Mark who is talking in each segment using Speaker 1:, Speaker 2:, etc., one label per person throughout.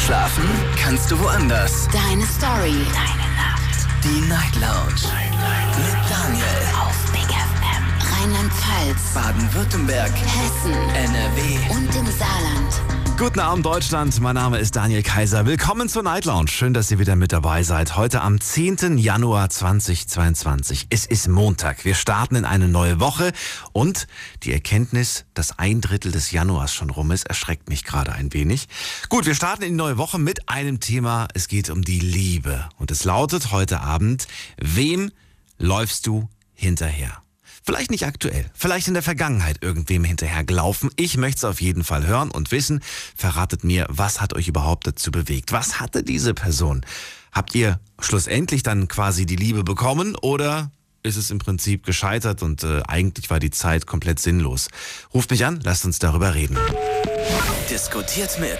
Speaker 1: Schlafen kannst du woanders.
Speaker 2: Deine Story.
Speaker 1: Deine Nacht. Die Night Lounge. Mit Daniel. Auf Big FM.
Speaker 2: Rheinland-Pfalz.
Speaker 1: Baden-Württemberg.
Speaker 2: Hessen.
Speaker 1: NRW.
Speaker 2: Und im Saarland.
Speaker 3: Guten Abend, Deutschland. Mein Name ist Daniel Kaiser. Willkommen zur Night Lounge. Schön, dass ihr wieder mit dabei seid. Heute am 10. Januar 2022. Es ist Montag. Wir starten in eine neue Woche. Und die Erkenntnis, dass 1/3 des Januars schon rum ist, erschreckt mich gerade ein wenig. Gut, wir starten in die neue Woche mit einem Thema. Es geht um die Liebe. Und es lautet heute Abend: Wem läufst du hinterher? Vielleicht nicht aktuell, vielleicht in der Vergangenheit irgendwem hinterhergelaufen. Ich möchte es auf jeden Fall hören und wissen. Verratet mir, was hat euch überhaupt dazu bewegt? Was hatte diese Person? Habt ihr schlussendlich dann quasi die Liebe bekommen oder ist es im Prinzip gescheitert und eigentlich war die Zeit komplett sinnlos? Ruft mich an, lasst uns darüber reden.
Speaker 1: Diskutiert mit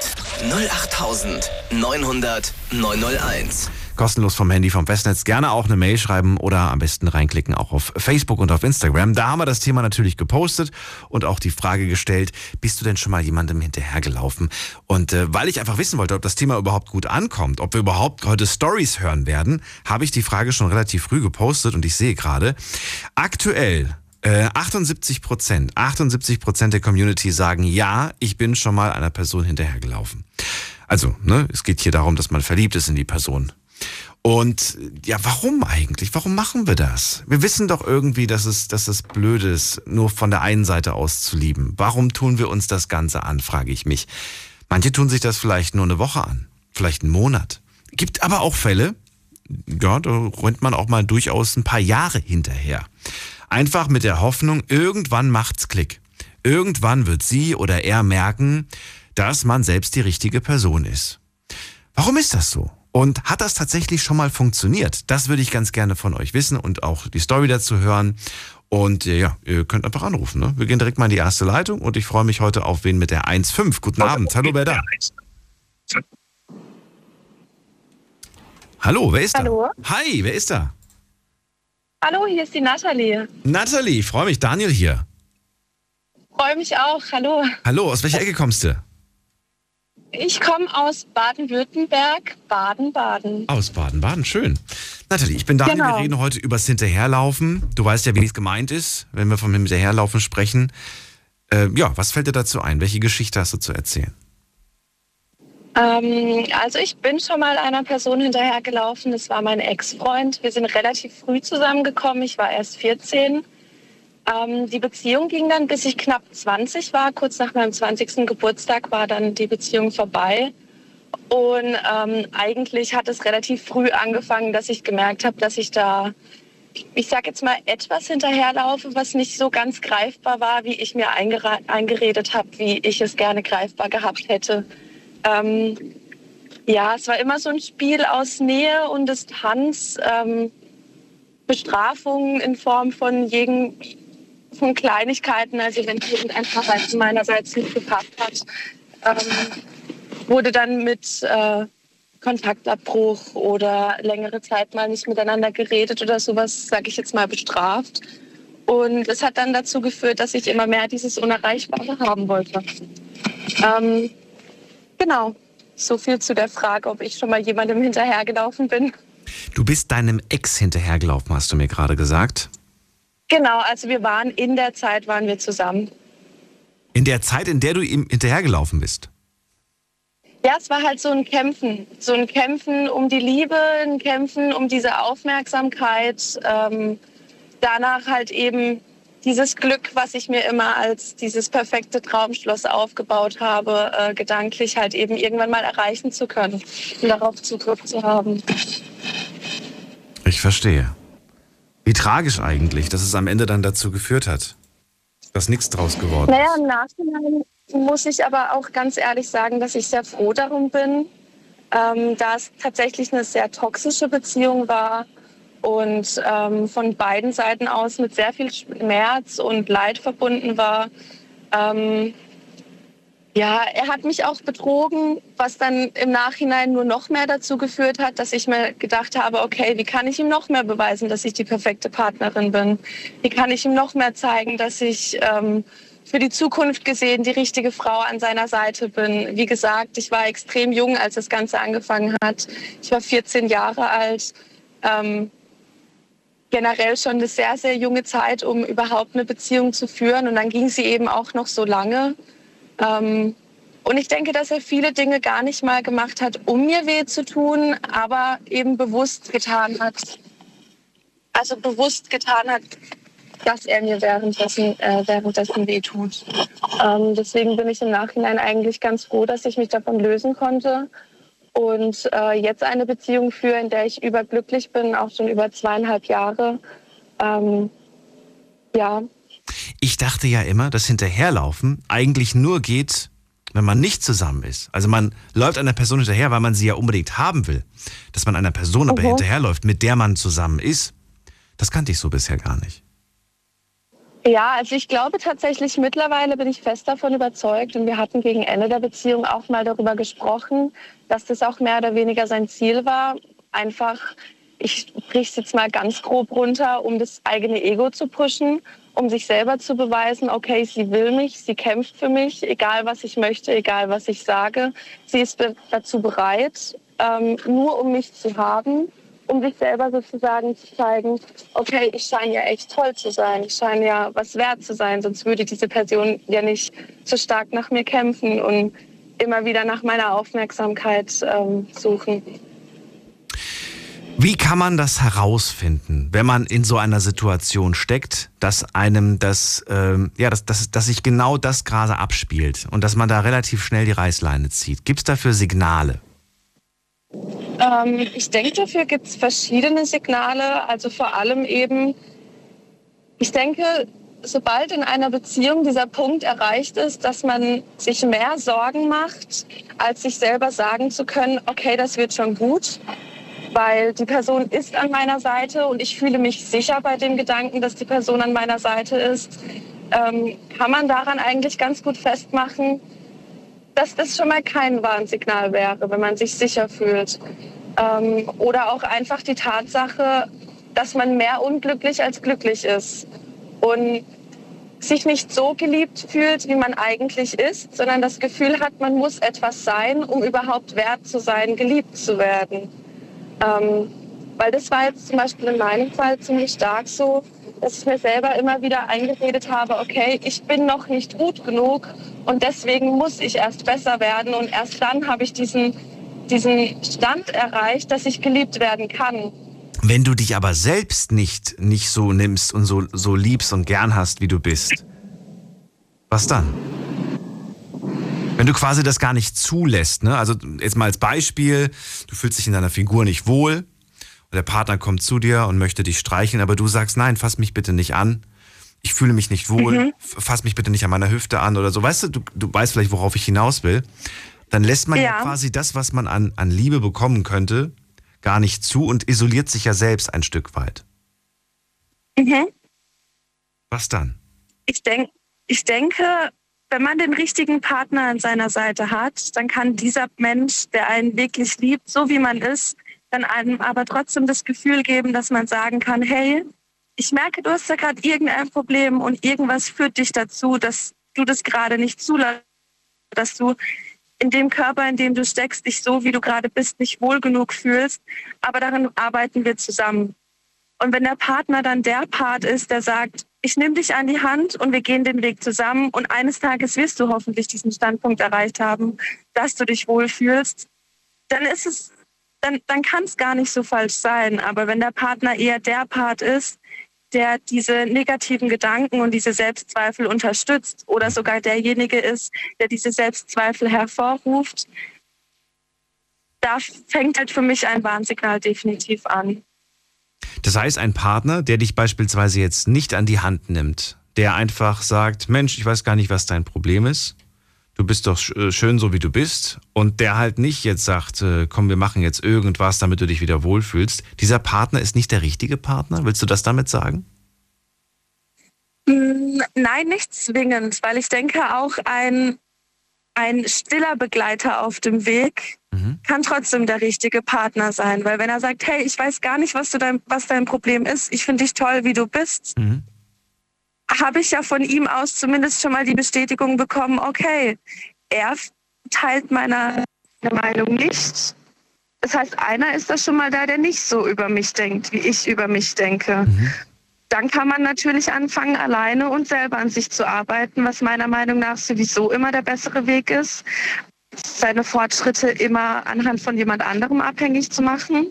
Speaker 1: 08900 901.
Speaker 3: Kostenlos vom Handy, vom Festnetz. Gerne auch eine Mail schreiben oder am besten reinklicken, auch auf Facebook und auf Instagram. Da haben wir das Thema natürlich gepostet und auch die Frage gestellt: Bist du denn schon mal jemandem hinterhergelaufen? Und weil ich einfach wissen wollte, ob das Thema überhaupt gut ankommt, ob wir überhaupt heute Stories hören werden, habe ich die Frage schon relativ früh gepostet und ich sehe gerade, aktuell 78% der Community sagen, ja, ich bin schon mal einer Person hinterhergelaufen. Also, es geht hier darum, dass man verliebt ist in die Person. Und ja, warum eigentlich? Warum machen wir das? Wir wissen doch irgendwie, dass es blöd ist, nur von der einen Seite aus zu lieben. Warum tun wir uns das Ganze an, frage ich mich. Manche tun sich das vielleicht nur eine Woche an, vielleicht einen Monat. Gibt aber auch Fälle, ja, da rennt man auch mal durchaus ein paar Jahre hinterher. Einfach mit der Hoffnung, irgendwann macht's Klick. Irgendwann wird sie oder er merken, dass man selbst die richtige Person ist. Warum ist das so? Und hat das tatsächlich schon mal funktioniert? Das würde ich ganz gerne von euch wissen und auch die Story dazu hören. Und ja, ihr könnt einfach anrufen. Ne? Wir gehen direkt mal in die erste Leitung und ich freue mich heute auf wen mit der 1.5. Guten Abend. Hallo, wer da? Hallo, wer ist da?
Speaker 4: Hallo.
Speaker 3: Hi, wer ist da?
Speaker 4: Hallo, hier ist die Nathalie.
Speaker 3: Nathalie, ich freue mich. Daniel hier.
Speaker 4: Freue mich auch. Hallo.
Speaker 3: Hallo, aus welcher Ecke kommst du?
Speaker 4: Ich komme aus Baden-Württemberg, Baden-Baden.
Speaker 3: Aus Baden-Baden, schön. Nathalie, ich bin Daniel,
Speaker 4: Genau.
Speaker 3: Wir reden heute übers Hinterherlaufen. Du weißt ja, wie es gemeint ist, wenn wir vom Hinterherlaufen sprechen. Ja, was fällt dir dazu ein? Welche Geschichte hast du zu erzählen?
Speaker 4: Also ich bin schon mal einer Person hinterhergelaufen. Das war mein Ex-Freund. Wir sind relativ früh zusammengekommen. Ich war erst 14. Die Beziehung ging dann, bis ich knapp 20 war. Kurz nach meinem 20. Geburtstag war dann die Beziehung vorbei. Und eigentlich hat es relativ früh angefangen, dass ich gemerkt habe, dass ich da, ich sage jetzt mal, etwas hinterherlaufe, was nicht so ganz greifbar war, wie ich mir eingeredet habe, wie ich es gerne greifbar gehabt hätte. Ja, es war immer so ein Spiel aus Nähe und Distanz, Bestrafungen in Form von Kleinigkeiten, also wenn irgendein Verhalten meinerseits nicht gepasst hat, wurde dann mit Kontaktabbruch oder längere Zeit mal nicht miteinander geredet oder sowas, sage ich jetzt mal, bestraft. Und es hat dann dazu geführt, dass ich immer mehr dieses Unerreichbare haben wollte. Genau, so viel zu der Frage, ob ich schon mal jemandem hinterhergelaufen bin.
Speaker 3: Du bist deinem Ex hinterhergelaufen, hast du mir gerade gesagt.
Speaker 4: Genau, also in der Zeit waren wir zusammen.
Speaker 3: In der Zeit, in der du ihm hinterhergelaufen bist?
Speaker 4: Ja, es war halt so ein Kämpfen um die Liebe, ein Kämpfen um diese Aufmerksamkeit. Danach halt eben dieses Glück, was ich mir immer als dieses perfekte Traumschloss aufgebaut habe, gedanklich halt eben irgendwann mal erreichen zu können und darauf Zugriff zu haben.
Speaker 3: Ich verstehe. Wie tragisch eigentlich, dass es am Ende dann dazu geführt hat, dass nichts draus geworden ist.
Speaker 4: Naja, im Nachhinein muss ich aber auch ganz ehrlich sagen, dass ich sehr froh darum bin, da es tatsächlich eine sehr toxische Beziehung war und von beiden Seiten aus mit sehr viel Schmerz und Leid verbunden war. Ja, er hat mich auch betrogen, was dann im Nachhinein nur noch mehr dazu geführt hat, dass ich mir gedacht habe, okay, wie kann ich ihm noch mehr beweisen, dass ich die perfekte Partnerin bin? Wie kann ich ihm noch mehr zeigen, dass ich für die Zukunft gesehen die richtige Frau an seiner Seite bin. Wie gesagt, ich war extrem jung, als das Ganze angefangen hat. Ich war 14 Jahre alt. Generell schon eine sehr, sehr junge Zeit, um überhaupt eine Beziehung zu führen. Und dann ging sie eben auch noch so lange. Und ich denke, dass er viele Dinge gar nicht mal gemacht hat, um mir weh zu tun, aber eben bewusst getan hat. Also bewusst getan hat, dass er mir währenddessen weh tut. Deswegen bin ich im Nachhinein eigentlich ganz froh, dass ich mich davon lösen konnte und jetzt eine Beziehung führe, in der ich überglücklich bin, auch schon über 2,5 Jahre. Ja.
Speaker 3: Ich dachte ja immer, dass Hinterherlaufen eigentlich nur geht, wenn man nicht zusammen ist. Also man läuft einer Person hinterher, weil man sie ja unbedingt haben will. Dass man einer Person aber hinterherläuft, mit der man zusammen ist, das kannte ich so bisher gar nicht.
Speaker 4: Ja, also ich glaube tatsächlich, mittlerweile bin ich fest davon überzeugt und wir hatten gegen Ende der Beziehung auch mal darüber gesprochen, dass das auch mehr oder weniger sein Ziel war. Einfach, ich briche es jetzt mal ganz grob runter, um das eigene Ego zu pushen, um sich selber zu beweisen, okay, sie will mich, sie kämpft für mich, egal was ich möchte, egal was ich sage. Sie ist dazu bereit, nur um mich zu haben, um sich selber sozusagen zu zeigen, okay, ich scheine ja echt toll zu sein, ich scheine ja was wert zu sein, sonst würde diese Person ja nicht so stark nach mir kämpfen und immer wieder nach meiner Aufmerksamkeit suchen.
Speaker 3: Wie kann man das herausfinden, wenn man in so einer Situation steckt, dass einem dass sich genau das gerade abspielt und dass man da relativ schnell die Reißleine zieht? Gibt es dafür Signale?
Speaker 4: Ich denke, dafür gibt es verschiedene Signale. Also vor allem eben, ich denke, sobald in einer Beziehung dieser Punkt erreicht ist, dass man sich mehr Sorgen macht, als sich selber sagen zu können, okay, das wird schon gut, weil die Person ist an meiner Seite und ich fühle mich sicher bei dem Gedanken, dass die Person an meiner Seite ist, kann man daran eigentlich ganz gut festmachen, dass das schon mal kein Warnsignal wäre, wenn man sich sicher fühlt. Oder auch einfach die Tatsache, dass man mehr unglücklich als glücklich ist und sich nicht so geliebt fühlt, wie man eigentlich ist, sondern das Gefühl hat, man muss etwas sein, um überhaupt wert zu sein, geliebt zu werden. Weil das war jetzt zum Beispiel in meinem Fall ziemlich stark so, dass ich mir selber immer wieder eingeredet habe, okay, ich bin noch nicht gut genug und deswegen muss ich erst besser werden und erst dann habe ich diesen Stand erreicht, dass ich geliebt werden kann.
Speaker 3: Wenn du dich aber selbst nicht so nimmst und so liebst und gern hast, wie du bist, was dann? Wenn du quasi das gar nicht zulässt, ne? Also jetzt mal als Beispiel, du fühlst dich in deiner Figur nicht wohl und der Partner kommt zu dir und möchte dich streicheln, aber du sagst, nein, fass mich bitte nicht an, ich fühle mich nicht wohl, fass mich bitte nicht an meiner Hüfte an oder so, weißt du, du weißt vielleicht, worauf ich hinaus will, dann lässt man ja quasi das, was man an Liebe bekommen könnte, gar nicht zu und isoliert sich ja selbst ein Stück weit. Was dann?
Speaker 4: Ich denke, wenn man den richtigen Partner an seiner Seite hat, dann kann dieser Mensch, der einen wirklich liebt, so wie man ist, dann einem aber trotzdem das Gefühl geben, dass man sagen kann, hey, ich merke, du hast da gerade irgendein Problem und irgendwas führt dich dazu, dass du das gerade nicht zulässt, dass du in dem Körper, in dem du steckst, dich so, wie du gerade bist, nicht wohl genug fühlst. Aber daran arbeiten wir zusammen. Und wenn der Partner dann der Part ist, der sagt, ich nehme dich an die Hand und wir gehen den Weg zusammen und eines Tages wirst du hoffentlich diesen Standpunkt erreicht haben, dass du dich wohlfühlst, dann ist es, dann kann es gar nicht so falsch sein. Aber wenn der Partner eher der Part ist, der diese negativen Gedanken und diese Selbstzweifel unterstützt oder sogar derjenige ist, der diese Selbstzweifel hervorruft, da fängt halt für mich ein Warnsignal definitiv an.
Speaker 3: Das heißt, ein Partner, der dich beispielsweise jetzt nicht an die Hand nimmt, der einfach sagt, Mensch, ich weiß gar nicht, was dein Problem ist, du bist doch schön so, wie du bist, und der halt nicht jetzt sagt, komm, wir machen jetzt irgendwas, damit du dich wieder wohlfühlst. Dieser Partner ist nicht der richtige Partner? Willst du das damit sagen?
Speaker 4: Nein, nicht zwingend, weil ich denke auch ein stiller Begleiter auf dem Weg kann trotzdem der richtige Partner sein. Weil wenn er sagt, hey, ich weiß gar nicht, was dein Problem ist, ich finde dich toll, wie du bist, habe ich ja von ihm aus zumindest schon mal die Bestätigung bekommen, okay, er teilt meine Meinung nicht. Das heißt, einer ist das schon mal da, der nicht so über mich denkt, wie ich über mich denke. Dann kann man natürlich anfangen, alleine und selber an sich zu arbeiten, was meiner Meinung nach sowieso immer der bessere Weg ist, seine Fortschritte immer anhand von jemand anderem abhängig zu machen.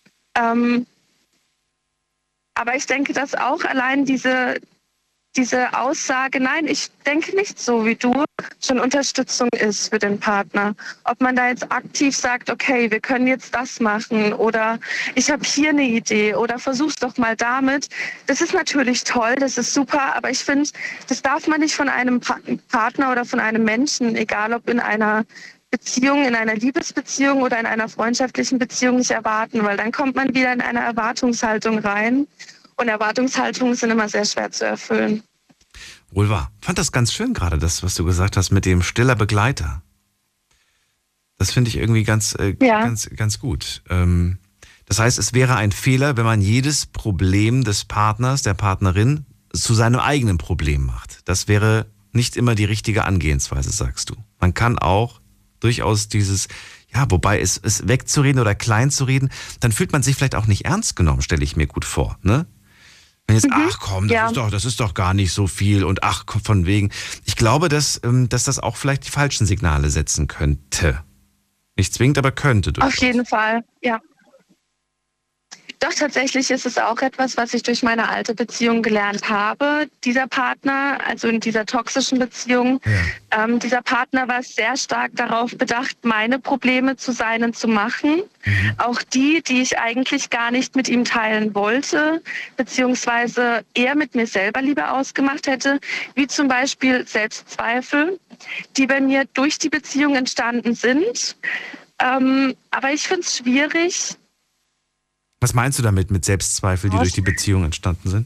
Speaker 4: Aber ich denke, dass auch allein diese Aussage, nein, ich denke nicht so wie du, schon Unterstützung ist für den Partner. Ob man da jetzt aktiv sagt, okay, wir können jetzt das machen oder ich habe hier eine Idee oder versuch's doch mal damit. Das ist natürlich toll, das ist super, aber ich finde, das darf man nicht von einem Partner oder von einem Menschen, egal ob in einer Beziehung, in einer Liebesbeziehung oder in einer freundschaftlichen Beziehung nicht erwarten, weil dann kommt man wieder in eine Erwartungshaltung rein und Erwartungshaltungen sind immer sehr schwer zu erfüllen.
Speaker 3: Wohl wahr. Fand das ganz schön gerade, das, was du gesagt hast mit dem stiller Begleiter. Das finde ich irgendwie ganz gut. Das heißt, es wäre ein Fehler, wenn man jedes Problem des Partners, der Partnerin zu seinem eigenen Problem macht. Das wäre nicht immer die richtige Angehensweise, sagst du. Man kann auch durchaus dieses, ja, wobei es wegzureden oder klein zu reden, dann fühlt man sich vielleicht auch nicht ernst genommen, stelle ich mir gut vor, ne? Wenn jetzt, ach komm, das ist doch gar nicht so viel und ach, von wegen. Ich glaube, dass das auch vielleicht die falschen Signale setzen könnte. Nicht zwingend, aber könnte durchaus.
Speaker 4: Auf jeden Fall, ja. Doch, tatsächlich ist es auch etwas, was ich durch meine alte Beziehung gelernt habe. Dieser Partner, also in dieser toxischen Beziehung, dieser Partner war sehr stark darauf bedacht, meine Probleme zu seinen zu machen. Auch die ich eigentlich gar nicht mit ihm teilen wollte, beziehungsweise er mit mir selber lieber ausgemacht hätte, wie zum Beispiel Selbstzweifel, die bei mir durch die Beziehung entstanden sind. Aber ich finde es schwierig.
Speaker 3: Was meinst du damit mit Selbstzweifel, die durch die Beziehung entstanden sind?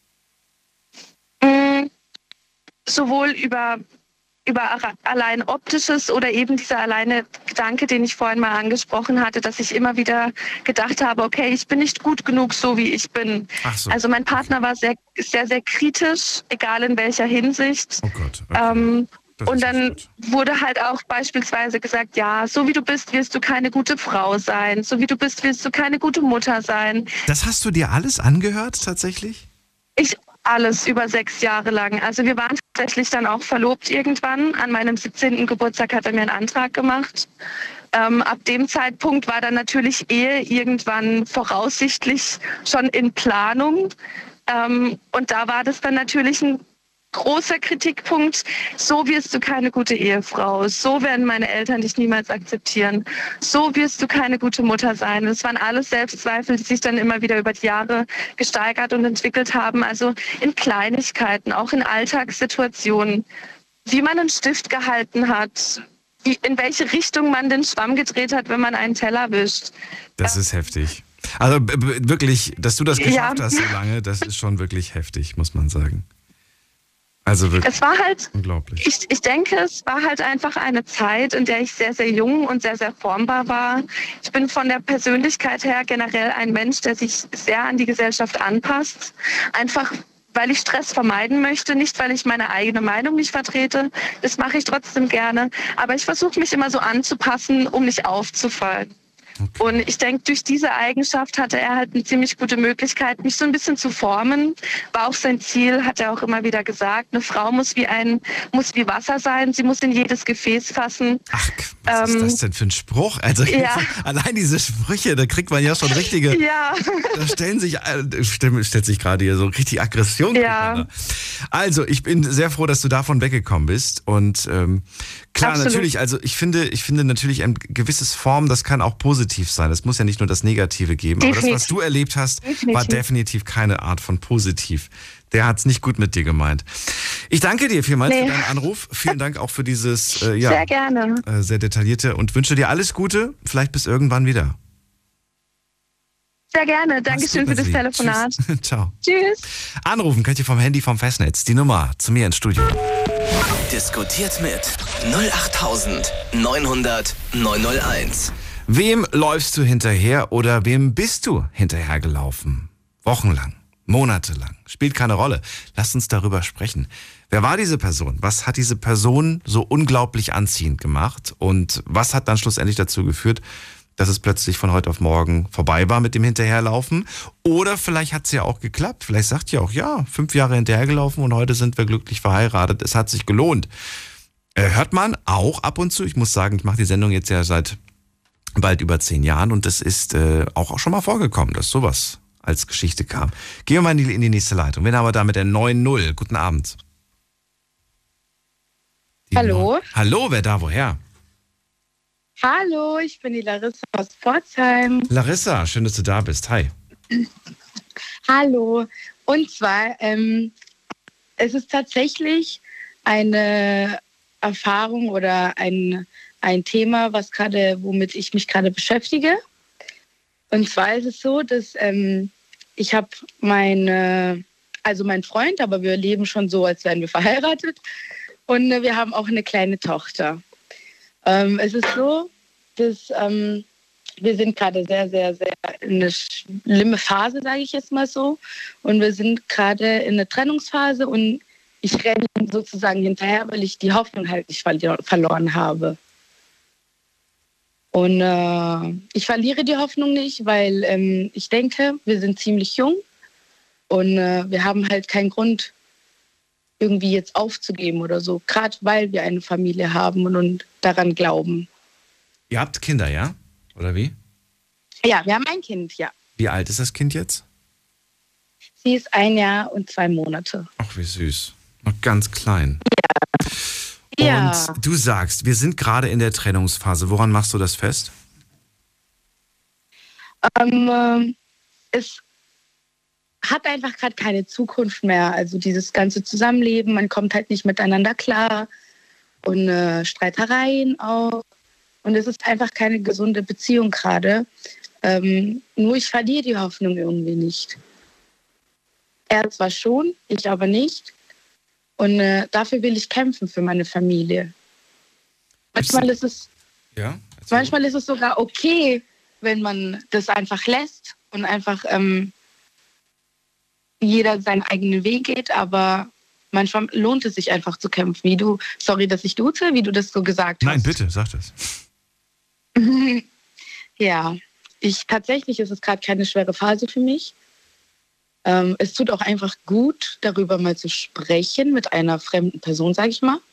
Speaker 4: Sowohl über allein Optisches oder eben dieser alleine Gedanke, den ich vorhin mal angesprochen hatte, dass ich immer wieder gedacht habe, okay, ich bin nicht gut genug, so wie ich bin. Ach so. Also mein Partner war sehr, sehr, sehr kritisch, egal in welcher Hinsicht. Oh Gott. Okay. Und dann wurde halt auch beispielsweise gesagt, ja, so wie du bist, wirst du keine gute Frau sein. So wie du bist, wirst du keine gute Mutter sein.
Speaker 3: Das hast du dir alles angehört tatsächlich?
Speaker 4: Alles über 6 Jahre lang. Also wir waren tatsächlich dann auch verlobt irgendwann. An meinem 17. Geburtstag hat er mir einen Antrag gemacht. Ab dem Zeitpunkt war dann natürlich Ehe irgendwann voraussichtlich schon in Planung. Und da war das dann natürlich ein großer Kritikpunkt, so wirst du keine gute Ehefrau, so werden meine Eltern dich niemals akzeptieren, so wirst du keine gute Mutter sein. Das waren alles Selbstzweifel, die sich dann immer wieder über die Jahre gesteigert und entwickelt haben, also in Kleinigkeiten, auch in Alltagssituationen, wie man einen Stift gehalten hat, in welche Richtung man den Schwamm gedreht hat, wenn man einen Teller wischt.
Speaker 3: Das ist heftig. Also wirklich, dass du das geschafft hast so lange, das ist schon wirklich heftig, muss man sagen. Also wirklich,
Speaker 4: es war halt
Speaker 3: unglaublich.
Speaker 4: Ich denke, es war halt einfach eine Zeit, in der ich sehr, sehr jung und sehr, sehr formbar war. Ich bin von der Persönlichkeit her generell ein Mensch, der sich sehr an die Gesellschaft anpasst. Einfach, weil ich Stress vermeiden möchte, nicht weil ich meine eigene Meinung nicht vertrete. Das mache ich trotzdem gerne. Aber ich versuche mich immer so anzupassen, um nicht aufzufallen. Okay. Und ich denke, durch diese Eigenschaft hatte er halt eine ziemlich gute Möglichkeit, mich so ein bisschen zu formen. War auch sein Ziel, hat er auch immer wieder gesagt. Eine Frau muss wie Wasser sein, sie muss in jedes Gefäß fassen.
Speaker 3: Ach, was ist das denn für ein Spruch? Also allein diese Sprüche, da kriegt man ja schon richtige. Ja. Da stellt sich gerade hier so richtig Aggression. Ja. Also ich bin sehr froh, dass du davon weggekommen bist. Und klar, absolut. Natürlich, also ich finde natürlich ein gewisses Form, das kann auch positiv sein. Es muss ja nicht nur das Negative geben. Definitiv. Aber das, was du erlebt hast, war definitiv keine Art von positiv. Der hat es nicht gut mit dir gemeint. Ich danke dir vielmals für deinen Anruf. Vielen Dank auch für dieses
Speaker 4: sehr gerne.
Speaker 3: Sehr detaillierte und wünsche dir alles Gute. Vielleicht bis irgendwann wieder.
Speaker 4: Sehr gerne. Dankeschön für das Telefonat.
Speaker 3: Tschüss. Ciao.
Speaker 4: Tschüss.
Speaker 3: Anrufen könnt ihr vom Handy vom Festnetz. Die Nummer zu mir ins Studio.
Speaker 1: Diskutiert mit 08900 901.
Speaker 3: Wem läufst du hinterher oder wem bist du hinterhergelaufen? Wochenlang, Monatelang. Spielt keine Rolle. Lasst uns darüber sprechen. Wer war diese Person? Was hat diese Person so unglaublich anziehend gemacht? Und was hat dann schlussendlich dazu geführt, dass es plötzlich von heute auf morgen vorbei war mit dem Hinterherlaufen? Oder vielleicht hat es ja auch geklappt. Vielleicht sagt ihr auch, ja, 5 Jahre hinterhergelaufen und heute sind wir glücklich verheiratet. Es hat sich gelohnt. Hört man auch ab und zu. Ich muss sagen, ich mache die Sendung jetzt ja seit bald über 10 Jahren und es ist auch schon mal vorgekommen, dass sowas als Geschichte kam. Gehen wir mal in die nächste Leitung. Wen haben wir da mit der 9-0? Guten Abend.
Speaker 5: Hallo.
Speaker 3: Hallo, wer da, woher?
Speaker 5: Hallo, ich bin die Larissa aus Pforzheim.
Speaker 3: Larissa, schön, dass du da bist. Hi.
Speaker 5: Hallo. Und zwar, es ist tatsächlich eine Erfahrung oder ein Thema, womit ich mich gerade beschäftige. Und zwar ist es so, dass ich habe meinen Freund, aber wir leben schon so, als wären wir verheiratet. Und wir haben auch eine kleine Tochter. Es ist so, dass wir sind gerade sehr, sehr, sehr in eine schlimme Phase, sage ich jetzt mal so. Und wir sind gerade in einer Trennungsphase und ich renne sozusagen hinterher, weil ich die Hoffnung halt nicht verloren habe. Und ich verliere die Hoffnung nicht, weil ich denke, wir sind ziemlich jung und wir haben halt keinen Grund, irgendwie jetzt aufzugeben oder so. Gerade weil wir eine Familie haben und daran glauben.
Speaker 3: Ihr habt Kinder, ja? Oder wie?
Speaker 5: Ja, wir haben ein Kind, ja.
Speaker 3: Wie alt ist das Kind jetzt?
Speaker 5: Sie ist 1 Jahr und 2 Monate.
Speaker 3: Ach, wie süß. Noch ganz klein.
Speaker 5: Ja.
Speaker 3: Und du sagst, wir sind gerade in der Trennungsphase. Woran machst du das fest?
Speaker 5: Es hat einfach gerade keine Zukunft mehr. Also dieses ganze Zusammenleben, man kommt halt nicht miteinander klar und Streitereien auch. Und es ist einfach keine gesunde Beziehung gerade. Nur ich verliere die Hoffnung irgendwie nicht. Er zwar schon, ich aber nicht. Und dafür will ich kämpfen für meine Familie. Manchmal ist es sogar okay, wenn man das einfach lässt und einfach jeder seinen eigenen Weg geht, aber manchmal lohnt es sich einfach zu kämpfen. Sorry, dass ich duze, wie du das so gesagt hast.
Speaker 3: Nein, bitte, sag das.
Speaker 5: Ja, tatsächlich ist es gerade keine schwere Phase für mich. Es tut auch einfach gut, darüber mal zu sprechen mit einer fremden Person, sage ich mal.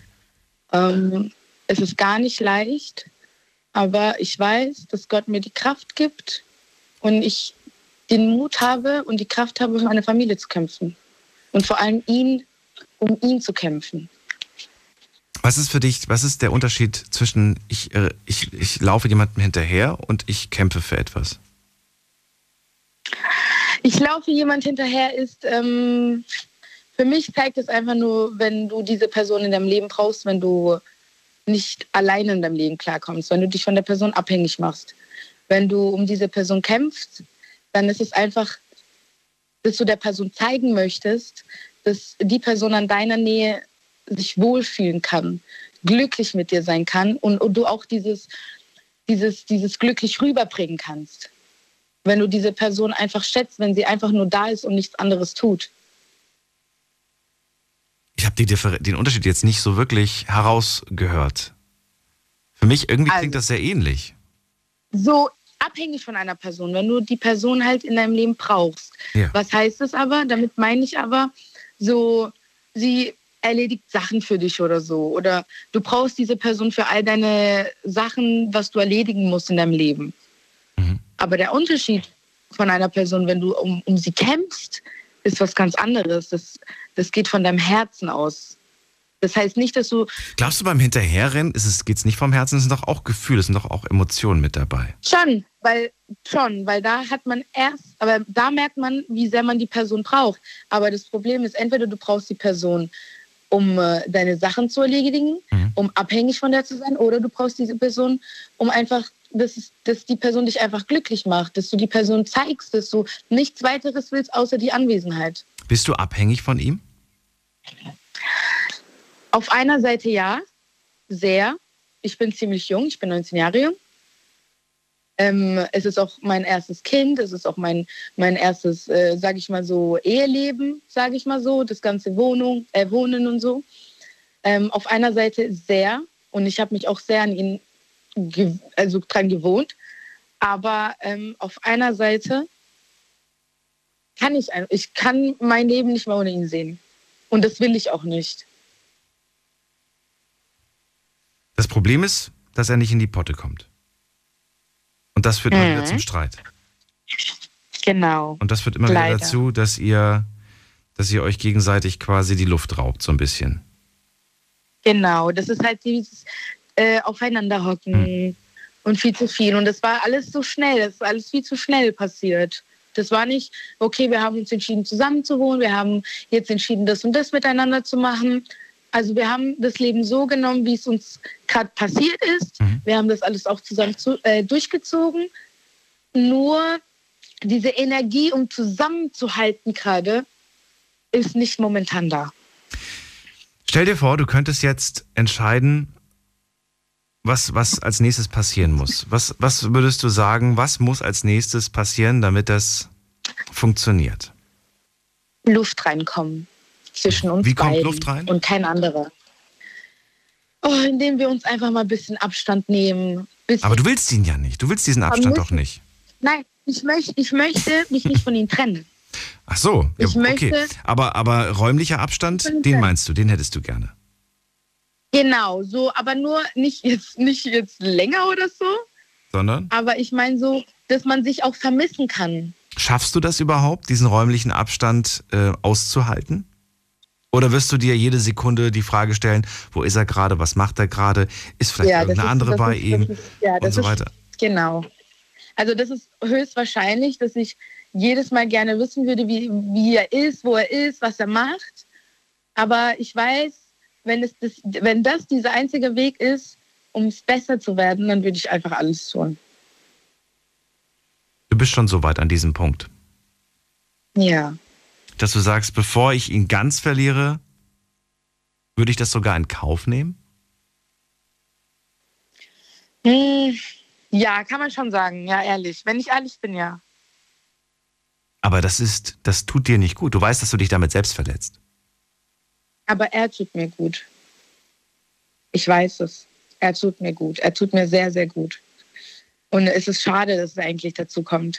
Speaker 5: Es ist gar nicht leicht, aber ich weiß, dass Gott mir die Kraft gibt und ich den Mut habe und die Kraft habe, für meine Familie zu kämpfen. Und vor allem um ihn zu kämpfen.
Speaker 3: Was ist für dich, was ist der Unterschied zwischen ich laufe jemandem hinterher und ich kämpfe für etwas?
Speaker 5: Ich laufe jemand hinterher ist, für mich zeigt es einfach nur, wenn du diese Person in deinem Leben brauchst, wenn du nicht alleine in deinem Leben klarkommst, wenn du dich von der Person abhängig machst. Wenn du um diese Person kämpfst, dann ist es einfach, dass du der Person zeigen möchtest, dass die Person an deiner Nähe sich wohlfühlen kann, glücklich mit dir sein kann und du auch dieses glücklich rüberbringen kannst. Wenn du diese Person einfach schätzt, wenn sie einfach nur da ist und nichts anderes tut.
Speaker 3: Ich habe den Unterschied jetzt nicht so wirklich herausgehört. Für mich irgendwie klingt das sehr ähnlich.
Speaker 5: So abhängig von einer Person, wenn du die Person halt in deinem Leben brauchst.
Speaker 3: Ja.
Speaker 5: Was heißt das aber? Damit meine ich aber, so, sie erledigt Sachen für dich oder so. Oder du brauchst diese Person für all deine Sachen, was du erledigen musst in deinem Leben. Aber der Unterschied von einer Person, wenn du um sie kämpfst, ist was ganz anderes. Das geht von deinem Herzen aus. Das heißt nicht, dass du...
Speaker 3: Glaubst du, beim Hinterherrennen geht es nicht vom Herzen, es sind doch auch Gefühle, es sind doch auch Emotionen mit dabei?
Speaker 5: Schon, weil da hat man aber da merkt man, wie sehr man die Person braucht. Aber das Problem ist, entweder du brauchst die Person, um deine Sachen zu erledigen, um abhängig von der zu sein, oder du brauchst diese Person, um einfach, dass die Person dich einfach glücklich macht, dass du die Person zeigst, dass du nichts weiteres willst, außer die Anwesenheit.
Speaker 3: Bist du abhängig von ihm?
Speaker 5: Auf einer Seite ja, sehr. Ich bin ziemlich jung, ich bin 19 Jahre jung. Es ist auch mein erstes Kind, es ist auch mein erstes, sage ich mal so, Eheleben, sage ich mal so, das ganze Wohnen und so. Auf einer Seite sehr, und ich habe mich auch sehr an ihn dran gewohnt, aber auf einer Seite ich kann mein Leben nicht mehr ohne ihn sehen. Und das will ich auch nicht.
Speaker 3: Das Problem ist, dass er nicht in die Potte kommt. Und das führt immer wieder zum Streit.
Speaker 5: Genau.
Speaker 3: Und das führt immer wieder dazu, dass ihr euch gegenseitig quasi die Luft raubt, so ein bisschen.
Speaker 5: Genau, das ist halt dieses Aufeinanderhocken und viel zu viel. Und das war alles so schnell, das ist alles viel zu schnell passiert. Das war nicht, okay, wir haben uns entschieden, zusammen zu wohnen, wir haben jetzt entschieden, das und das miteinander zu machen. Also wir haben das Leben so genommen, wie es uns gerade passiert ist. Wir haben das alles auch zusammen durchgezogen. Nur diese Energie, um zusammenzuhalten gerade, ist nicht momentan da.
Speaker 3: Stell dir vor, du könntest jetzt entscheiden, was als nächstes passieren muss. Was würdest du sagen, was muss als nächstes passieren, damit das funktioniert?
Speaker 5: Luft reinkommen zwischen uns beiden.
Speaker 3: Wie kommt Luft rein?
Speaker 5: Und kein anderer. Indem wir uns einfach mal ein bisschen Abstand nehmen.
Speaker 3: Aber du willst ihn ja nicht. Du willst diesen Abstand doch nicht.
Speaker 5: Nein, ich möchte mich nicht von ihm trennen.
Speaker 3: Ach so, ja,
Speaker 5: ich möchte,
Speaker 3: okay. Aber räumlicher Abstand, den meinst du, den hättest du gerne?
Speaker 5: Genau, so, aber nur nicht jetzt länger oder so.
Speaker 3: Sondern?
Speaker 5: Aber ich meine so, dass man sich auch vermissen kann.
Speaker 3: Schaffst du das überhaupt, diesen räumlichen Abstand auszuhalten? Oder wirst du dir jede Sekunde die Frage stellen, wo ist er gerade, was macht er gerade, ist vielleicht irgendeine andere bei ihm und so weiter?
Speaker 5: Genau. Also das ist höchstwahrscheinlich, dass ich jedes Mal gerne wissen würde, wie er ist, wo er ist, was er macht. Aber ich weiß, wenn das dieser einzige Weg ist, um es besser zu werden, dann würde ich einfach alles tun.
Speaker 3: Du bist schon so weit an diesem Punkt.
Speaker 5: Ja.
Speaker 3: Dass du sagst, bevor ich ihn ganz verliere, würde ich das sogar in Kauf nehmen?
Speaker 5: Ja, kann man schon sagen. Ja, ehrlich. Wenn ich ehrlich bin, ja.
Speaker 3: Aber das tut dir nicht gut. Du weißt, dass du dich damit selbst verletzt.
Speaker 5: Aber er tut mir gut. Ich weiß es. Er tut mir gut. Er tut mir sehr, sehr gut. Und es ist schade, dass es eigentlich dazu kommt.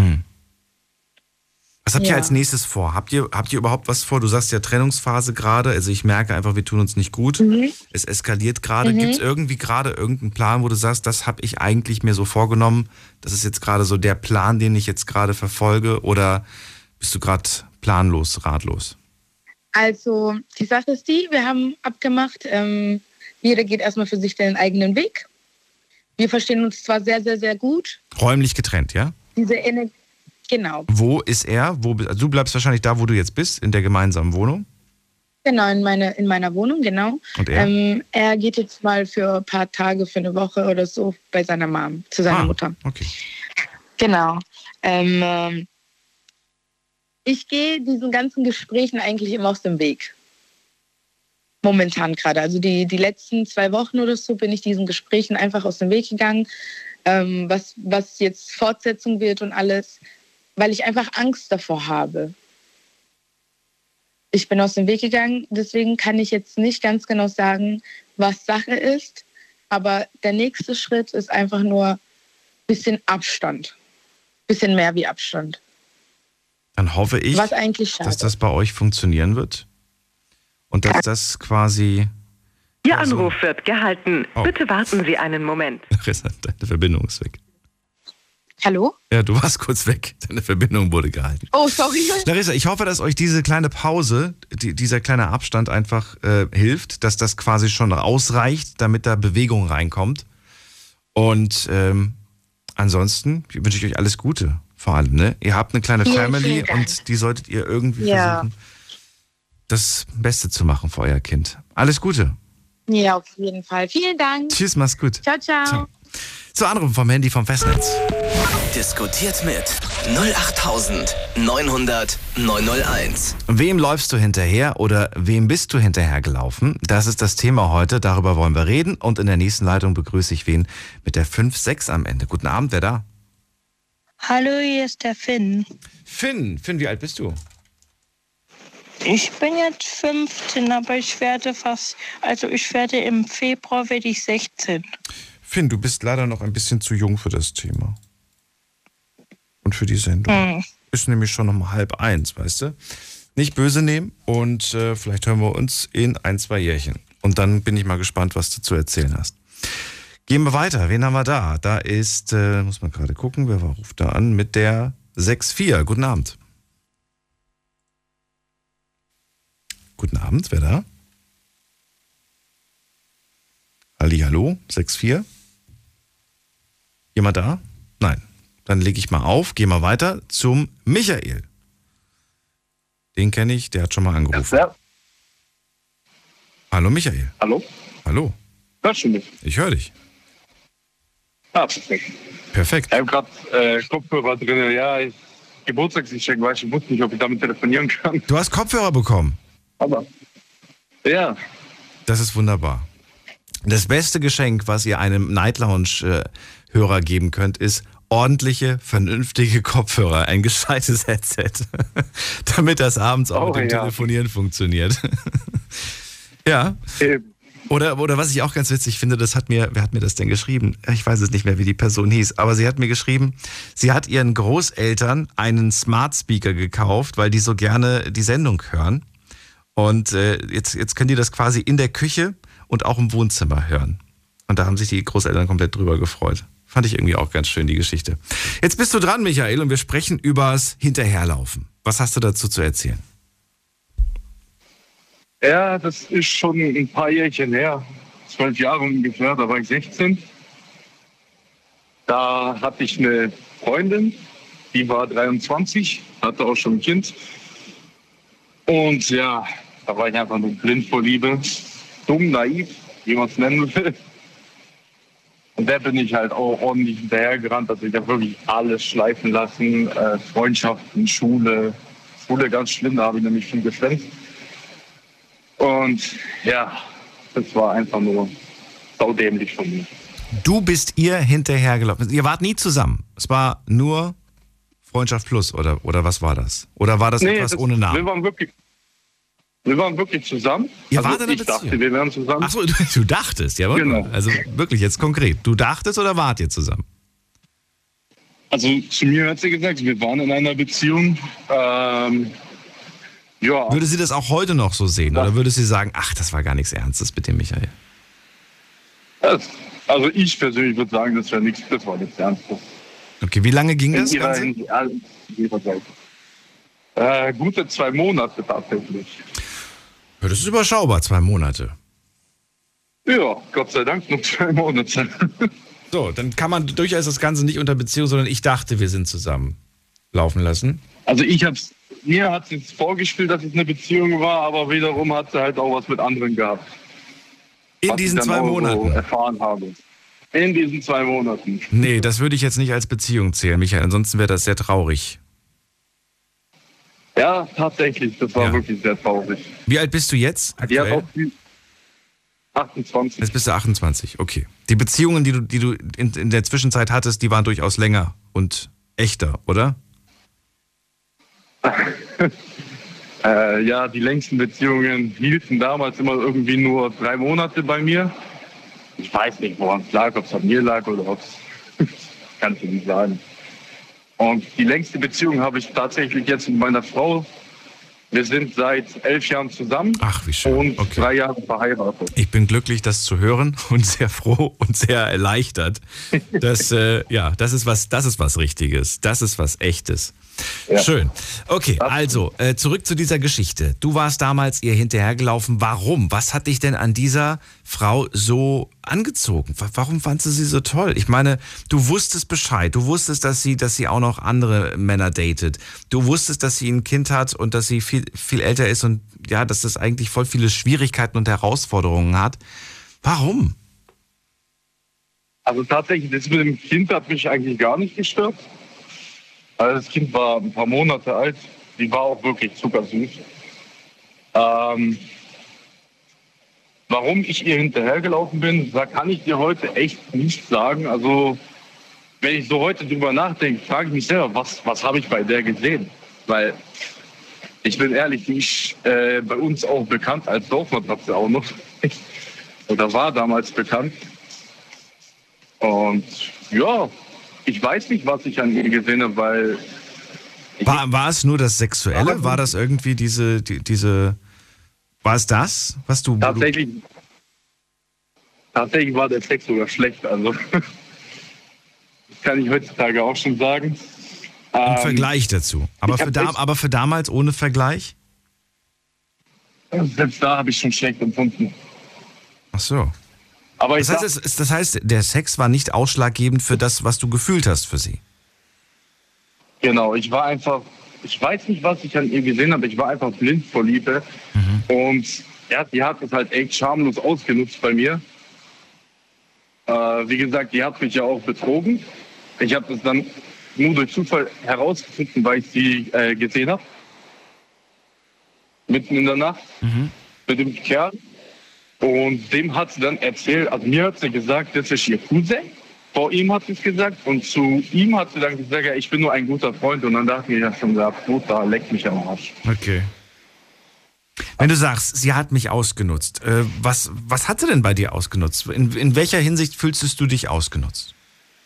Speaker 3: Was habt ihr als nächstes vor? Habt ihr überhaupt was vor? Du sagst ja Trennungsphase gerade. Also ich merke einfach, wir tun uns nicht gut. Es eskaliert gerade. Gibt es irgendwie gerade irgendeinen Plan, wo du sagst, das habe ich eigentlich mir so vorgenommen? Das ist jetzt gerade so der Plan, den ich jetzt gerade verfolge? Oder bist du gerade planlos, ratlos?
Speaker 5: Also die Sache ist wir haben abgemacht, jeder geht erstmal für sich den eigenen Weg. Wir verstehen uns zwar sehr, sehr, sehr gut.
Speaker 3: Räumlich getrennt, ja?
Speaker 5: Genau.
Speaker 3: Wo ist er? Also du bleibst wahrscheinlich da, wo du jetzt bist, in der gemeinsamen Wohnung?
Speaker 5: Genau, in meiner Wohnung, genau.
Speaker 3: Und er?
Speaker 5: Er geht jetzt mal für ein paar Tage, für eine Woche oder so bei seiner Mom, zu seiner Mutter.
Speaker 3: Okay.
Speaker 5: Genau. Ich gehe diesen ganzen Gesprächen eigentlich immer aus dem Weg. Momentan gerade. Also die letzten 2 Wochen oder so bin ich diesen Gesprächen einfach aus dem Weg gegangen, was jetzt Fortsetzung wird und alles, weil ich einfach Angst davor habe. Ich bin aus dem Weg gegangen, deswegen kann ich jetzt nicht ganz genau sagen, was Sache ist, aber der nächste Schritt ist einfach nur ein bisschen Abstand. Ein bisschen mehr wie Abstand.
Speaker 3: Dann hoffe ich, dass das bei euch funktionieren wird. Und dass das quasi...
Speaker 6: Ihr Anruf wird gehalten.
Speaker 3: Oh.
Speaker 6: Bitte warten Sie einen Moment.
Speaker 3: Larissa, deine Verbindung ist weg.
Speaker 5: Hallo?
Speaker 3: Ja, du warst kurz weg. Deine Verbindung wurde gehalten.
Speaker 5: Oh, sorry.
Speaker 3: Larissa, ich hoffe, dass euch diese kleine Pause, dieser kleine Abstand einfach hilft, dass das quasi schon ausreicht, damit da Bewegung reinkommt. Und ansonsten wünsche ich euch alles Gute. Vor allem, ne? Ihr habt eine kleine Family und die solltet ihr irgendwie versuchen, das Beste zu machen für euer Kind. Alles Gute.
Speaker 5: Ja, auf jeden Fall. Vielen Dank.
Speaker 3: Tschüss, mach's gut.
Speaker 5: Ciao, ciao.
Speaker 3: Zu Anrufen vom Handy vom Festnetz.
Speaker 1: Diskutiert mit 08900 901.
Speaker 3: Wem läufst du hinterher oder wem bist du hinterhergelaufen? Das ist das Thema heute, darüber wollen wir reden. Und in der nächsten Leitung begrüße ich wen mit der 5-6 am Ende. Guten Abend, wer da?
Speaker 7: Hallo, hier ist der Finn.
Speaker 3: Finn, wie alt bist du?
Speaker 7: Ich bin jetzt 15, aber ich werde im Februar werde ich 16.
Speaker 3: Finn, du bist leider noch ein bisschen zu jung für das Thema. Und für die Sendung. Ist nämlich schon um 12:30, weißt du? Nicht böse nehmen und vielleicht hören wir uns in 1-2 Jährchen. Und dann bin ich mal gespannt, was du zu erzählen hast. Gehen wir weiter. Wen haben wir da? Da ist, muss man gerade gucken, wer ruft da an? Mit der 6-4. Guten Abend. Guten Abend, wer da? Hallo, 6-4. Jemand da? Nein. Dann lege ich mal auf, gehe mal weiter zum Michael. Den kenne ich, der hat schon mal angerufen.
Speaker 8: Ja.
Speaker 3: Hallo Michael.
Speaker 8: Hallo?
Speaker 3: Hallo.
Speaker 8: Hörst du mich?
Speaker 3: Ich höre dich.
Speaker 8: Ah, perfekt.
Speaker 3: Perfekt.
Speaker 8: Ich habe gerade Kopfhörer drin. Ja, Geburtstagsgeschenk, weil ich wusste nicht, ob ich damit telefonieren kann.
Speaker 3: Du hast Kopfhörer bekommen.
Speaker 8: Aber, ja.
Speaker 3: Das ist wunderbar. Das beste Geschenk, was ihr einem Night Lounge-Hörer geben könnt, ist ordentliche, vernünftige Kopfhörer, ein gescheites Headset, damit das abends auch mit dem Telefonieren funktioniert. Ja. Oder was ich auch ganz witzig finde, wer hat mir das denn geschrieben? Ich weiß es nicht mehr, wie die Person hieß, aber sie hat mir geschrieben, sie hat ihren Großeltern einen Smart Speaker gekauft, weil die so gerne die Sendung hören. Und jetzt können die das quasi in der Küche und auch im Wohnzimmer hören. Und da haben sich die Großeltern komplett drüber gefreut. Fand ich irgendwie auch ganz schön, die Geschichte. Jetzt bist du dran, Michael, und wir sprechen übers Hinterherlaufen. Was hast du dazu zu erzählen?
Speaker 8: Ja, das ist schon ein paar Jährchen her. 12 Jahre ungefähr, da war ich 16. Da hatte ich eine Freundin, die war 23, hatte auch schon ein Kind. Und ja, da war ich einfach nur blind vor Liebe. Dumm, naiv, wie man es nennen will. Und da bin ich halt auch ordentlich hinterhergerannt. Also ich habe wirklich alles schleifen lassen. Freundschaften, Schule ganz schlimm, da habe ich nämlich viel geschwänzt. Und ja, das war einfach nur saudämlich von mir.
Speaker 3: Du bist ihr hinterhergelaufen. Ihr wart nie zusammen. Es war nur Freundschaft plus, oder was war das? Oder war das etwas ohne Namen?
Speaker 8: Wir waren wirklich zusammen.
Speaker 3: Ihr wart in einer
Speaker 8: Ich dachte, wir wären zusammen.
Speaker 3: Achso, du dachtest, ja.
Speaker 8: Genau.
Speaker 3: Also wirklich jetzt konkret. Du dachtest oder wart ihr zusammen?
Speaker 8: Also zu mir hat sie gesagt, wir waren in einer Beziehung. Ja.
Speaker 3: Würde sie das auch heute noch so sehen? Oder würde sie sagen, ach, das war gar nichts Ernstes mit dem Michael?
Speaker 8: Also ich persönlich würde sagen, das war nichts Ernstes.
Speaker 3: Okay, wie lange ging das Ganze?
Speaker 8: Gute 2 Monate tatsächlich.
Speaker 3: Ja, das ist überschaubar, 2 Monate.
Speaker 8: Ja, Gott sei Dank nur 2 Monate.
Speaker 3: So, dann kann man durchaus das Ganze nicht unter Beziehung, sondern ich dachte, wir sind zusammen laufen lassen.
Speaker 8: Also mir hat es vorgespielt, dass es eine Beziehung war, aber wiederum hat sie halt auch was mit anderen gehabt.
Speaker 3: In diesen 2 Monaten?
Speaker 8: So erfahren habe. In diesen 2 Monaten.
Speaker 3: Nee, das würde ich jetzt nicht als Beziehung zählen, Michael. Ansonsten wäre das sehr traurig.
Speaker 8: Ja, tatsächlich. Das war wirklich sehr traurig.
Speaker 3: Wie alt bist du jetzt?
Speaker 8: Aktuell? Ja, auch 28.
Speaker 3: Jetzt bist du 28, okay. Die Beziehungen, die du in der Zwischenzeit hattest, die waren durchaus länger und echter, oder?
Speaker 8: Ja, die längsten Beziehungen hielten damals immer irgendwie nur 3 Monate bei mir. Ich weiß nicht, woran es lag, ob es an mir lag oder ob es... kann ich nicht sagen. Und die längste Beziehung habe ich tatsächlich jetzt mit meiner Frau. Wir sind seit 11 Jahren zusammen.
Speaker 3: Ach, wie schön.
Speaker 8: Und
Speaker 3: okay.
Speaker 8: 3 Jahre verheiratet.
Speaker 3: Ich bin glücklich, das zu hören und sehr froh und sehr erleichtert. Das ist was Richtiges. Das ist was Echtes. Ja. Schön. Okay, also zurück zu dieser Geschichte. Du warst damals ihr hinterhergelaufen. Warum? Was hat dich denn an dieser Frau so angezogen? Warum fandst du sie so toll? Ich meine, du wusstest Bescheid. Du wusstest, dass sie auch noch andere Männer datet. Du wusstest, dass sie ein Kind hat und dass sie viel, viel älter ist und ja, dass das eigentlich voll viele Schwierigkeiten und Herausforderungen hat. Warum?
Speaker 8: Also tatsächlich, das mit dem Kind hat mich eigentlich gar nicht gestört. Also das Kind war ein paar Monate alt. Die war auch wirklich zuckersüß. Warum ich ihr hinterhergelaufen bin, da kann ich dir heute echt nicht sagen. Also wenn ich so heute drüber nachdenke, frage ich mich selber, was habe ich bei der gesehen? Weil ich bin ehrlich, die ist bei uns auch bekannt als Dorfmatratze auch noch. Oder war damals bekannt. Und ja, ich weiß nicht, was ich an ihr gesehen habe, weil...
Speaker 3: War es nur das Sexuelle? War das irgendwie diese... War es das, was du...
Speaker 8: Tatsächlich war der Sex sogar schlecht. Also das kann ich heutzutage auch schon sagen.
Speaker 3: Im Vergleich dazu. Aber für damals ohne Vergleich?
Speaker 8: Selbst da habe ich schon schlecht empfunden.
Speaker 3: Ach so.
Speaker 8: Aber
Speaker 3: das heißt, der Sex war nicht ausschlaggebend für das, was du gefühlt hast für sie?
Speaker 8: Genau, ich weiß nicht, was ich an ihr gesehen habe, ich war einfach blind vor Liebe. Und ja, die hat es halt echt schamlos ausgenutzt bei mir. Wie gesagt, die hat mich ja auch betrogen. Ich habe das dann nur durch Zufall herausgefunden, weil ich sie gesehen habe. Mitten in der Nacht mit dem Kerl. Und dem hat sie dann erzählt, also mir hat sie gesagt, das ist ihr Cousin. Vor ihm hat sie es gesagt und zu ihm hat sie dann gesagt, ja, ich bin nur ein guter Freund. Und dann dachte ich ja schon, da leckt mich am Arsch.
Speaker 3: Okay. Wenn du sagst, sie hat mich ausgenutzt, was hat sie denn bei dir ausgenutzt? In welcher Hinsicht fühlst du dich ausgenutzt?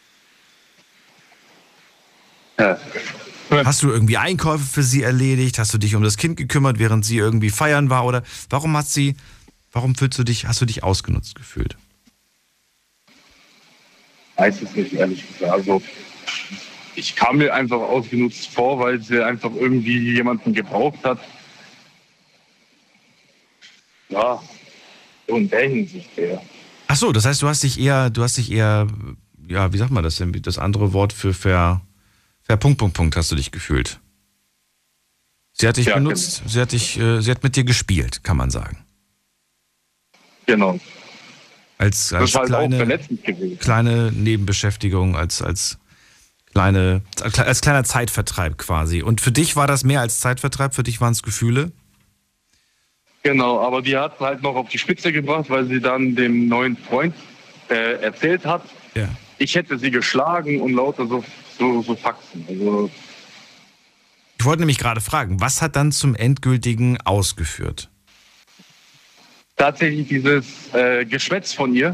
Speaker 8: Ja.
Speaker 3: Hast du irgendwie Einkäufe für sie erledigt? Hast du dich um das Kind gekümmert, während sie irgendwie feiern war? Oder hast du dich ausgenutzt gefühlt?
Speaker 8: Weiß es nicht, ehrlich gesagt. Also ich kam mir einfach ausgenutzt vor, weil sie einfach irgendwie jemanden gebraucht hat. Ja, so in der Hinsicht eher.
Speaker 3: Ach so, das heißt, du hast dich eher, ja, wie sagt man das denn? Das andere Wort für hast du dich gefühlt. Sie hat dich benutzt, genau. Sie hat mit dir gespielt, kann man sagen.
Speaker 8: Genau.
Speaker 3: Als
Speaker 8: das ist halt auch verletzend gewesen.
Speaker 3: Kleine Nebenbeschäftigung, als kleiner Zeitvertreib quasi. Und für dich war das mehr als Zeitvertreib? Für dich waren es Gefühle?
Speaker 8: Genau, aber die hat halt noch auf die Spitze gebracht, weil sie dann dem neuen Freund erzählt hat,
Speaker 3: ja,
Speaker 8: ich hätte sie geschlagen und lauter so Faxen. Also
Speaker 3: ich wollte nämlich gerade fragen, was hat dann zum Endgültigen ausgeführt?
Speaker 8: Tatsächlich dieses Geschwätz von ihr,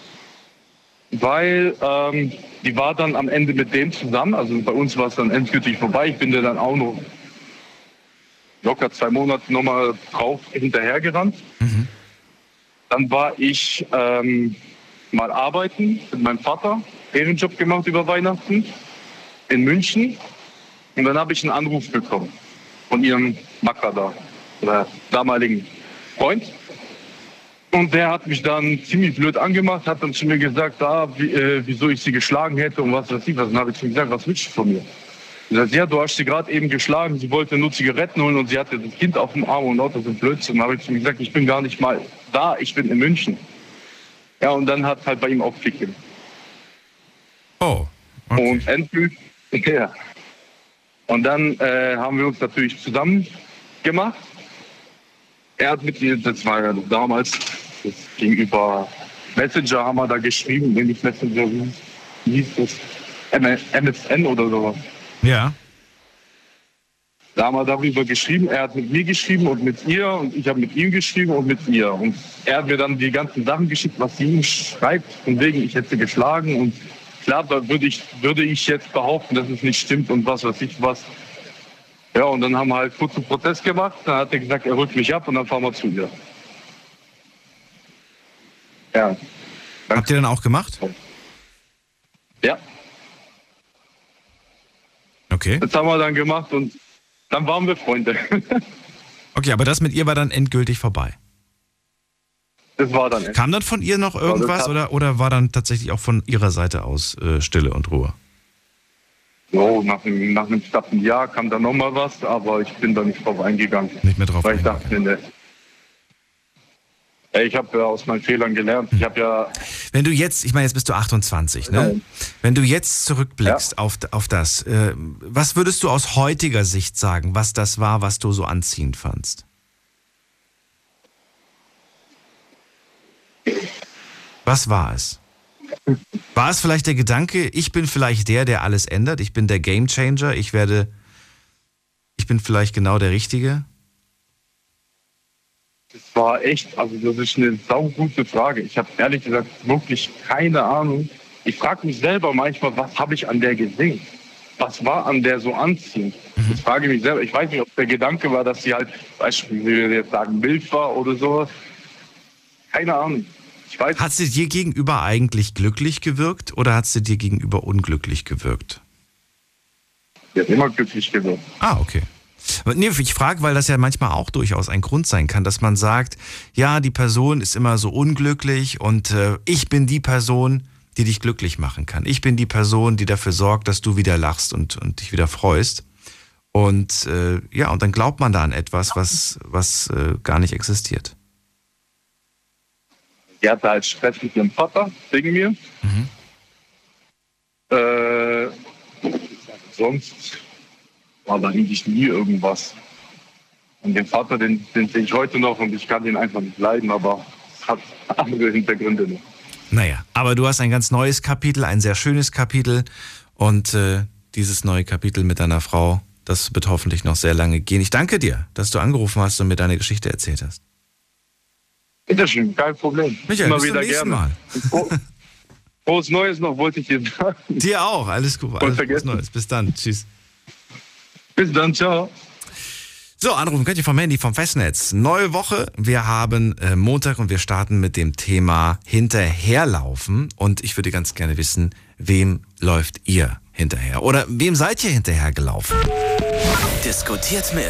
Speaker 8: weil die war dann am Ende mit dem zusammen, also bei uns war es dann endgültig vorbei, ich bin da dann auch noch locker 2 Monate nochmal drauf hinterhergerannt. Dann war ich mal arbeiten mit meinem Vater, Ehrenjob gemacht über Weihnachten in München und dann habe ich einen Anruf bekommen von ihrem Macker da, oder damaligen Freund. Und der hat mich dann ziemlich blöd angemacht, hat dann zu mir gesagt, wieso ich sie geschlagen hätte und was weiß ich was. Dann habe ich zu ihm gesagt, was willst du von mir? Er sagt, ja, du hast sie gerade eben geschlagen, sie wollte nur Zigaretten holen und sie hatte das Kind auf dem Arm und lauter so Blödsinn. Dann habe ich zu ihm gesagt, ich bin gar nicht mal da, ich bin in München. Ja, und dann hat halt bei ihm auch Klick gemacht.
Speaker 3: Oh, okay.
Speaker 8: Und endgültig, ja. Und dann haben wir uns natürlich zusammen gemacht. Er hat mit mir, das war ja damals, das gegenüber Messenger haben wir da geschrieben, wenn ich Messenger hieß das MSN oder sowas.
Speaker 3: Ja.
Speaker 8: Da haben wir darüber geschrieben, er hat mit mir geschrieben und mit ihr und ich habe mit ihm geschrieben und mit ihr. Und er hat mir dann die ganzen Sachen geschickt, was sie ihm schreibt, von wegen, ich hätte geschlagen. Und klar, da würde ich jetzt behaupten, dass es nicht stimmt und was weiß ich was. Ja, und dann haben wir halt kurzen Protest gemacht. Dann hat er gesagt, er rückt mich ab und dann fahren wir zu ihr. Ja.
Speaker 3: Habt ihr dann auch gemacht?
Speaker 8: Ja.
Speaker 3: Okay.
Speaker 8: Das haben wir dann gemacht und dann waren wir Freunde.
Speaker 3: Okay, aber das mit ihr war dann endgültig vorbei?
Speaker 8: Das war dann
Speaker 3: Kam dann von ihr noch irgendwas oder war dann tatsächlich auch von ihrer Seite aus Stille und Ruhe?
Speaker 8: So, nach einem knappen Jahr kam da nochmal was, aber ich bin da nicht drauf eingegangen.
Speaker 3: Nicht mehr drauf
Speaker 8: weil
Speaker 3: eingegangen.
Speaker 8: Ich dachte, Ich habe ja aus meinen Fehlern gelernt. Ich habe ja...
Speaker 3: Wenn du jetzt, ich meine, jetzt bist du 28, ne?
Speaker 8: Ja.
Speaker 3: Wenn du jetzt zurückblickst auf das, was würdest du aus heutiger Sicht sagen, was das war, was du so anziehend fandst? Was war es? War es vielleicht der Gedanke, ich bin vielleicht der alles ändert, ich bin der Gamechanger, ich bin vielleicht genau der Richtige?
Speaker 8: Das war echt, also das ist eine saugute Frage. Ich habe ehrlich gesagt wirklich keine Ahnung. Ich frage mich selber manchmal, was habe ich an der gesehen? Was war an der so anziehend? Das frage ich mich selber. Ich weiß nicht, ob der Gedanke war, dass sie halt, wie wir jetzt sagen, wild war oder sowas. Keine Ahnung. Ich weiß.
Speaker 3: Hat sie dir gegenüber eigentlich glücklich gewirkt oder hat sie dir gegenüber unglücklich gewirkt?
Speaker 8: Sie hat immer glücklich gewirkt.
Speaker 3: Ah, okay. Nee, ich frage, weil das ja manchmal auch durchaus ein Grund sein kann, dass man sagt, ja, die Person ist immer so unglücklich und ich bin die Person, die dich glücklich machen kann. Ich bin die Person, die dafür sorgt, dass du wieder lachst und dich wieder freust. Und ja, und dann glaubt man da an etwas, was gar nicht existiert.
Speaker 8: Die hatte halt Stress mit ihrem Vater, wegen mir. Sonst war da eigentlich nie irgendwas. Und den Vater, den sehe ich heute noch und ich kann den einfach nicht leiden, aber es hat andere Hintergründe noch.
Speaker 3: Naja, aber du hast ein ganz neues Kapitel, ein sehr schönes Kapitel und dieses neue Kapitel mit deiner Frau, das wird hoffentlich noch sehr lange gehen. Ich danke dir, dass du angerufen hast und mir deine Geschichte erzählt hast.
Speaker 8: Bitteschön, kein Problem.
Speaker 3: Michael,
Speaker 8: immer
Speaker 3: bis
Speaker 8: wieder
Speaker 3: zum nächsten
Speaker 8: gerne.
Speaker 3: Mal.
Speaker 8: Frohes Neues noch, wollte ich dir sagen.
Speaker 3: Dir auch, alles gut. Alles Gutes Neues. Bis dann, tschüss.
Speaker 8: Bis dann, ciao.
Speaker 3: So, anrufen könnt ihr vom Handy, vom Festnetz. Neue Woche, wir haben Montag und wir starten mit dem Thema Hinterherlaufen. Und ich würde ganz gerne wissen, wem läuft ihr hinterher? Oder wem seid ihr hinterhergelaufen?
Speaker 1: Diskutiert mit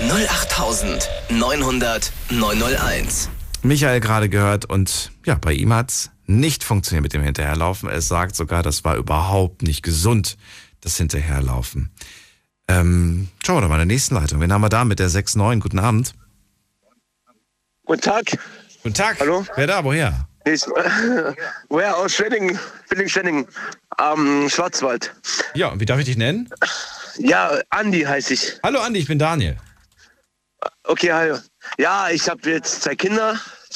Speaker 1: 08900 901.
Speaker 3: Michael gerade gehört und ja, bei ihm hat's nicht funktioniert mit dem Hinterherlaufen. Er sagt sogar, das war überhaupt nicht gesund, das Hinterherlaufen. Schauen wir doch mal in der nächsten Leitung. Wen haben wir da mit der 6-9? Guten Abend.
Speaker 9: Guten Tag.
Speaker 3: Guten Tag.
Speaker 9: Hallo.
Speaker 3: Wer da? Woher?
Speaker 9: Woher? Aus Schwenningen. Schwenningen. Schwarzwald.
Speaker 3: Ja, und wie darf ich dich nennen?
Speaker 9: Ja, Andi heiße ich.
Speaker 3: Hallo Andi, ich bin Daniel.
Speaker 9: Okay, hallo. Ja, ich habe jetzt 2 Kinder.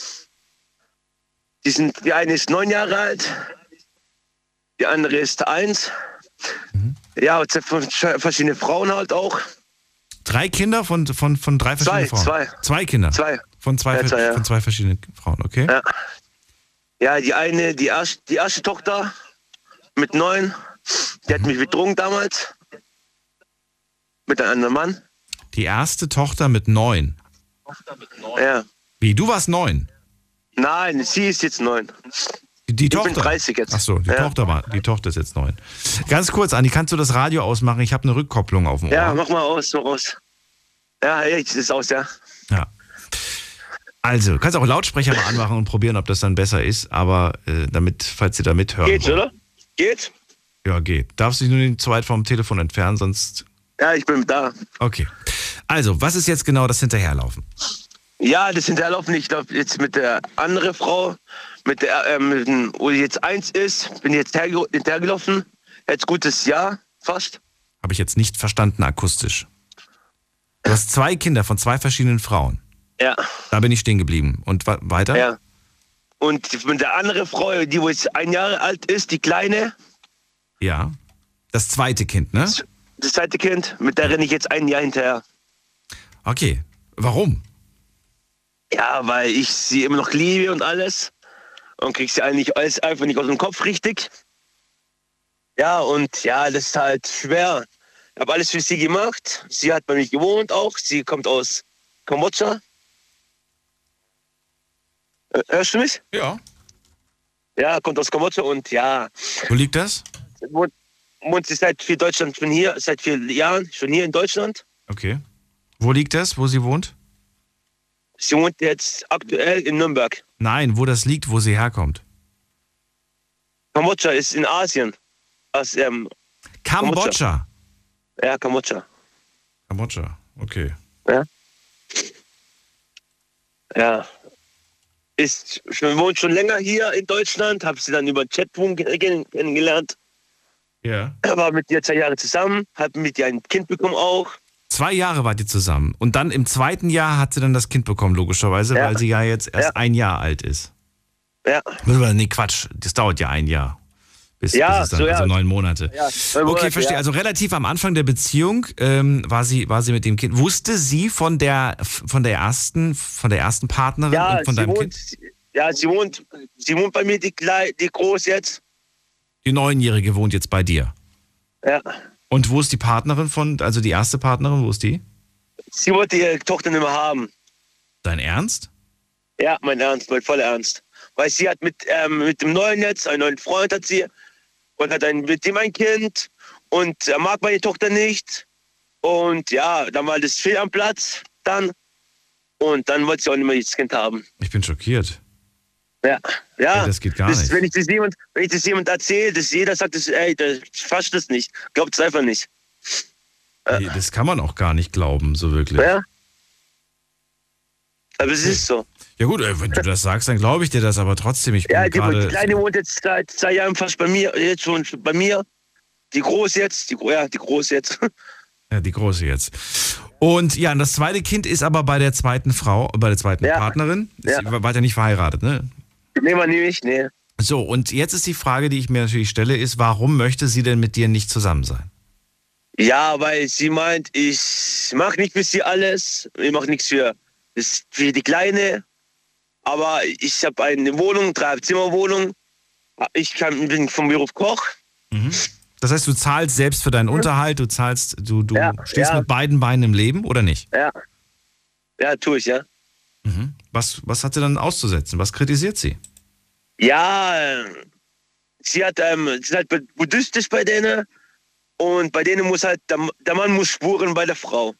Speaker 9: Die eine ist 9 Jahre alt. Die andere ist 1. Ja, und 2 verschiedene Frauen halt auch.
Speaker 3: 3 Kinder von 3 verschiedenen Frauen? 2 Kinder?
Speaker 9: 2.
Speaker 3: Von 2 von 2 verschiedenen Frauen, okay?
Speaker 9: Ja, die eine, die erste Tochter mit 9, die hat mich betrogen damals. Mit einem anderen Mann.
Speaker 3: Die erste Tochter mit 9?
Speaker 9: Ja.
Speaker 3: Wie, du warst 9?
Speaker 9: Nein, sie ist jetzt 9.
Speaker 3: Die Tochter?
Speaker 9: Ich bin 30 jetzt.
Speaker 3: Ach so, die Tochter ist jetzt 9. Ganz kurz, Andi, kannst du das Radio ausmachen? Ich habe eine Rückkopplung auf dem Ohr.
Speaker 9: Ja, mach mal aus, mach aus. Ja, jetzt ist aus, ja.
Speaker 3: Ja. Also, du kannst auch Lautsprecher mal anmachen und probieren, ob das dann besser ist, aber damit, falls Sie da mithören.
Speaker 9: Geht's, oder? Geht?
Speaker 3: Ja, geht. Darfst du dich nur nicht zu weit vom Telefon entfernen, sonst...
Speaker 9: Ja, ich bin da.
Speaker 3: Okay. Also, was ist jetzt genau das Hinterherlaufen?
Speaker 9: Ja, das Hinterherlaufen, ich glaube jetzt mit der anderen Frau, wo jetzt 1 ist, bin jetzt hinterhergelaufen. Jetzt gutes Jahr, fast.
Speaker 3: Habe ich jetzt nicht verstanden akustisch. Du hast 2 Kinder von 2 verschiedenen Frauen.
Speaker 9: Ja.
Speaker 3: Da bin ich stehen geblieben. Und weiter?
Speaker 9: Ja. Und mit der anderen Frau, die wo jetzt 1 Jahr alt ist, die Kleine.
Speaker 3: Ja. Das zweite Kind, ne?
Speaker 9: Das zweite Kind, mit der renne ich jetzt 1 Jahr hinterher.
Speaker 3: Okay. Warum?
Speaker 9: Ja, weil ich sie immer noch liebe und alles. Und krieg sie eigentlich alles einfach nicht aus dem Kopf richtig. Ja, und ja, das ist halt schwer. Ich habe alles für sie gemacht. Sie hat bei mir gewohnt auch. Sie kommt aus Kambodscha. Hörst du mich?
Speaker 3: Ja.
Speaker 9: Ja, kommt aus Kambodscha und ja.
Speaker 3: Wo liegt das?
Speaker 9: Wohnt sie seit 4 Jahren schon hier in Deutschland.
Speaker 3: Okay. Wo liegt das, wo sie wohnt?
Speaker 9: Sie wohnt jetzt aktuell in Nürnberg.
Speaker 3: Nein, wo das liegt, wo sie herkommt.
Speaker 9: Kambodscha ist in Asien.
Speaker 3: Kambodscha?
Speaker 9: Ja, Kambodscha.
Speaker 3: Kambodscha, okay.
Speaker 9: Ja. Ja. wohnt schon länger hier in Deutschland, habe sie dann über Chatroom kennengelernt.
Speaker 3: Ja.
Speaker 9: War mit ihr 2 Jahre zusammen, habe mit ihr ein Kind bekommen auch.
Speaker 3: 2 Jahre wart ihr zusammen. Und dann im 2. Jahr hat sie dann das Kind bekommen, logischerweise, weil sie ja jetzt erst 1 Jahr alt ist.
Speaker 9: Ja.
Speaker 3: Nee, Quatsch. Das dauert ja 1 Jahr. Bis es dann, also 9 Monate. Ja, 9 Monate. Okay, verstehe. Also relativ am Anfang der Beziehung war sie mit dem Kind. Wusste sie von der ersten Partnerin und von deinem Kind?
Speaker 9: Ja, sie wohnt bei mir, die groß jetzt.
Speaker 3: Die 9-Jährige wohnt jetzt bei dir?
Speaker 9: Ja.
Speaker 3: Und wo ist die Partnerin also die erste Partnerin, wo ist die?
Speaker 9: Sie wollte ihre Tochter nicht mehr haben.
Speaker 3: Dein Ernst?
Speaker 9: Ja, mein voller Ernst. Weil sie hat mit dem neuen jetzt, einen neuen Freund hat sie und hat mit dem ein Kind und er mag meine Tochter nicht. Und ja, dann war das fehl am Platz dann und dann wollte sie auch nicht mehr das Kind haben.
Speaker 3: Ich bin schockiert.
Speaker 9: Ja.
Speaker 3: Ey, das geht gar nicht.
Speaker 9: Wenn ich das jemand erzähle, dass jeder sagt, der fasst das nicht. Glaubt es einfach nicht.
Speaker 3: Ey, das kann man auch gar nicht glauben, so wirklich.
Speaker 9: Ja. Aber es ist so.
Speaker 3: Ja gut, wenn du das sagst, dann glaube ich dir das, aber trotzdem, ich bin
Speaker 9: die Kleine wohnt jetzt seit 2 Jahren fast bei mir, jetzt schon bei mir. Die Große jetzt, die Große jetzt.
Speaker 3: Ja, die Große jetzt. Und ja, und das zweite Kind ist aber bei der zweiten Partnerin.
Speaker 9: Ja.
Speaker 3: Sie war ja nicht verheiratet, ne?
Speaker 9: Nee, man nicht, nee.
Speaker 3: So, und jetzt ist die Frage, die ich mir natürlich stelle, ist, warum möchte sie denn mit dir nicht zusammen sein?
Speaker 9: Ja, weil sie meint, ich mache nicht für sie alles, ich mache nichts für die Kleine, aber ich habe eine Wohnung, 3-Zimmer-Wohnung, bin vom Beruf Koch.
Speaker 3: Mhm. Das heißt, du zahlst selbst für deinen Unterhalt, du stehst mit beiden Beinen im Leben, oder nicht?
Speaker 9: Ja, tue ich, ja.
Speaker 3: Mhm. Was hat sie dann auszusetzen? Was kritisiert sie?
Speaker 9: Ja, sie ist halt buddhistisch bei denen und bei denen muss halt, der Mann muss spuren bei der Frau.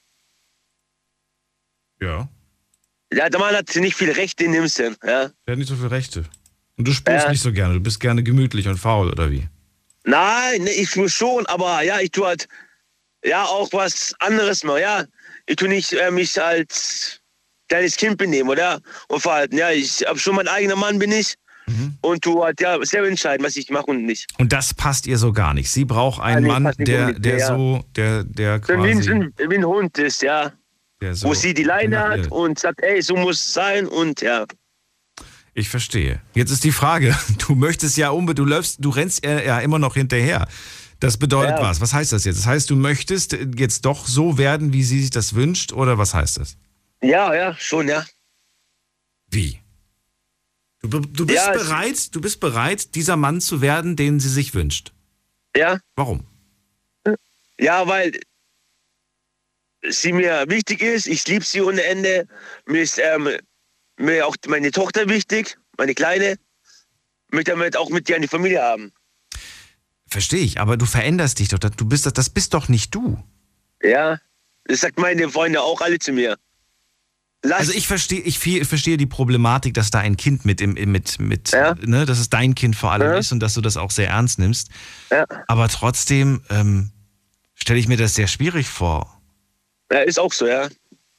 Speaker 3: Ja.
Speaker 9: Ja, der Mann hat nicht viele Rechte in dem Sinn, ja.
Speaker 3: Der hat nicht so viele Rechte. Und du spürst nicht so gerne, du bist gerne gemütlich und faul, oder wie?
Speaker 9: Nein, ich spür schon, aber ja, ich tue halt auch was anderes mal, ja. Ich tue nicht mich als kleines Kind benehmen, oder? Und verhalten, ja, ich habe schon mein eigener Mann, bin ich. Mhm. Und du halt selber entscheiden, was ich mache und nicht.
Speaker 3: Und das passt ihr so gar nicht. Sie braucht einen Mann, der quasi
Speaker 9: wie ein Hund ist, ja.
Speaker 3: So,
Speaker 9: wo sie die Leine hat und sagt, ey, so muss es sein und ja.
Speaker 3: Ich verstehe. Jetzt ist die Frage, du möchtest ja du rennst ja immer noch hinterher. Das bedeutet was? Was heißt das jetzt? Das heißt, du möchtest jetzt doch so werden, wie sie sich das wünscht, oder was heißt das?
Speaker 9: Ja, schon, ja.
Speaker 3: Wie? Du bist bereit, dieser Mann zu werden, den sie sich wünscht?
Speaker 9: Ja.
Speaker 3: Warum?
Speaker 9: Ja, weil sie mir wichtig ist, ich liebe sie ohne Ende. Mir ist mir auch meine Tochter wichtig, meine Kleine. Ich möchte damit auch mit dir eine Familie haben.
Speaker 3: Verstehe ich, aber du veränderst dich doch. Das bist doch nicht du.
Speaker 9: Ja, das sagt meine Freunde auch alle zu mir.
Speaker 3: Also ich verstehe die Problematik, dass da ein Kind ne, dass es dein Kind vor allem ist und dass du das auch sehr ernst nimmst.
Speaker 9: Ja.
Speaker 3: Aber trotzdem stelle ich mir das sehr schwierig vor.
Speaker 9: Ja, ist auch so, ja.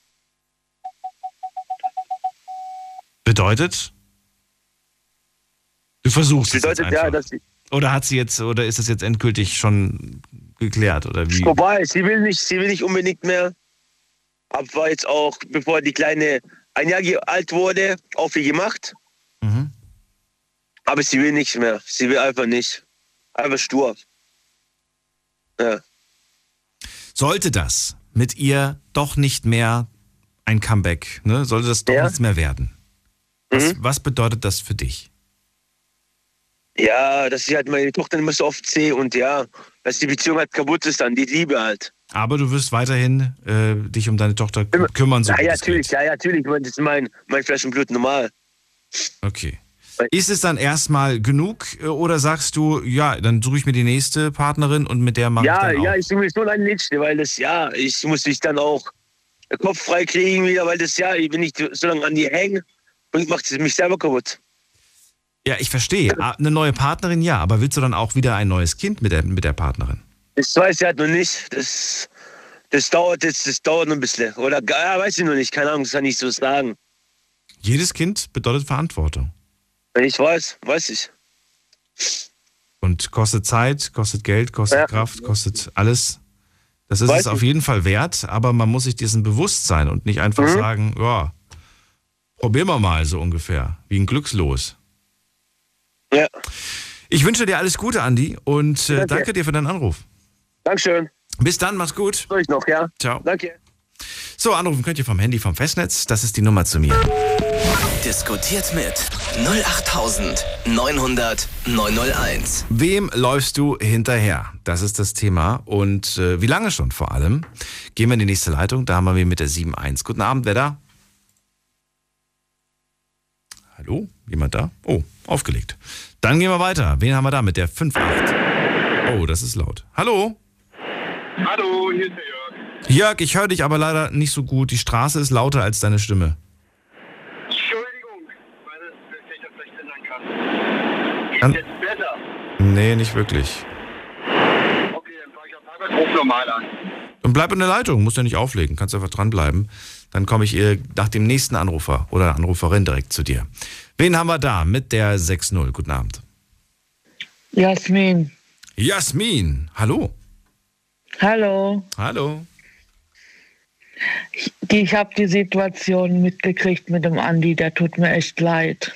Speaker 3: Bedeutet? Du versuchst es jetzt einfach.
Speaker 9: Ja, dass sie...
Speaker 3: Oder ist das jetzt endgültig schon geklärt, oder wie?
Speaker 9: Vorbei, sie will nicht unbedingt mehr. Aber jetzt auch, bevor die Kleine 1 Jahr alt wurde, auch viel gemacht.
Speaker 3: Mhm.
Speaker 9: Aber sie will nicht mehr. Sie will einfach nicht. Einfach stur. Ja.
Speaker 3: Sollte das mit ihr doch nicht mehr ein Comeback, ne? Sollte das doch nichts mehr werden? Was bedeutet das für dich?
Speaker 9: Ja, dass ich halt meine Tochter nicht mehr so oft sehe und ja, dass die Beziehung halt kaputt ist dann, die Liebe halt.
Speaker 3: Aber du wirst weiterhin dich um deine Tochter kümmern. So
Speaker 9: natürlich. Das ist mein Fleisch und Blut normal.
Speaker 3: Okay. Ist es dann erstmal genug oder sagst du, ja, dann suche ich mir die nächste Partnerin und mit der mache ich dann auch? Ja,
Speaker 9: ich suche mir schon eine nächste, weil ich muss mich dann auch den Kopf frei kriegen wieder, weil wenn ich so lange an die hänge, macht es mich selber kaputt.
Speaker 3: Ja, ich verstehe. Eine neue Partnerin, ja, aber willst du dann auch wieder ein neues Kind mit der Partnerin?
Speaker 9: Das weiß ich halt noch nicht. Das dauert noch ein bisschen. Oder weiß ich noch nicht, keine Ahnung, das kann ich so sagen.
Speaker 3: Jedes Kind bedeutet Verantwortung.
Speaker 9: Wenn ich weiß ich.
Speaker 3: Und kostet Zeit, kostet Geld, kostet Kraft, kostet alles. Das ist es auf jeden Fall wert, aber man muss sich dessen bewusst sein und nicht einfach sagen, ja, probieren wir mal so ungefähr, wie ein Glückslos.
Speaker 9: Ja.
Speaker 3: Ich wünsche dir alles Gute, Andi, und danke dir für deinen Anruf.
Speaker 9: Dankeschön.
Speaker 3: Bis dann, mach's gut.
Speaker 9: Soll ich noch, ja?
Speaker 3: Ciao.
Speaker 9: Danke.
Speaker 3: So, anrufen könnt ihr vom Handy, vom Festnetz. Das ist die Nummer zu mir.
Speaker 1: Diskutiert mit 08900 901.
Speaker 3: Wem läufst du hinterher? Das ist das Thema. Und wie lange schon vor allem? Gehen wir in die nächste Leitung. Da haben wir wen mit der 7.1. Guten Abend, wer da? Hallo? Jemand da? Oh, aufgelegt. Dann gehen wir weiter. Wen haben wir da mit der 5.8? Oh, das ist laut. Hallo?
Speaker 8: Hallo, hier ist der Jörg.
Speaker 3: Jörg, ich höre dich aber leider nicht so gut. Die Straße ist lauter als deine Stimme.
Speaker 8: Entschuldigung, weil ich das vielleicht ändern kann. Ist jetzt besser?
Speaker 3: Nee, nicht wirklich.
Speaker 8: Okay, dann fahre ich am Parkplatz, ruf normal an.
Speaker 3: Und bleib in der Leitung, musst ja nicht auflegen, kannst einfach dranbleiben. Dann komme ich nach dem nächsten Anrufer oder Anruferin direkt zu dir. Wen haben wir da mit der 6.0? Guten Abend.
Speaker 10: Jasmin.
Speaker 3: Jasmin, hallo.
Speaker 10: Hallo.
Speaker 3: Hallo.
Speaker 10: Ich habe die Situation mitgekriegt mit dem Andi, der tut mir echt leid.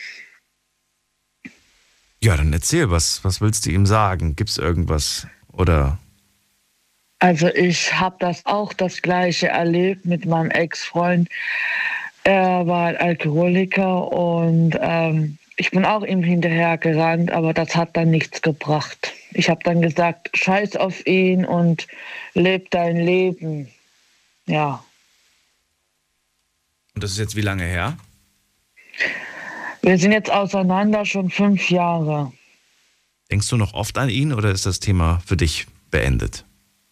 Speaker 3: Ja, dann erzähl, was willst du ihm sagen? Gibt's irgendwas oder?
Speaker 10: Also ich habe das Gleiche erlebt mit meinem Ex-Freund. Er war Alkoholiker und ich bin auch ihm hinterher gerannt, aber das hat dann nichts gebracht. Ich habe dann gesagt, scheiß auf ihn und leb dein Leben. Ja.
Speaker 3: Und das ist jetzt wie lange her?
Speaker 10: Wir sind jetzt auseinander schon 5 Jahre.
Speaker 3: Denkst du noch oft an ihn oder ist das Thema für dich beendet?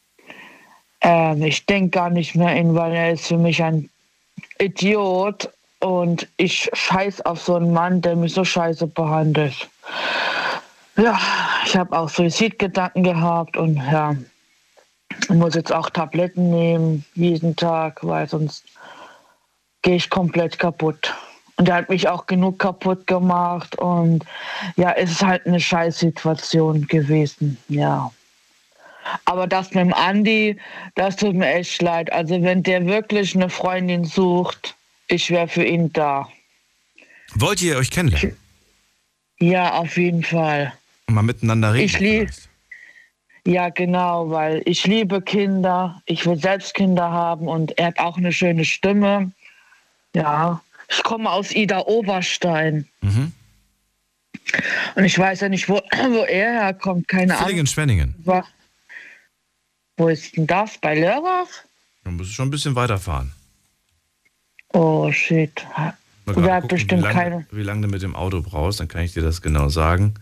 Speaker 10: Ich denke gar nicht mehr an ihn, weil er ist für mich ein Idiot und ich scheiß auf so einen Mann, der mich so scheiße behandelt. Ja, ich habe auch Suizidgedanken gehabt und ja, ich muss jetzt auch Tabletten nehmen, jeden Tag, weil sonst gehe ich komplett kaputt. Und er hat mich auch genug kaputt gemacht und ja, es ist halt eine Scheißsituation gewesen, ja. Aber das mit dem Andi, das tut mir echt leid. Also wenn der wirklich eine Freundin sucht, ich wäre für ihn da.
Speaker 3: Wollt ihr euch kennenlernen?
Speaker 10: Ja, auf jeden Fall.
Speaker 3: Und mal miteinander reden?
Speaker 10: Ja, genau, weil ich liebe Kinder. Ich will selbst Kinder haben und er hat auch eine schöne Stimme. Ja, ich komme aus Ida Oberstein. Mhm. Und ich weiß ja nicht, wo er herkommt, keine Ahnung.
Speaker 3: Villingen-Schwenningen.
Speaker 10: Wo ist denn das? Bei Lörrach?
Speaker 3: Dann musst du schon ein bisschen weiterfahren.
Speaker 10: Oh, shit.
Speaker 3: Wer hat bestimmt wie lange du mit dem Auto brauchst, dann kann ich dir das genau sagen.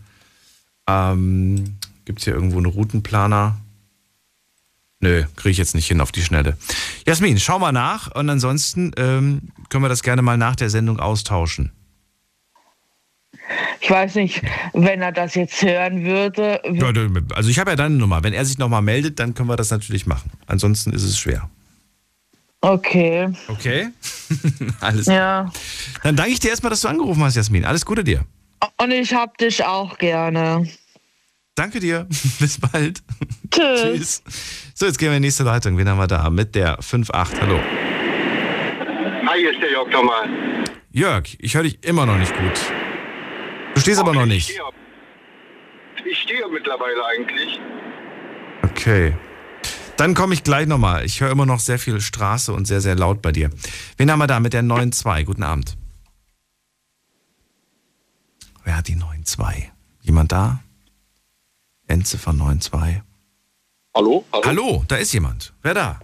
Speaker 3: Gibt es hier irgendwo einen Routenplaner? Nö, kriege ich jetzt nicht hin auf die Schnelle. Jasmin, schau mal nach und ansonsten können wir das gerne mal nach der Sendung austauschen.
Speaker 10: Ich weiß nicht, wenn er das jetzt hören würde.
Speaker 3: Also ich habe ja deine Nummer. Wenn er sich nochmal meldet, dann können wir das natürlich machen. Ansonsten ist es schwer.
Speaker 10: Okay.
Speaker 3: Okay? Alles klar.
Speaker 10: Ja.
Speaker 3: Dann danke ich dir erstmal, dass du angerufen hast, Jasmin. Alles Gute dir.
Speaker 10: Und ich hab dich auch gerne.
Speaker 3: Danke dir. Bis bald.
Speaker 10: Tschüss.
Speaker 3: Tschüss. So, jetzt gehen wir in die nächste Leitung. Wen haben wir da? Mit der 5.8. Hallo.
Speaker 8: Hi, hier ist der Jörg nochmal.
Speaker 3: Jörg, ich höre dich immer noch nicht gut. Du stehst aber noch nicht.
Speaker 8: Ich stehe mittlerweile eigentlich.
Speaker 3: Okay. Dann komme ich gleich nochmal. Ich höre immer noch sehr viel Straße und sehr, sehr laut bei dir. Wen haben wir da mit der 9.2? Guten Abend. Wer hat die 9.2? Jemand da? Endziffer 9.2.
Speaker 8: Hallo?
Speaker 3: Hallo, da ist jemand. Wer da?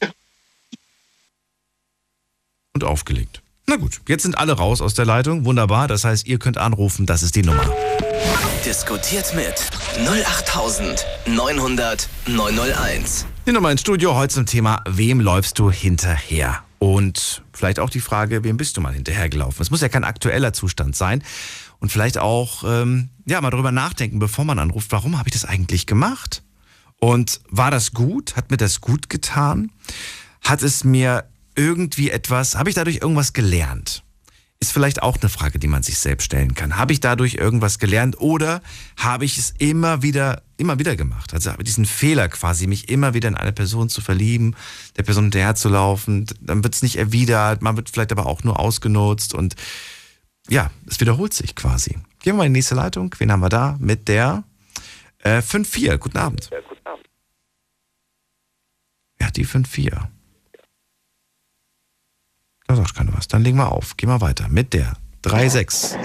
Speaker 3: Und aufgelegt. Na gut, jetzt sind alle raus aus der Leitung. Wunderbar, das heißt, ihr könnt anrufen, das ist die Nummer.
Speaker 1: Diskutiert mit 08900 901.
Speaker 3: Die Nummer ins Studio, heute zum Thema, wem läufst du hinterher? Und vielleicht auch die Frage, wem bist du mal hinterhergelaufen? Es muss ja kein aktueller Zustand sein. Und vielleicht auch mal drüber nachdenken, bevor man anruft, warum habe ich das eigentlich gemacht? Und war das gut? Hat mir das gut getan? Hat es mir irgendwie habe ich dadurch irgendwas gelernt? ist vielleicht auch eine Frage, die man sich selbst stellen kann. Habe ich dadurch irgendwas gelernt oder habe ich es immer wieder gemacht? Also habe diesen Fehler quasi, mich immer wieder in eine Person zu verlieben, der Person hinterherzulaufen, dann wird es nicht erwidert, man wird vielleicht aber auch nur ausgenutzt und ja, es wiederholt sich quasi. Gehen wir mal in die nächste Leitung. Wen haben wir da? Mit der 5-4. Guten Abend. Ja, guten Abend. Ja, die 5-4. Da sagt keiner was. Dann legen wir auf. Gehen wir weiter. Mit der 3-6.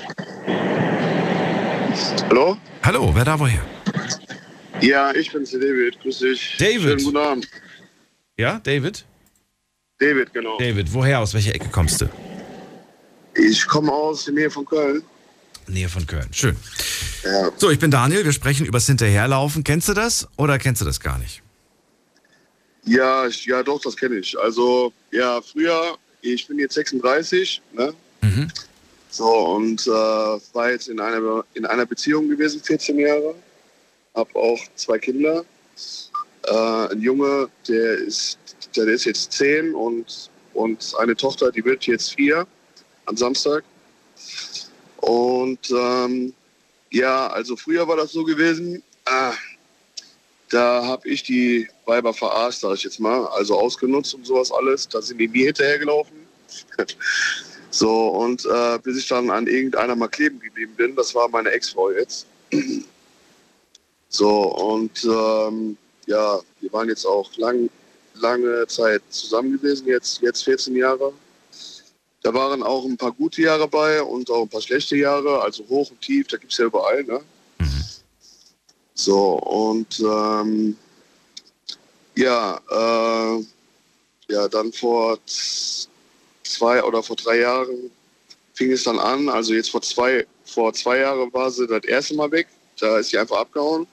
Speaker 11: Hallo?
Speaker 3: Hallo, wer da woher?
Speaker 11: Ja, ich bin's, der David. Grüß dich.
Speaker 3: David.
Speaker 11: Schönen guten Abend.
Speaker 3: Ja, David?
Speaker 11: David, genau.
Speaker 3: David, woher? Aus welcher Ecke kommst du?
Speaker 11: Ich komme aus der Nähe von Köln.
Speaker 3: Nähe von Köln. Schön.
Speaker 11: Ja.
Speaker 3: So, ich bin Daniel. Wir sprechen übers Hinterherlaufen. Kennst du das oder kennst du das gar nicht?
Speaker 11: Ja, doch, das kenne ich. Also, ja, früher, ich bin jetzt 36, ne?
Speaker 3: Mhm.
Speaker 11: So, und war jetzt in einer Beziehung gewesen, 14 Jahre. Hab auch 2 Kinder. Ein Junge, der ist jetzt 10 und eine Tochter, die wird jetzt 4 am Samstag. Und ja, also früher war das so gewesen, da habe ich die Weiber verarscht, sag ich jetzt mal, also ausgenutzt und sowas alles. Da sind die mir hinterhergelaufen. So, und bis ich dann an irgendeiner mal kleben geblieben bin, das war meine Ex-Frau jetzt. So, und ja, wir waren jetzt auch lange Zeit zusammen gewesen, jetzt 14 Jahre. Da waren auch ein paar gute Jahre bei und auch ein paar schlechte Jahre, also hoch und tief, da gibt es ja überall, ne? Mhm. So, und ja, dann vor 3 Jahren fing es dann an, also jetzt vor zwei Jahren war sie das erste Mal weg, da ist sie einfach abgehauen.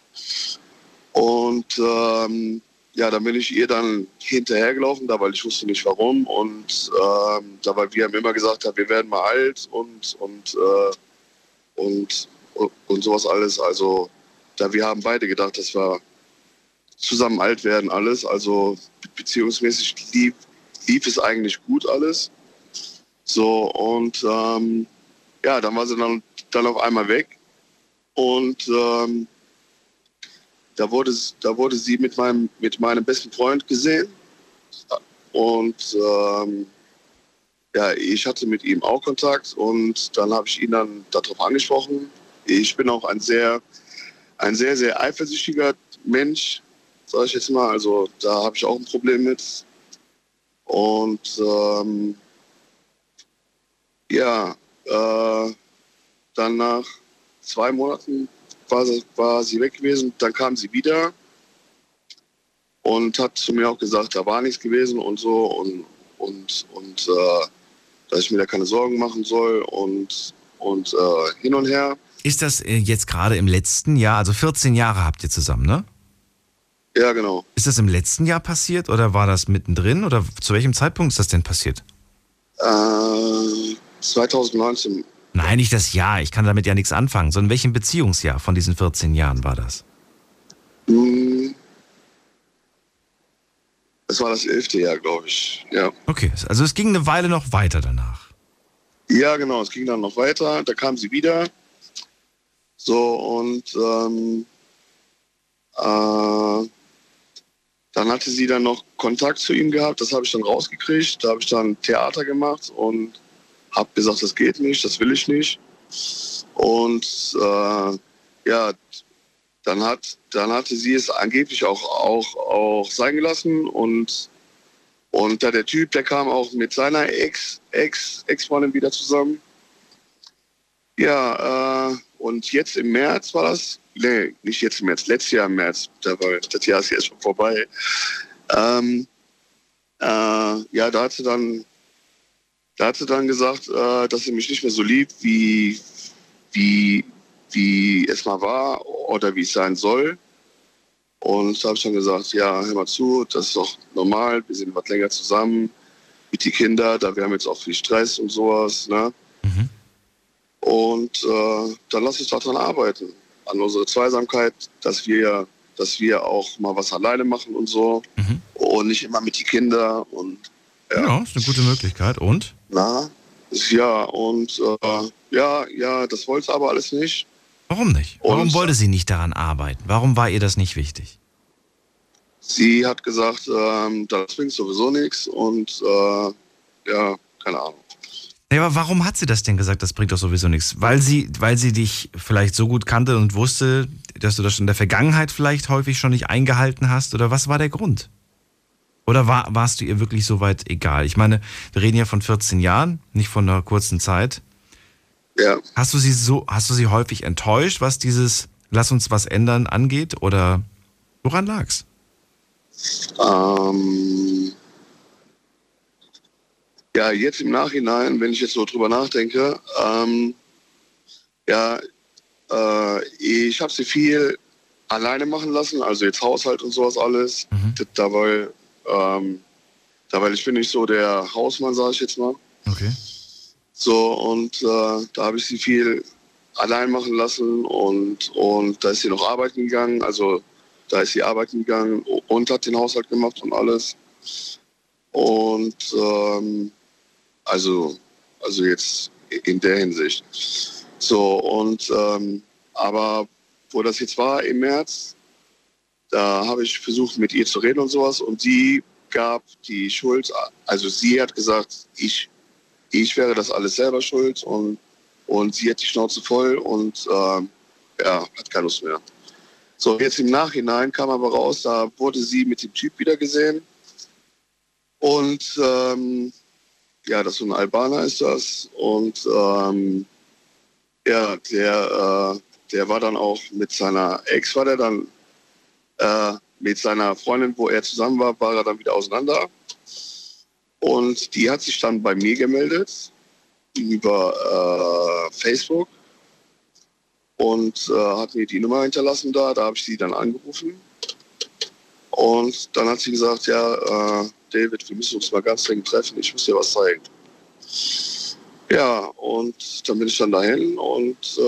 Speaker 11: Und ja, dann bin ich ihr dann hinterhergelaufen, da weil ich wusste nicht warum und da weil wir haben immer gesagt, wir werden mal alt und sowas alles. Also da wir haben beide gedacht, dass wir zusammen alt werden alles. Also beziehungsmäßig lief es eigentlich gut alles. So und ja, dann war sie dann auf einmal weg und da wurde sie mit meinem besten Freund gesehen und ja, ich hatte mit ihm auch Kontakt und dann habe ich ihn dann darauf angesprochen. Ich bin auch ein sehr, sehr eifersüchtiger Mensch, sage ich jetzt mal. Also da habe ich auch ein Problem mit. Und ja, dann nach 2 Monaten war sie weg gewesen, dann kam sie wieder und hat zu mir auch gesagt, da war nichts gewesen und so und dass ich mir da keine Sorgen machen soll und hin und her.
Speaker 3: Ist das jetzt gerade im letzten Jahr, also 14 Jahre habt ihr zusammen, ne?
Speaker 11: Ja, genau.
Speaker 3: Ist das im letzten Jahr passiert oder war das mittendrin oder zu welchem Zeitpunkt ist das denn passiert?
Speaker 11: 2019.
Speaker 3: Nein, nicht das Jahr, ich kann damit ja nichts anfangen, sondern welchem Beziehungsjahr von diesen 14 Jahren war das?
Speaker 11: Es war das 11. Jahr, glaube ich, ja.
Speaker 3: Okay, also es ging eine Weile noch weiter danach.
Speaker 11: Ja, genau, es ging dann noch weiter, da kam sie wieder. So, und dann hatte sie dann noch Kontakt zu ihm gehabt, das habe ich dann rausgekriegt, da habe ich dann Theater gemacht und habe gesagt, das geht nicht, das will ich nicht. Und ja, dann hatte sie es angeblich auch sein gelassen und der Typ, der kam auch mit seiner Ex-Freundin wieder zusammen. Ja, und jetzt im März war das, nee, nicht jetzt im März, letztes Jahr im März, das Jahr ist jetzt schon vorbei. Ja, da hat sie dann gesagt, dass sie mich nicht mehr so liebt, wie es mal war oder wie es sein soll. Und da habe ich dann gesagt, ja, hör mal zu, das ist doch normal, wir sind was länger zusammen mit den Kindern, wir haben jetzt auch viel Stress und sowas, ne? Mhm. Und dann lass uns daran arbeiten, an unserer Zweisamkeit, dass wir auch mal was alleine machen und so und nicht immer mit den Kindern und
Speaker 3: ja, ist eine gute Möglichkeit. Und?
Speaker 11: Na, Ja, und das wollte sie aber alles nicht.
Speaker 3: Warum nicht? Warum
Speaker 11: Und
Speaker 3: wollte sie nicht daran arbeiten? Warum war ihr das nicht wichtig?
Speaker 11: sie hat gesagt, das bringt sowieso nichts und keine Ahnung.
Speaker 3: Ja, aber warum hat sie das denn gesagt, das bringt doch sowieso nichts? Weil sie dich vielleicht so gut kannte und wusste, dass du das schon in der Vergangenheit vielleicht häufig schon nicht eingehalten hast? Oder was war der Grund? Oder warst du ihr wirklich so weit egal? Ich meine, wir reden ja von 14 Jahren, nicht von einer kurzen Zeit.
Speaker 11: Ja.
Speaker 3: Hast du sie häufig enttäuscht, was dieses Lass uns was ändern angeht? Oder woran lag's?
Speaker 11: Ja, jetzt im Nachhinein, wenn ich jetzt so drüber nachdenke, ich habe sie viel alleine machen lassen, also jetzt Haushalt und sowas alles. Dabei ich bin nicht so der Hausmann, sage ich jetzt mal.
Speaker 3: Okay.
Speaker 11: So, und da habe ich sie viel allein machen lassen und da ist sie noch arbeiten gegangen, also da ist sie arbeiten gegangen und hat den Haushalt gemacht und alles. Und also jetzt in der Hinsicht. So, und aber wo das jetzt war im März, da habe ich versucht mit ihr zu reden und sowas und sie gab die Schuld, also sie hat gesagt, ich wäre das alles selber schuld und sie hat die Schnauze voll und hat keine Lust mehr. So, jetzt im Nachhinein kam aber raus, da wurde sie mit dem Typ wieder gesehen und das so ein Albaner ist das und der war dann auch mit seiner Ex, war der dann mit seiner Freundin, wo er zusammen war er dann wieder auseinander. Und die hat sich dann bei mir gemeldet über Facebook und hat mir die Nummer hinterlassen da habe ich sie dann angerufen. Und dann hat sie gesagt, ja, David, wir müssen uns mal ganz dringend treffen, ich muss dir was zeigen. Ja, und dann bin ich dann dahin und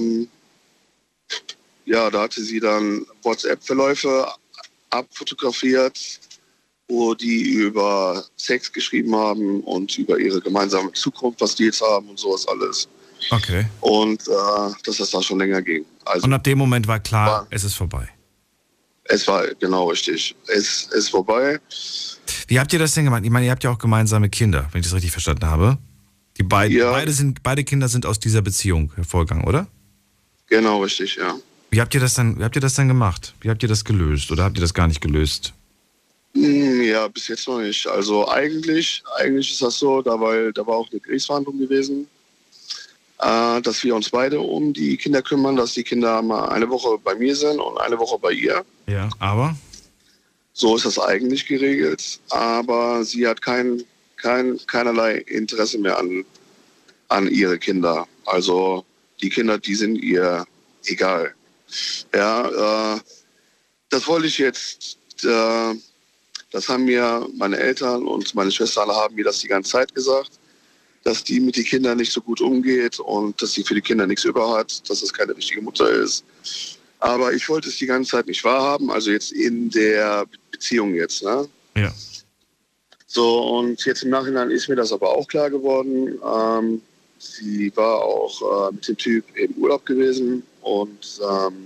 Speaker 11: da hatte sie dann WhatsApp-Verläufe abfotografiert, wo die über Sex geschrieben haben und über ihre gemeinsame Zukunft, was die jetzt haben und sowas alles.
Speaker 3: Okay.
Speaker 11: Und dass das da schon länger ging. Also,
Speaker 3: und ab dem Moment war klar, es ist vorbei.
Speaker 11: Es war genau richtig. Es ist vorbei.
Speaker 3: Wie habt ihr das denn gemacht? Ich meine, ihr habt ja auch gemeinsame Kinder, wenn ich das richtig verstanden habe. Beide Kinder sind aus dieser Beziehung hervorgegangen, oder?
Speaker 11: Genau, richtig, ja.
Speaker 3: Wie habt ihr das dann gemacht? Wie habt ihr das gelöst? Oder habt ihr das gar nicht gelöst?
Speaker 11: Ja, bis jetzt noch nicht. Also eigentlich ist das so, da war auch eine Gerichtsverhandlung gewesen, dass wir uns beide um die Kinder kümmern, dass die Kinder mal eine Woche bei mir sind und eine Woche bei ihr.
Speaker 3: Ja, aber?
Speaker 11: So ist das eigentlich geregelt, aber sie hat keinerlei Interesse mehr an ihre Kinder. Also die Kinder, die sind ihr egal. Ja, das wollte ich jetzt, das haben mir meine Eltern und meine Schwester haben mir das die ganze Zeit gesagt, dass die mit den Kindern nicht so gut umgeht und dass sie für die Kinder nichts über hat, dass es keine richtige Mutter ist. Aber ich wollte es die ganze Zeit nicht wahrhaben, also jetzt in der Beziehung jetzt, ne?
Speaker 3: Ja.
Speaker 11: So, und jetzt im Nachhinein ist mir das aber auch klar geworden. Sie war auch mit dem Typ im Urlaub gewesen und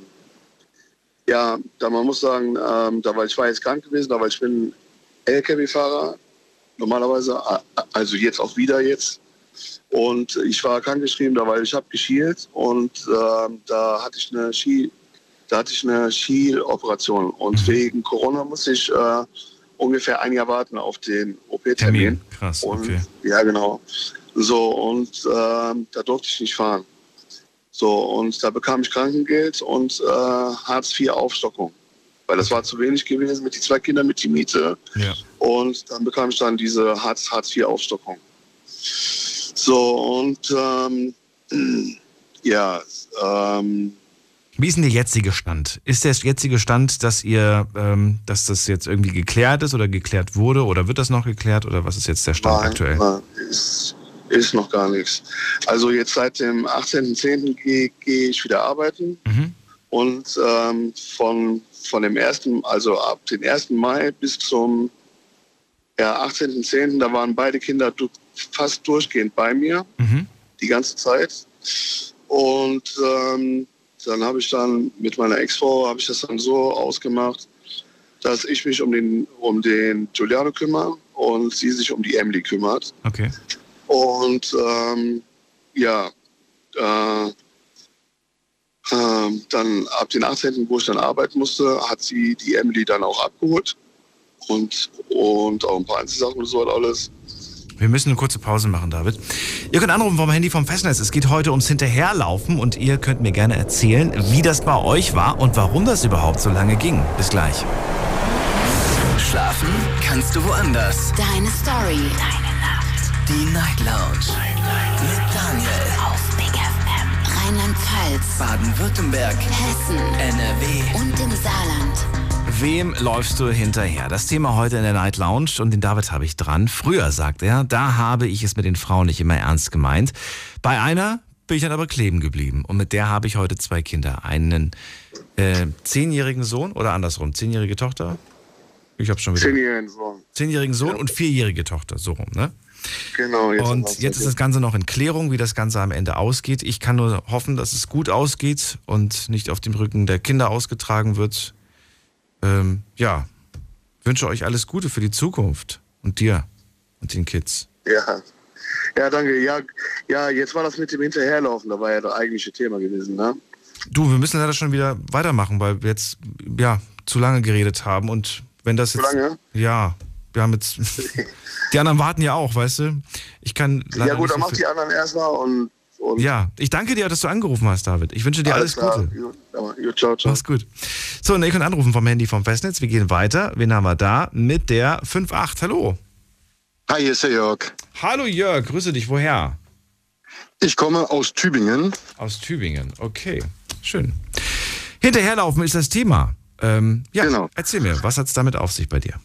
Speaker 11: man muss sagen, ich war jetzt krank gewesen, weil ich bin LKW-Fahrer, normalerweise, also jetzt auch wieder jetzt. Und ich war krankgeschrieben, weil ich habe geschielt und da hatte ich eine Schiel-Operation und wegen Corona musste ich ungefähr ein Jahr warten auf den OP-Termin.
Speaker 3: Krass, okay.
Speaker 11: Ja, genau. So, und da durfte ich nicht fahren. So, und da bekam ich Krankengeld und Hartz-IV-Aufstockung. Weil das war zu wenig gewesen mit den 2 Kindern, mit der Miete.
Speaker 3: Ja.
Speaker 11: Und dann bekam ich dann diese Hartz-IV-Aufstockung. So, und
Speaker 3: wie ist denn der jetzige Stand? Ist der jetzige Stand, dass dass das jetzt irgendwie geklärt ist oder geklärt wurde oder wird das noch geklärt oder was ist jetzt der Stand aktuell?
Speaker 11: Nein, ist noch gar nichts. Also jetzt seit dem 18.10. gehe ich wieder arbeiten und von dem ab dem 1. Mai bis zum ja, 18.10., da waren beide Kinder fast durchgehend bei mir, die ganze Zeit. Und dann habe ich dann mit meiner Ex-Frau, das dann so ausgemacht, dass ich mich um den Giuliano kümmere und sie sich um die Emily kümmert.
Speaker 3: Okay.
Speaker 11: Und dann ab dem 18., wo ich dann arbeiten musste, hat sie die Emily dann auch abgeholt. Und auch ein paar Einzelsachen und so halt alles.
Speaker 3: Wir müssen eine kurze Pause machen, David. Ihr könnt anrufen vom Handy vom Festnetz. Es geht heute ums Hinterherlaufen und ihr könnt mir gerne erzählen, wie das bei euch war und warum das überhaupt so lange ging. Bis gleich.
Speaker 1: Schlafen kannst du woanders.
Speaker 2: Deine Story. Deine Nacht.
Speaker 1: Die Night Lounge. Mit Daniel.
Speaker 2: Auf Big FM. Rheinland-Pfalz.
Speaker 1: Baden-Württemberg.
Speaker 2: Hessen.
Speaker 1: NRW.
Speaker 2: Und im Saarland.
Speaker 3: Wem läufst du hinterher? Das Thema heute in der Night Lounge und den David habe ich dran. Früher, sagt er, da habe ich es mit den Frauen nicht immer ernst gemeint. Bei einer bin ich dann aber kleben geblieben und mit der habe ich heute 2 Kinder. Einen 10-jährigen Sohn oder andersrum, 10-jährige Tochter? Ich habe schon wieder.
Speaker 11: 10-jährigen Sohn.
Speaker 3: 10-jährigen Sohn und 4-jährige Tochter, so rum, ne?
Speaker 11: Genau.
Speaker 3: Jetzt ist das Ganze noch in Klärung, wie das Ganze am Ende ausgeht. Ich kann nur hoffen, dass es gut ausgeht und nicht auf dem Rücken der Kinder ausgetragen wird. Wünsche euch alles Gute für die Zukunft und dir und den Kids.
Speaker 11: Ja, danke. Ja, jetzt war das mit dem Hinterherlaufen, da war ja das eigentliche Thema gewesen, ne?
Speaker 3: Du, wir müssen leider schon wieder weitermachen, weil wir jetzt zu lange geredet haben und wenn das jetzt...
Speaker 11: Zu lange?
Speaker 3: Ja, wir haben jetzt... Die anderen warten ja auch, weißt du? Ich kann leider
Speaker 11: ja gut,
Speaker 3: nicht
Speaker 11: dann mach die anderen erstmal und...
Speaker 3: Ja, ich danke dir, dass du angerufen hast, David. Ich wünsche dir alles Gute.
Speaker 11: Ciao.
Speaker 3: Mach's gut. So, und ihr könnt anrufen vom Handy vom Festnetz. Wir gehen weiter. Wen haben wir da? Mit der 5.8. Hallo.
Speaker 12: Hi, hier ist der Jörg.
Speaker 3: Hallo Jörg, grüße dich. Woher?
Speaker 12: Ich komme aus Tübingen.
Speaker 3: Aus Tübingen, okay. Schön. Hinterherlaufen ist das Thema. Genau. Erzähl mir, was hat's damit auf sich bei dir?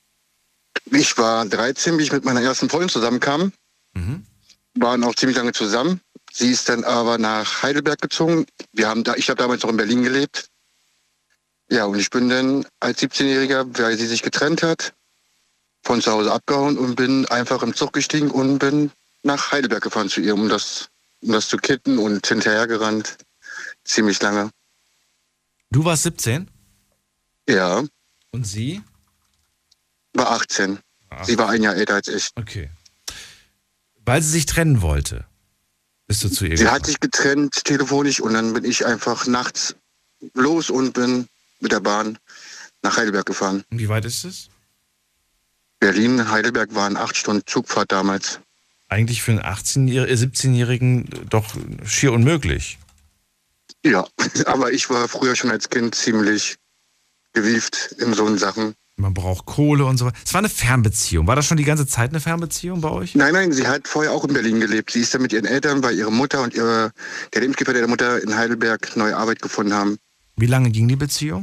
Speaker 12: Ich war 13, wie ich mit meiner ersten Freundin zusammenkam. Waren auch ziemlich lange zusammen. Sie ist dann aber nach Heidelberg gezogen. Ich habe damals noch in Berlin gelebt. Ja, und ich bin dann als 17-Jähriger, weil sie sich getrennt hat, von zu Hause abgehauen und bin einfach im Zug gestiegen und bin nach Heidelberg gefahren zu ihr, um das zu kitten und hinterhergerannt. Ziemlich lange.
Speaker 3: Du warst 17?
Speaker 12: Ja.
Speaker 3: Und sie?
Speaker 12: War 18. Sie war ein Jahr älter als ich.
Speaker 3: Okay. Weil sie sich trennen wollte, bist du zu ihr gefahren?
Speaker 12: Sie hat sich getrennt telefonisch und dann bin ich einfach nachts los und bin mit der Bahn nach Heidelberg gefahren.
Speaker 3: Und wie weit ist es?
Speaker 12: Berlin, Heidelberg waren 8 Stunden Zugfahrt damals.
Speaker 3: Eigentlich für einen 17-Jährigen doch schier unmöglich.
Speaker 12: Ja, aber ich war früher schon als Kind ziemlich gewieft in so Sachen.
Speaker 3: Man braucht Kohle und so. Es war eine Fernbeziehung. War das schon die ganze Zeit eine Fernbeziehung bei euch?
Speaker 12: Nein, sie hat vorher auch in Berlin gelebt. Sie ist dann mit ihren Eltern, weil ihre Mutter und der Lebensgefährte der Mutter in Heidelberg neue Arbeit gefunden haben.
Speaker 3: Wie lange ging die Beziehung?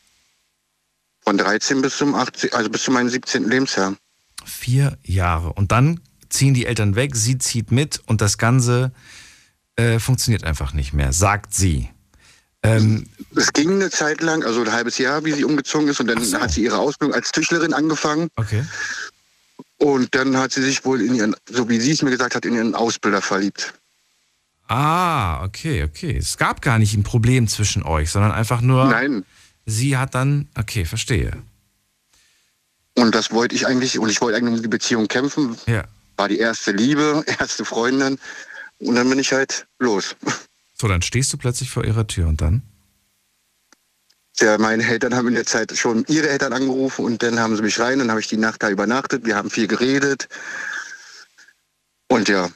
Speaker 12: Von 13 bis zum 18, also bis zu meinem 17. Lebensjahr.
Speaker 3: 4 Jahre. Und dann ziehen die Eltern weg, sie zieht mit und das Ganze funktioniert einfach nicht mehr, sagt sie.
Speaker 12: Es ging eine Zeit lang, also ein halbes Jahr, wie sie umgezogen ist. Und dann hat sie ihre Ausbildung als Tischlerin angefangen.
Speaker 3: Okay.
Speaker 12: Und dann hat sie sich wohl in ihren, so wie sie es mir gesagt hat, in ihren Ausbilder verliebt.
Speaker 3: Ah, okay. Es gab gar nicht ein Problem zwischen euch, sondern einfach nur...
Speaker 12: Nein.
Speaker 3: Sie hat dann... Okay, verstehe.
Speaker 12: Und das wollte ich eigentlich, und ich wollte eigentlich um die Beziehung kämpfen.
Speaker 3: Ja.
Speaker 12: War die erste Liebe, erste Freundin. Und dann bin ich halt los.
Speaker 3: So, dann stehst du plötzlich vor ihrer Tür und dann?
Speaker 12: Ja, meine Eltern haben in der Zeit schon ihre Eltern angerufen und dann haben sie mich rein, dann habe ich die Nacht da übernachtet, wir haben viel geredet und ja.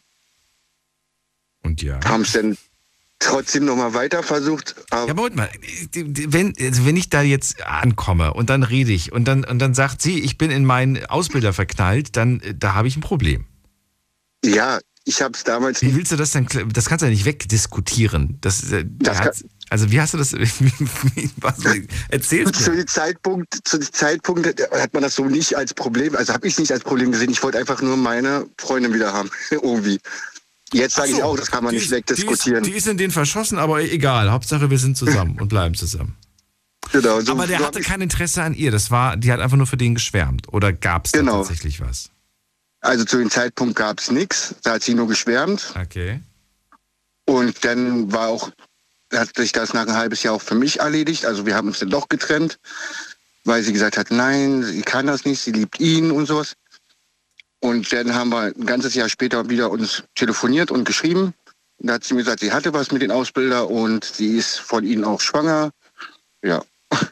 Speaker 12: Haben es dann trotzdem nochmal weiter versucht.
Speaker 3: Aber Moment mal, wenn ich da jetzt ankomme und dann rede ich und dann sagt sie, ich bin in meinen Ausbilder verknallt, dann da habe ich ein Problem.
Speaker 12: Ja, ich habe es damals...
Speaker 3: Wie willst du das denn... Das kannst du ja nicht wegdiskutieren. Also wie hast du das... Erzähl's mir.
Speaker 12: Zu dem Zeitpunkt hat man das so nicht als Problem... Also habe ich es nicht als Problem gesehen. Ich wollte einfach nur meine Freundin wieder haben. Irgendwie. Jetzt sage ich auch, das kann man nicht wegdiskutieren.
Speaker 3: Die ist in den verschossen, aber egal. Hauptsache wir sind zusammen und bleiben zusammen.
Speaker 12: Genau. So,
Speaker 3: aber der hatte kein Interesse an ihr. Die hat einfach nur für den geschwärmt. Oder gab es da tatsächlich was?
Speaker 12: Also zu dem Zeitpunkt gab es nichts. Da hat sie nur geschwärmt.
Speaker 3: Okay.
Speaker 12: Und dann hat sich das nach ein halbes Jahr auch für mich erledigt. Also wir haben uns dann doch getrennt, weil sie gesagt hat, nein, sie kann das nicht, sie liebt ihn und sowas. Und dann haben wir ein ganzes Jahr später wieder uns telefoniert und geschrieben. Und da hat sie mir gesagt, sie hatte was mit den Ausbilder und sie ist von ihnen auch schwanger. Ja.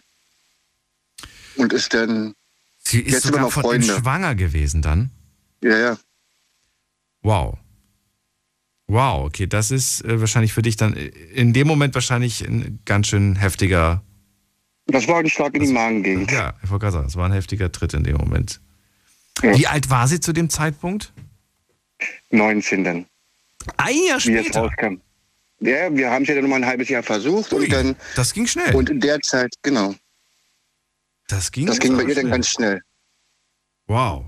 Speaker 12: Und ist dann
Speaker 3: sie ist
Speaker 12: jetzt
Speaker 3: sogar
Speaker 12: immer noch
Speaker 3: von
Speaker 12: Freunde.
Speaker 3: ihm schwanger gewesen dann?
Speaker 12: Ja.
Speaker 3: Wow. Wow, okay, das ist wahrscheinlich für dich dann in dem Moment wahrscheinlich ein ganz schön heftiger...
Speaker 12: Das war ein Schlag in die Magengegend.
Speaker 3: Ja, ich wollte gerade sagen, es war ein heftiger Tritt in dem Moment.
Speaker 12: Ja.
Speaker 3: Wie alt war sie zu dem Zeitpunkt?
Speaker 12: 19 dann.
Speaker 3: Ein Jahr
Speaker 12: Wie es
Speaker 3: später?
Speaker 12: rauskam. Ja, wir haben es ja dann nochmal ein halbes Jahr versucht.
Speaker 3: Ui,
Speaker 12: und dann.
Speaker 3: Das ging schnell.
Speaker 12: Und in der Zeit, genau.
Speaker 3: Das ging
Speaker 12: bei ihr dann ganz schnell.
Speaker 3: Wow.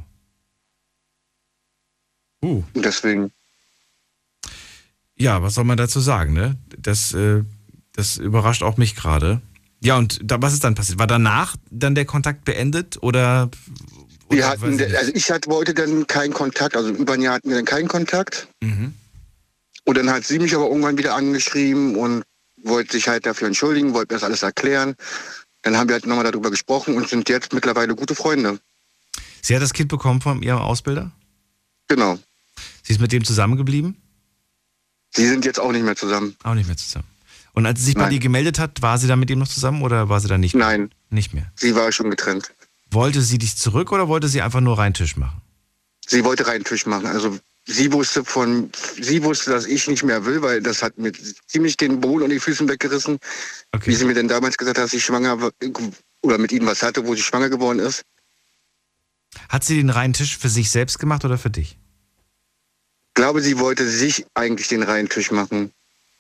Speaker 12: Und deswegen.
Speaker 3: Ja, was soll man dazu sagen, ne? Das überrascht auch mich gerade. Ja, und was ist dann passiert? War danach dann der Kontakt beendet oder
Speaker 12: Wir hatten, wollte dann keinen Kontakt, also über ein Jahr hatten wir dann keinen Kontakt.
Speaker 3: Mhm.
Speaker 12: Und dann hat sie mich aber irgendwann wieder angeschrieben und wollte sich halt dafür entschuldigen, wollte mir das alles erklären. Dann haben wir halt nochmal darüber gesprochen und sind jetzt mittlerweile gute Freunde.
Speaker 3: Sie hat das Kind bekommen von ihrem Ausbilder?
Speaker 12: Genau.
Speaker 3: Sie ist mit dem zusammengeblieben?
Speaker 12: Sie sind jetzt auch nicht mehr zusammen.
Speaker 3: Auch nicht mehr zusammen. Und als sie sich bei dir gemeldet hat, war sie dann mit ihm noch zusammen oder war sie dann nicht mehr?
Speaker 12: Nein.
Speaker 3: Nicht mehr?
Speaker 12: Sie war schon getrennt.
Speaker 3: Wollte sie dich zurück oder wollte sie einfach nur rein Tisch machen?
Speaker 12: Sie wollte rein Tisch machen. Also sie wusste, dass ich nicht mehr will, weil das hat mir ziemlich den Boden und die Füße weggerissen. Okay. Wie sie mir denn damals gesagt hat, dass sie schwanger war oder mit ihm was hatte, wo sie schwanger geworden ist.
Speaker 3: Hat sie den reinen Tisch für sich selbst gemacht oder für dich?
Speaker 12: Ich glaube, sie wollte sich eigentlich den reinen Tisch machen.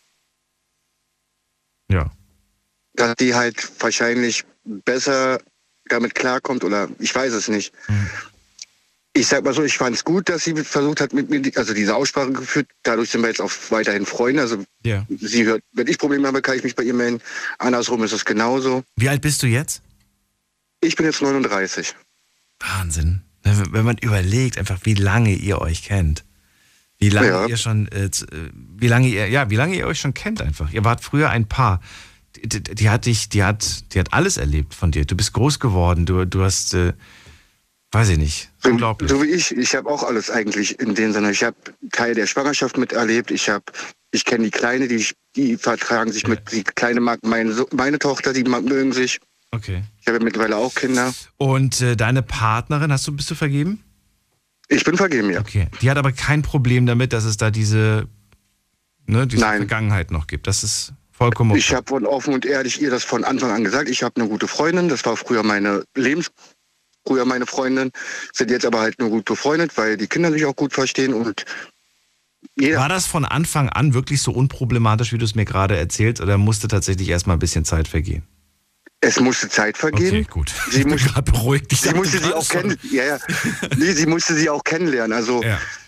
Speaker 3: Ja.
Speaker 12: Dass die halt wahrscheinlich besser damit klarkommt oder ich weiß es nicht. Mhm. Ich sag mal so, ich fand es gut, dass sie versucht hat, mit mir diese Aussprache geführt. Dadurch sind wir jetzt auch weiterhin Freunde. Also sie hört, wenn ich Probleme habe, kann ich mich bei ihr melden. Andersrum ist es genauso.
Speaker 3: Wie alt bist du jetzt?
Speaker 12: Ich bin jetzt 39.
Speaker 3: Wahnsinn. Wenn man überlegt, einfach wie lange ihr euch kennt. Wie lange ihr schon, wie lange ihr euch schon kennt einfach. Ihr wart früher ein Paar. Die hat alles erlebt von dir. Du bist groß geworden. Du hast, weiß ich nicht, unglaublich.
Speaker 12: So wie ich habe auch alles eigentlich in dem Sinne. Ich habe Teil der Schwangerschaft miterlebt. Ich kenne die Kleine, die vertragen sich mit, die Kleine mag meine Tochter, die mögen sich.
Speaker 3: Okay.
Speaker 12: Ich habe mittlerweile auch Kinder.
Speaker 3: Und deine Partnerin, bist du vergeben?
Speaker 12: Ich bin vergeben, ja.
Speaker 3: Okay. Die hat aber kein Problem damit, dass es da diese Vergangenheit noch gibt. Das ist vollkommen okay.
Speaker 12: Ich habe offen und ehrlich ihr das von Anfang an gesagt. Ich habe eine gute Freundin. Das war früher meine Freundin. Sind jetzt aber halt nur gut befreundet, weil die Kinder sich auch gut verstehen. Und
Speaker 3: war das von Anfang an wirklich so unproblematisch, wie du es mir gerade erzählst, oder musste tatsächlich erstmal ein bisschen Zeit vergehen?
Speaker 12: Es musste Zeit vergehen.
Speaker 3: Okay, gut.
Speaker 12: Sie musste
Speaker 3: gerade beruhigt.
Speaker 12: Sie musste sie auch kennen. Ja. Nee, sie musste sie auch kennenlernen. Also,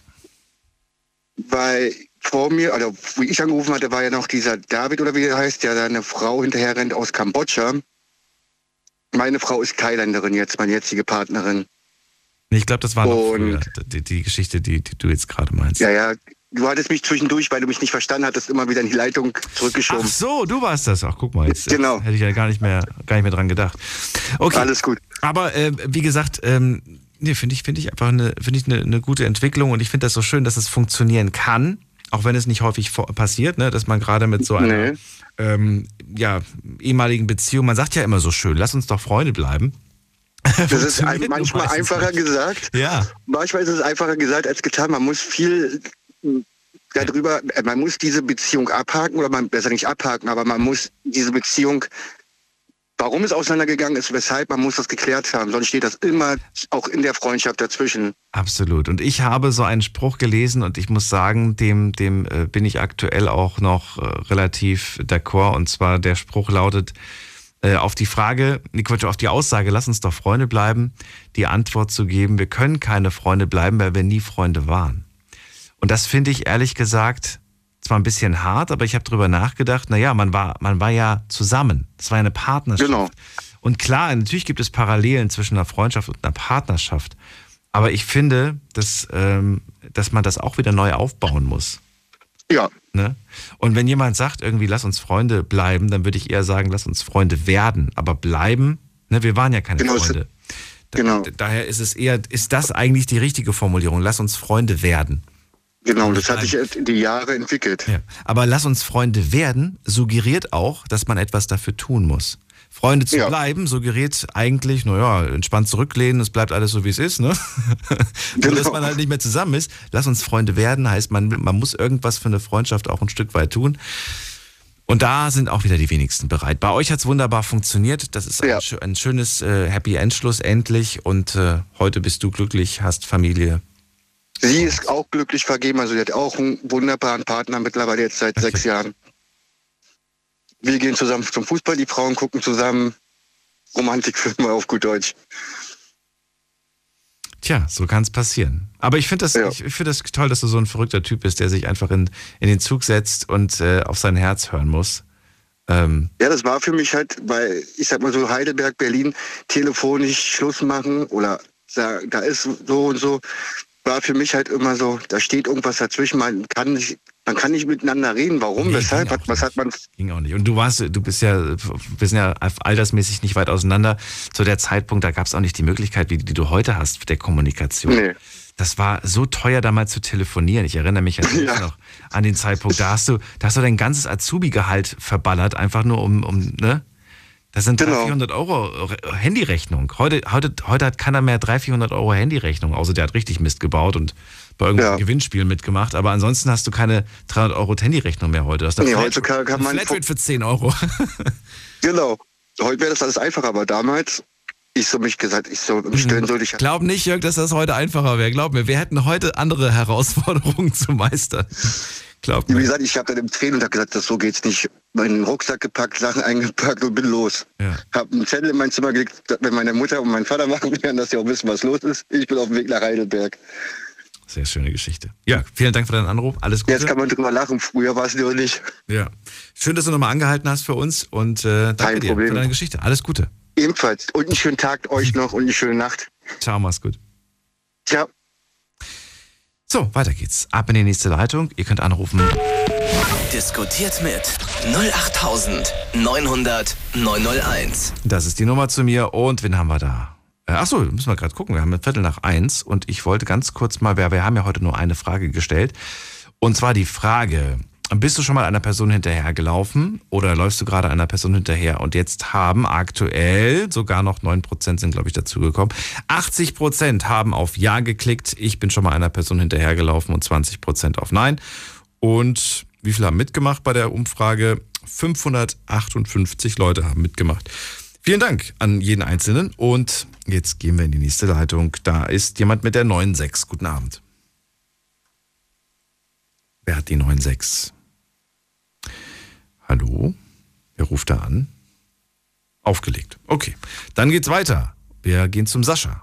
Speaker 12: weil vor mir, also wie ich angerufen hatte, war ja noch dieser David oder wie er heißt, der da eine Frau hinterher rennt aus Kambodscha. Meine Frau ist Thailänderin jetzt, meine jetzige Partnerin.
Speaker 3: Nee, ich glaube, das war noch früher, die Geschichte, die du jetzt gerade meinst.
Speaker 12: Ja. Du hattest mich zwischendurch, weil du mich nicht verstanden hattest, immer wieder in die Leitung zurückgeschoben.
Speaker 3: Ach so, du warst das. Ach, guck mal, jetzt
Speaker 12: genau.
Speaker 3: Hätte ich ja gar nicht mehr dran gedacht. Okay.
Speaker 12: Alles gut.
Speaker 3: Aber wie gesagt, finde ich einfach eine gute Entwicklung und ich finde das so schön, dass es funktionieren kann, auch wenn es nicht häufig passiert, ne, dass man gerade mit so einer ehemaligen Beziehung, man sagt ja immer so schön, lass uns doch Freunde bleiben.
Speaker 12: Das ist manchmal einfacher gesagt.
Speaker 3: Ja.
Speaker 12: Manchmal ist es einfacher gesagt als getan. Man muss viel darüber, man muss diese Beziehung abhaken oder besser nicht abhaken, aber man muss diese Beziehung, warum es auseinandergegangen ist, weshalb, man muss das geklärt haben. Sonst steht das immer auch in der Freundschaft dazwischen.
Speaker 3: Absolut. Und ich habe so einen Spruch gelesen und ich muss sagen, dem bin ich aktuell auch noch relativ d'accord. Und zwar der Spruch lautet, auf die Aussage, lass uns doch Freunde bleiben, die Antwort zu geben, wir können keine Freunde bleiben, weil wir nie Freunde waren. Und das finde ich ehrlich gesagt zwar ein bisschen hart, aber ich habe drüber nachgedacht, naja, man war ja zusammen. Das war ja eine Partnerschaft.
Speaker 12: Genau.
Speaker 3: Und klar, natürlich gibt es Parallelen zwischen einer Freundschaft und einer Partnerschaft. Aber ich finde, dass man das auch wieder neu aufbauen muss.
Speaker 12: Ja.
Speaker 3: Ne? Und wenn jemand sagt, irgendwie, lass uns Freunde bleiben, dann würde ich eher sagen, lass uns Freunde werden. Aber bleiben, ne, wir waren ja keine Freunde.
Speaker 12: Genau.
Speaker 3: Daher ist das eigentlich die richtige Formulierung. Lass uns Freunde werden.
Speaker 12: Genau, das hat sich die Jahre entwickelt.
Speaker 3: Ja. Aber lass uns Freunde werden suggeriert auch, dass man etwas dafür tun muss. Freunde zu bleiben suggeriert eigentlich, naja, entspannt zurücklehnen, es bleibt alles so, wie es ist, ne? Nur, dass man halt nicht mehr zusammen ist. Lass uns Freunde werden, heißt, man muss irgendwas für eine Freundschaft auch ein Stück weit tun. Und da sind auch wieder die wenigsten bereit. Bei euch hat es wunderbar funktioniert. Das ist ein schönes Happy End schlussendlich. Und heute bist du glücklich, hast Familie.
Speaker 12: Sie ist auch glücklich vergeben. Also sie hat auch einen wunderbaren Partner mittlerweile jetzt seit 6 Jahren. Wir gehen zusammen zum Fußball, die Frauen gucken zusammen Romantikfilme auf gut Deutsch.
Speaker 3: Tja, so kann es passieren. Aber ich finde das toll, dass du so ein verrückter Typ bist, der sich einfach in den Zug setzt und auf sein Herz hören muss.
Speaker 12: Ja, das war für mich halt, weil ich sag mal so Heidelberg, Berlin, telefonisch Schluss machen oder sagen, da ist so und so, war für mich halt immer so, da steht irgendwas dazwischen, man kann nicht miteinander reden. Warum?
Speaker 3: Nee,
Speaker 12: weshalb? Was hat man?
Speaker 3: Ging auch nicht. Und wir sind ja altersmäßig nicht weit auseinander. Zu der Zeitpunkt, da gab es auch nicht die Möglichkeit, die du heute hast, der Kommunikation. Nee. Das war so teuer, damals zu telefonieren. Ich erinnere mich noch an den Zeitpunkt. Da hast du dein ganzes Azubi-Gehalt verballert, einfach nur ne? Das sind 300-400 Euro Handyrechnung. Heute hat keiner mehr 300-400 Euro Handyrechnung, außer der hat richtig Mist gebaut und bei irgendeinem Gewinnspiel mitgemacht. Aber ansonsten hast du keine 300 Euro Handyrechnung mehr heute. Das ist
Speaker 12: heutzutage kann man
Speaker 3: Flatrate für 10 Euro.
Speaker 12: Genau. Heute wäre das alles einfacher, aber damals, im Stillen sollte ich...
Speaker 3: Glaub nicht, Jörg, dass das heute einfacher wäre. Glaub mir, wir hätten heute andere Herausforderungen zu meistern. Glaub mir.
Speaker 12: Wie gesagt, ich habe dann im Training gesagt, so geht's nicht. Meinen Rucksack gepackt, Sachen eingepackt und bin los. Ja. Hab einen Zettel in mein Zimmer gelegt, wenn meine Mutter und mein Vater machen werden, dass sie auch wissen, was los ist. Ich bin auf dem Weg nach Heidelberg.
Speaker 3: Sehr schöne Geschichte. Ja, vielen Dank für deinen Anruf. Alles Gute.
Speaker 12: Jetzt kann man drüber lachen. Früher war es nur nicht.
Speaker 3: Ja. Schön, dass du nochmal angehalten hast für uns und danke dir für deine Geschichte. Alles Gute.
Speaker 12: Ebenfalls. Und einen schönen Tag euch noch und eine schöne Nacht.
Speaker 3: Ciao, mach's gut.
Speaker 12: Ciao.
Speaker 3: So, weiter geht's. Ab in die nächste Leitung. Ihr könnt anrufen.
Speaker 1: Diskutiert mit 08900 901.
Speaker 3: Das ist die Nummer zu mir. Und wen haben wir da? Achso, müssen wir gerade gucken. Wir haben 1:15 und ich wollte ganz kurz mal, wir haben ja heute nur eine Frage gestellt. Und zwar die Frage: Bist du schon mal einer Person hinterhergelaufen oder läufst du gerade einer Person hinterher? Und jetzt haben aktuell sogar noch 9% sind, glaube ich, dazugekommen. 80% haben auf Ja geklickt. Ich bin schon mal einer Person hinterhergelaufen und 20% auf Nein. Und wie viele haben mitgemacht bei der Umfrage? 558 Leute haben mitgemacht. Vielen Dank an jeden Einzelnen. Und jetzt gehen wir in die nächste Leitung. Da ist jemand mit der 96. Guten Abend. Wer hat die 96? Hallo? Wer ruft da an? Aufgelegt. Okay. Dann geht's weiter. Wir gehen zum Sascha.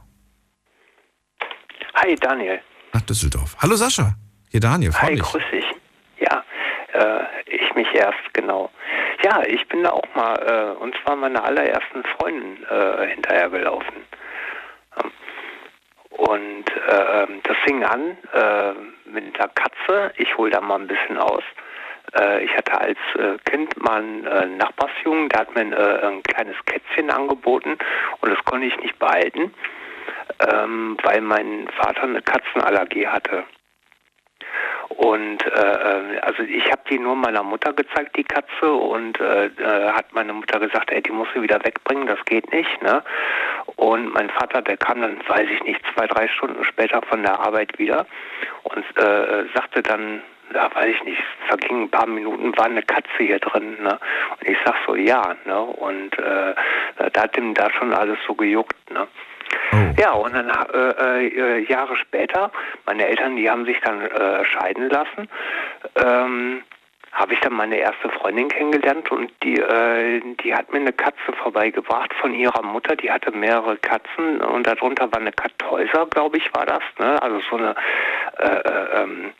Speaker 13: Hi, Daniel.
Speaker 3: Nach Düsseldorf. Hallo Sascha. Hier Daniel.
Speaker 13: Hi, grüß dich. Ja, ich mich erst, genau. Ja, ich bin da auch mal, und zwar meiner allerersten Freundin hinterhergelaufen. Und das fing an mit einer Katze. Ich hole da mal ein bisschen aus. Ich hatte als Kind mal einen Nachbarsjungen, der hat mir ein kleines Kätzchen angeboten und das konnte ich nicht behalten, weil mein Vater eine Katzenallergie hatte. Und also ich habe die nur meiner Mutter gezeigt, die Katze, und hat meine Mutter gesagt, ey, die muss sie wieder wegbringen, das geht nicht, ne? Und mein Vater, der kam dann, weiß ich nicht, 2-3 Stunden später von der Arbeit wieder und sagte dann, ja, weiß ich nicht, vergingen ein paar Minuten, war eine Katze hier drin, ne? Und ich sag so, ja, ne? Und da hat ihm da schon alles so gejuckt, ne? Oh. Ja, und dann Jahre später, meine Eltern, die haben sich dann scheiden lassen, habe ich dann meine erste Freundin kennengelernt und die hat mir eine Katze vorbeigebracht von ihrer Mutter, die hatte mehrere Katzen und darunter war eine Kartäuser, glaube ich, war das, ne? Also so eine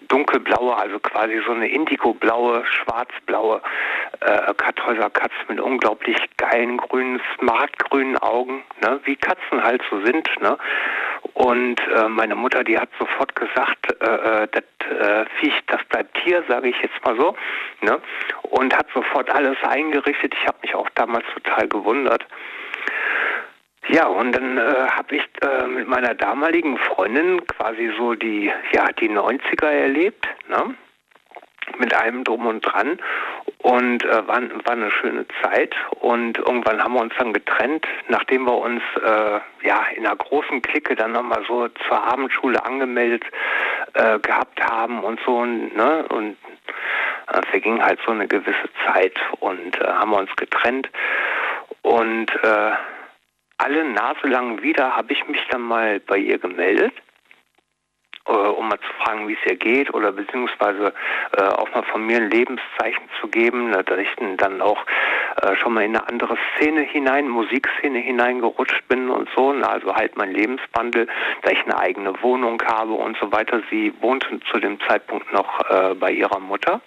Speaker 13: dunkelblaue, also quasi so eine indigoblaue, schwarzblaue Kartäuser Katze mit unglaublich geilen grünen, smartgrünen Augen, ne? Wie Katzen halt so sind, ne? Und meine Mutter, die hat sofort gesagt, das Viech, das bleibt hier, sage ich jetzt mal so, ne? Und hat sofort alles eingerichtet. Ich habe mich auch damals total gewundert. Ja, und dann habe ich mit meiner damaligen Freundin quasi so die 90er erlebt, ne? Mit allem drum und dran. Und war eine schöne Zeit. Und irgendwann haben wir uns dann getrennt, nachdem wir uns in einer großen Clique dann nochmal so zur Abendschule angemeldet gehabt haben und so, ne? Und verging halt so eine gewisse Zeit und haben wir uns getrennt. Und alle Nase lang wieder habe ich mich dann mal bei ihr gemeldet, um mal zu fragen, wie es ihr geht oder beziehungsweise auch mal von mir ein Lebenszeichen zu geben, dass ich dann auch schon mal in eine andere Szene Musikszene hineingerutscht bin und so, also halt mein Lebenswandel, da ich eine eigene Wohnung habe und so weiter. Sie wohnte zu dem Zeitpunkt noch bei ihrer Mutter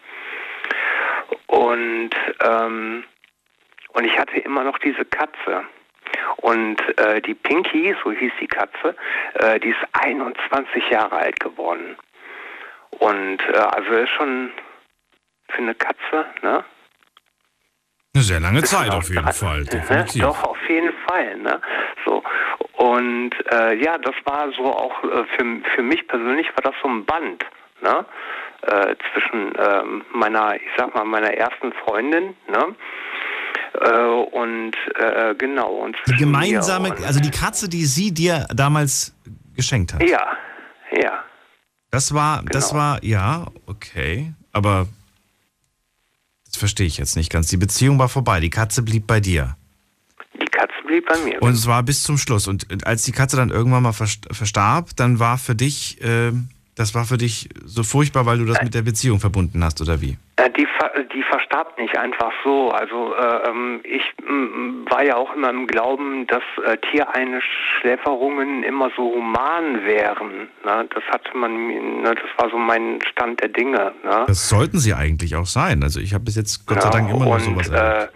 Speaker 13: und ich hatte immer noch diese Katze. Und die Pinky, so hieß die Katze, die ist 21 Jahre alt geworden. Und also ist schon für eine Katze, ne?
Speaker 3: Eine sehr lange Zeit auf jeden Fall, definitiv.
Speaker 13: Doch, auf jeden Fall, ne? So. Und das war so auch für mich persönlich war das so ein Band, ne? Zwischen meiner ersten Freundin, ne? Und
Speaker 3: die gemeinsame, also die Katze, die sie dir damals geschenkt hat.
Speaker 13: Ja.
Speaker 3: Das war, ja, okay, aber das verstehe ich jetzt nicht ganz. Die Beziehung war vorbei, die Katze blieb bei dir.
Speaker 13: Die Katze blieb bei mir.
Speaker 3: Und es war bis zum Schluss. Und als die Katze dann irgendwann mal verstarb, dann war für dich, das war für dich so furchtbar, weil du das mit der Beziehung verbunden hast, oder wie?
Speaker 13: Die verstarb nicht einfach so. Also ich war ja auch immer im Glauben, dass Tiereinschläferungen immer so human wären. Ne? Das hatte man, ne? Das war so mein Stand der Dinge. Ne?
Speaker 3: Das sollten sie eigentlich auch sein. Also ich habe bis jetzt Gott sei Dank immer noch sowas erlebt.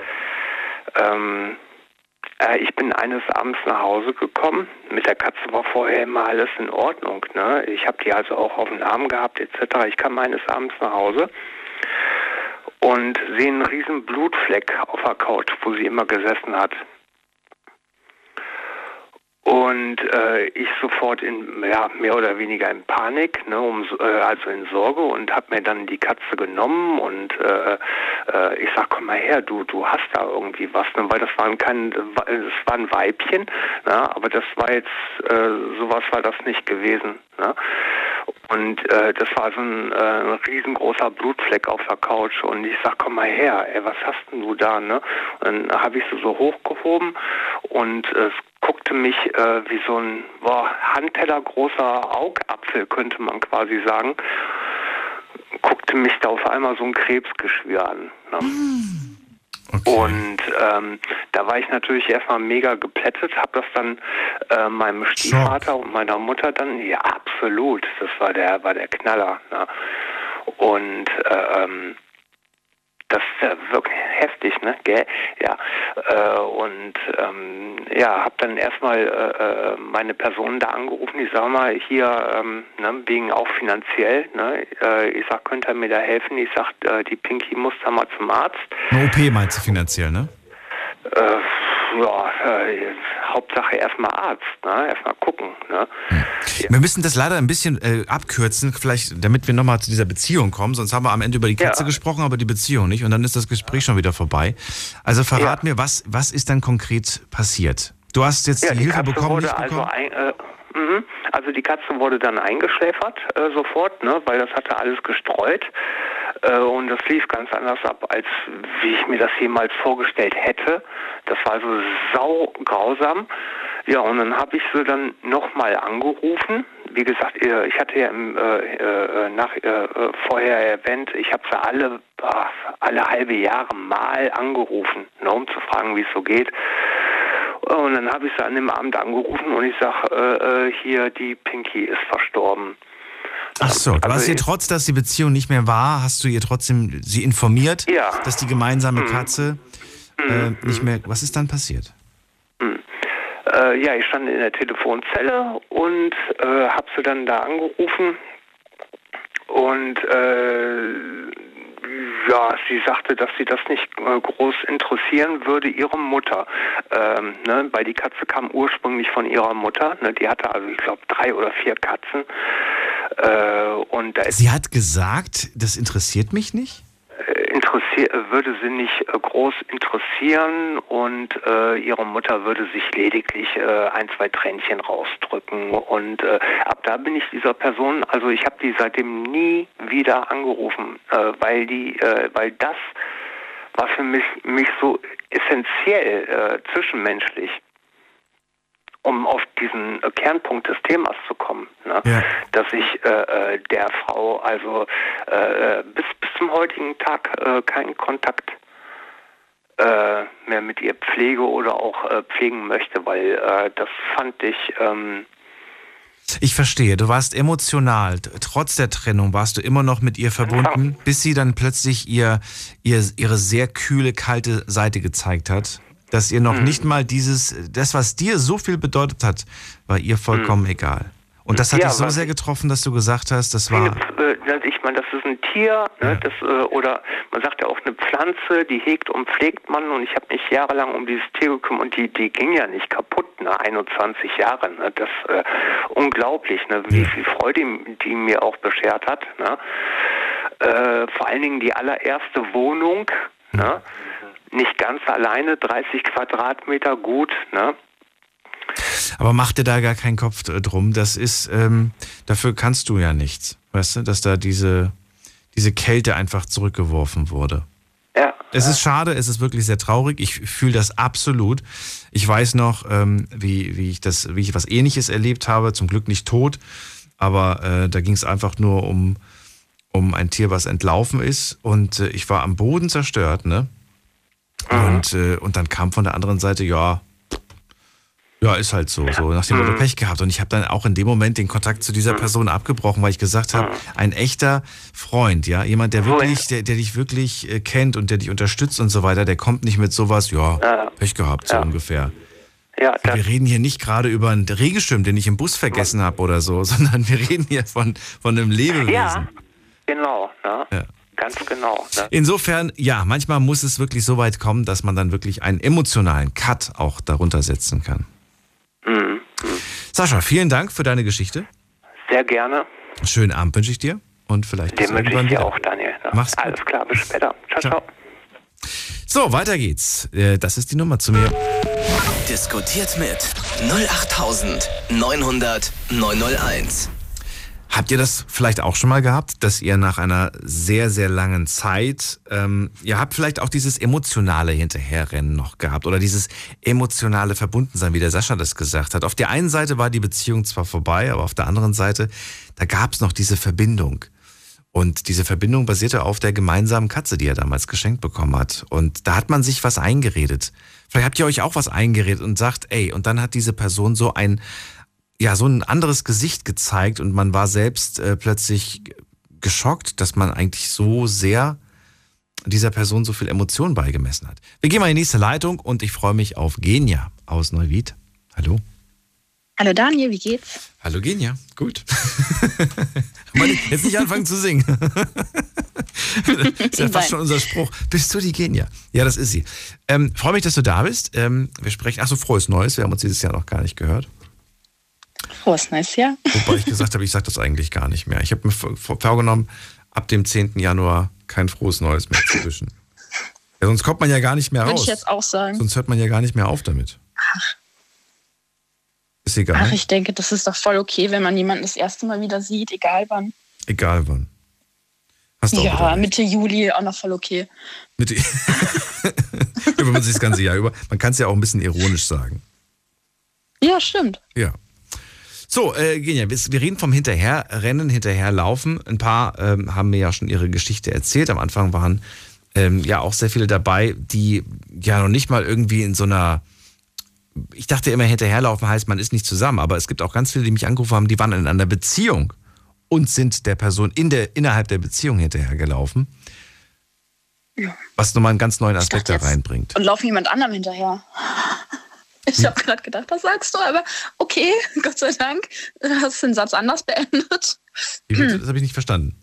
Speaker 13: Ich bin eines Abends nach Hause gekommen. Mit der Katze war vorher immer alles in Ordnung. Ne? Ich habe die also auch auf den Arm gehabt etc. Ich kam eines Abends nach Hause und sehe einen riesen Blutfleck auf der Couch, wo sie immer gesessen hat. Und ich sofort mehr oder weniger in Panik, ne, also in Sorge, und habe mir dann die Katze genommen und ich sag, komm mal her, du hast da irgendwie was, ne, weil das war ein Weibchen, ne, aber das war jetzt, sowas war das nicht gewesen, ne. Und das war so ein riesengroßer Blutfleck auf der Couch und ich sag, komm mal her, ey, was hast denn du da, ne? Und dann habe ich sie so hochgehoben und es guckte mich wie so ein Handteller großer Augapfel, könnte man quasi sagen, guckte mich da auf einmal so ein Krebsgeschwür an. Ne? Okay. Und da war ich natürlich erstmal mega geplättet, habe das dann meinem Stiefvater und meiner Mutter dann, ja absolut, das war der Knaller. Ne? Und das ist ja wirklich heftig, ne, gell? Ja, habe dann erstmal meine Person da angerufen. Ich sag mal, hier, wegen auch finanziell, ne, ich sag, könnt ihr mir da helfen? Ich sag, die Pinky muss da mal zum Arzt.
Speaker 3: Eine OP meinst du finanziell, ne?
Speaker 13: Hauptsache erstmal Arzt, ne? Erstmal gucken, ne?
Speaker 3: Ja. Wir müssen das leider ein bisschen abkürzen, vielleicht, damit wir nochmal zu dieser Beziehung kommen, sonst haben wir am Ende über die Katze gesprochen, aber die Beziehung nicht und dann ist das Gespräch schon wieder vorbei. Also verrat mir, was ist dann konkret passiert? Du hast jetzt die Hilfe bekommen, nicht bekommen?
Speaker 13: Also die Katze wurde dann eingeschläfert sofort, ne, weil das hatte alles gestreut und das lief ganz anders ab, als wie ich mir das jemals vorgestellt hätte. Das war also saugrausam. Ja, und dann habe ich sie dann nochmal angerufen. Wie gesagt, ich hatte ja vorher erwähnt, ich habe sie alle halbe Jahre mal angerufen, ne, um zu fragen, wie es so geht. Und dann habe ich sie an dem Abend angerufen und ich sage, hier, die Pinky ist verstorben.
Speaker 3: Ach so, du hast ihr trotz, dass die Beziehung nicht mehr war, hast du ihr trotzdem sie informiert, dass die gemeinsame Katze nicht mehr... Was ist dann passiert?
Speaker 13: Ja, ich stand in der Telefonzelle und habe sie dann da angerufen und ja, sie sagte, dass sie das nicht groß interessieren würde, ihre Mutter. Ne, weil die Katze kam ursprünglich von ihrer Mutter. Ne, die hatte also, ich glaube, 3 oder 4 Katzen. Und
Speaker 3: sie hat gesagt, das interessiert mich nicht?
Speaker 13: Würde sie nicht groß interessieren und ihre Mutter würde sich lediglich 1, 2 Tränchen rausdrücken und ab da bin ich dieser Person, also ich habe die seitdem nie wieder angerufen, weil das war für mich so essentiell zwischenmenschlich, um auf diesen Kernpunkt des Themas zu kommen, ne? Ja. Dass ich der Frau also bis zum heutigen Tag keinen Kontakt mehr mit ihr pflege oder auch pflegen möchte, weil das fand ich...
Speaker 3: Ich verstehe, du warst emotional, trotz der Trennung warst du immer noch mit ihr verbunden, bis sie dann plötzlich ihre sehr kühle, kalte Seite gezeigt hat. Dass ihr noch nicht mal das, was dir so viel bedeutet hat, war ihr vollkommen egal. Und das hat dich so sehr getroffen, dass du gesagt hast, das war...
Speaker 13: Ich meine, das ist ein Tier, ne, oder man sagt ja auch eine Pflanze, die hegt und pflegt man. Und ich habe mich jahrelang um dieses Tier gekümmert und die ging ja nicht kaputt, ne, 21 Jahre. Ne, das unglaublich, ne, wie viel Freude die mir auch beschert hat. Ne. Vor allen Dingen die allererste Wohnung, ne. Nicht ganz alleine, 30 Quadratmeter, gut, ne?
Speaker 3: Aber mach dir da gar keinen Kopf drum. Das ist, dafür kannst du ja nichts, weißt du, dass da diese Kälte einfach zurückgeworfen wurde.
Speaker 13: Ja.
Speaker 3: Es ist schade, es ist wirklich sehr traurig. Ich fühle das absolut. Ich weiß noch, wie ich was Ähnliches erlebt habe. Zum Glück nicht tot, aber da ging es einfach nur um ein Tier, was entlaufen ist. Und ich war am Boden zerstört, ne? Und dann kam von der anderen Seite, ja, ist halt so nach dem Motto Pech gehabt. Und ich habe dann auch in dem Moment den Kontakt zu dieser Person abgebrochen, weil ich gesagt habe, ein echter Freund, ja, jemand, der dich wirklich kennt und der dich unterstützt und so weiter, der kommt nicht mit sowas, Pech gehabt, so ungefähr. Ja, wir reden hier nicht gerade über einen Regenschirm, den ich im Bus vergessen habe oder so, sondern wir reden hier von einem Lebewesen.
Speaker 13: Ja, genau, ne? Ja. Ganz genau. Ne?
Speaker 3: Insofern, ja, manchmal muss es wirklich so weit kommen, dass man dann wirklich einen emotionalen Cut auch darunter setzen kann. Sascha, vielen Dank für deine Geschichte.
Speaker 13: Sehr gerne.
Speaker 3: Schönen Abend wünsche ich dir und vielleicht bis irgendwann
Speaker 13: wünsche ich dir
Speaker 3: wieder.
Speaker 13: auch, Daniel. Ne?
Speaker 3: Mach's gut.
Speaker 13: Alles klar, bis später. Ciao.
Speaker 3: So, weiter geht's. Das ist die Nummer zu mir.
Speaker 1: Diskutiert mit 08900 901.
Speaker 3: Habt ihr das vielleicht auch schon mal gehabt, dass ihr nach einer sehr, sehr langen Zeit, ihr habt vielleicht auch dieses emotionale Hinterherrennen noch gehabt oder dieses emotionale Verbundensein, wie der Sascha das gesagt hat. Auf der einen Seite war die Beziehung zwar vorbei, aber auf der anderen Seite, da gab es noch diese Verbindung. Und diese Verbindung basierte auf der gemeinsamen Katze, die er damals geschenkt bekommen hat. Und da hat man sich was eingeredet. Vielleicht habt ihr euch auch was eingeredet und sagt, ey, und dann hat diese Person so ein anderes Gesicht gezeigt und man war selbst plötzlich geschockt, dass man eigentlich so sehr dieser Person so viel Emotion beigemessen hat. Wir gehen mal in die nächste Leitung und ich freue mich auf Genia aus Neuwied. Hallo.
Speaker 14: Hallo Daniel, wie geht's?
Speaker 3: Hallo Genia, gut. Jetzt nicht anfangen zu singen. Das ist ja fast schon unser Spruch. Bist du die Genia? Ja, das ist sie. Freue mich, dass du da bist. Wir sprechen, frohes Neues. Wir haben uns dieses Jahr noch gar nicht gehört.
Speaker 14: Frohes Neues Jahr.
Speaker 3: Wobei ich gesagt habe, ich sage das eigentlich gar nicht mehr. Ich habe mir vorgenommen, ab dem 10. Januar kein frohes Neues mehr zu wünschen. Ja, sonst kommt man ja gar nicht mehr raus.
Speaker 14: Würde ich jetzt auch sagen.
Speaker 3: Sonst hört man ja gar nicht mehr auf damit. Ist egal.
Speaker 14: Ach, ich denke, das ist doch voll okay, wenn man jemanden das erste Mal wieder sieht, egal wann.
Speaker 3: Egal wann. Hast du
Speaker 14: ja, Mitte Juli auch noch voll okay.
Speaker 3: Wenn man sich das ganze Jahr über. Man kann es ja auch ein bisschen ironisch sagen.
Speaker 14: Ja, stimmt.
Speaker 3: Ja. So, Genia, wir reden vom Hinterherrennen, Hinterherlaufen. Ein paar haben mir ja schon ihre Geschichte erzählt. Am Anfang waren ja auch sehr viele dabei, die ja noch nicht mal irgendwie in so einer... Ich dachte immer, hinterherlaufen heißt, man ist nicht zusammen. Aber es gibt auch ganz viele, die mich angerufen haben, die waren in einer Beziehung. und sind der Person innerhalb der Beziehung hinterhergelaufen.
Speaker 14: Ja.
Speaker 3: Was nochmal einen ganz neuen Aspekt da reinbringt.
Speaker 14: Und laufen jemand anderem hinterher. Ich habe gerade gedacht, was sagst du? Aber okay, Gott sei Dank, hast du den Satz anders beendet.
Speaker 3: Das habe ich nicht verstanden.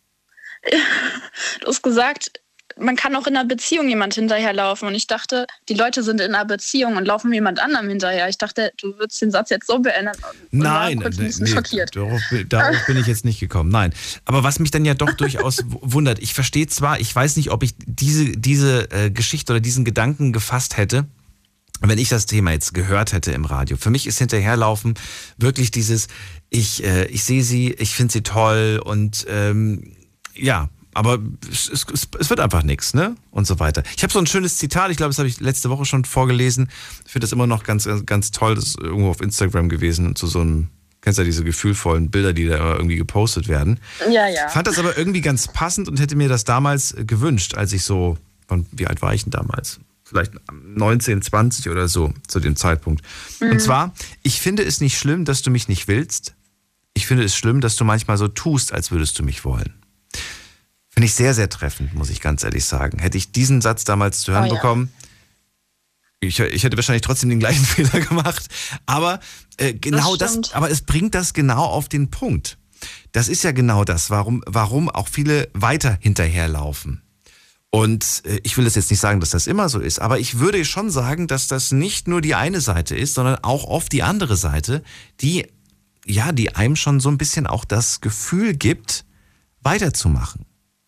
Speaker 14: Du hast gesagt, man kann auch in einer Beziehung jemand hinterherlaufen. Und ich dachte, die Leute sind in einer Beziehung und laufen jemand anderem hinterher. Ich dachte, du würdest den Satz jetzt so beenden.
Speaker 3: Nein,
Speaker 14: war kurz ein bisschen schockiert.
Speaker 3: Darauf bin ich jetzt nicht gekommen. Nein, aber was mich dann ja doch durchaus wundert, ich verstehe zwar, ich weiß nicht, ob ich diese Geschichte oder diesen Gedanken gefasst hätte, wenn ich das Thema jetzt gehört hätte im Radio. Für mich ist Hinterherlaufen wirklich dieses, ich sehe sie, ich finde sie toll und ja, aber es wird einfach nichts, ne? Und so weiter. Ich habe so ein schönes Zitat, ich glaube, das habe ich letzte Woche schon vorgelesen. Ich finde das immer noch ganz, ganz toll. Das ist irgendwo auf Instagram gewesen, zu so einem, kennst du ja diese gefühlvollen Bilder, die da immer irgendwie gepostet werden.
Speaker 14: Ja, ja.
Speaker 3: Fand das aber irgendwie ganz passend und hätte mir das damals gewünscht, als ich so, wie alt war ich denn damals? Vielleicht 19, 20 oder so zu dem Zeitpunkt. Und zwar, ich finde es nicht schlimm, dass du mich nicht willst. Ich finde es schlimm, dass du manchmal so tust, als würdest du mich wollen. Finde ich sehr, sehr treffend, muss ich ganz ehrlich sagen. Hätte ich diesen Satz damals zu hören bekommen, ich hätte wahrscheinlich trotzdem den gleichen Fehler gemacht. Aber genau das, aber es bringt das genau auf den Punkt. Das ist ja genau das, warum auch viele weiter hinterherlaufen. Und ich will das jetzt nicht sagen, dass das immer so ist, aber ich würde schon sagen, dass das nicht nur die eine Seite ist, sondern auch oft die andere Seite, die einem schon so ein bisschen auch das Gefühl gibt, weiterzumachen.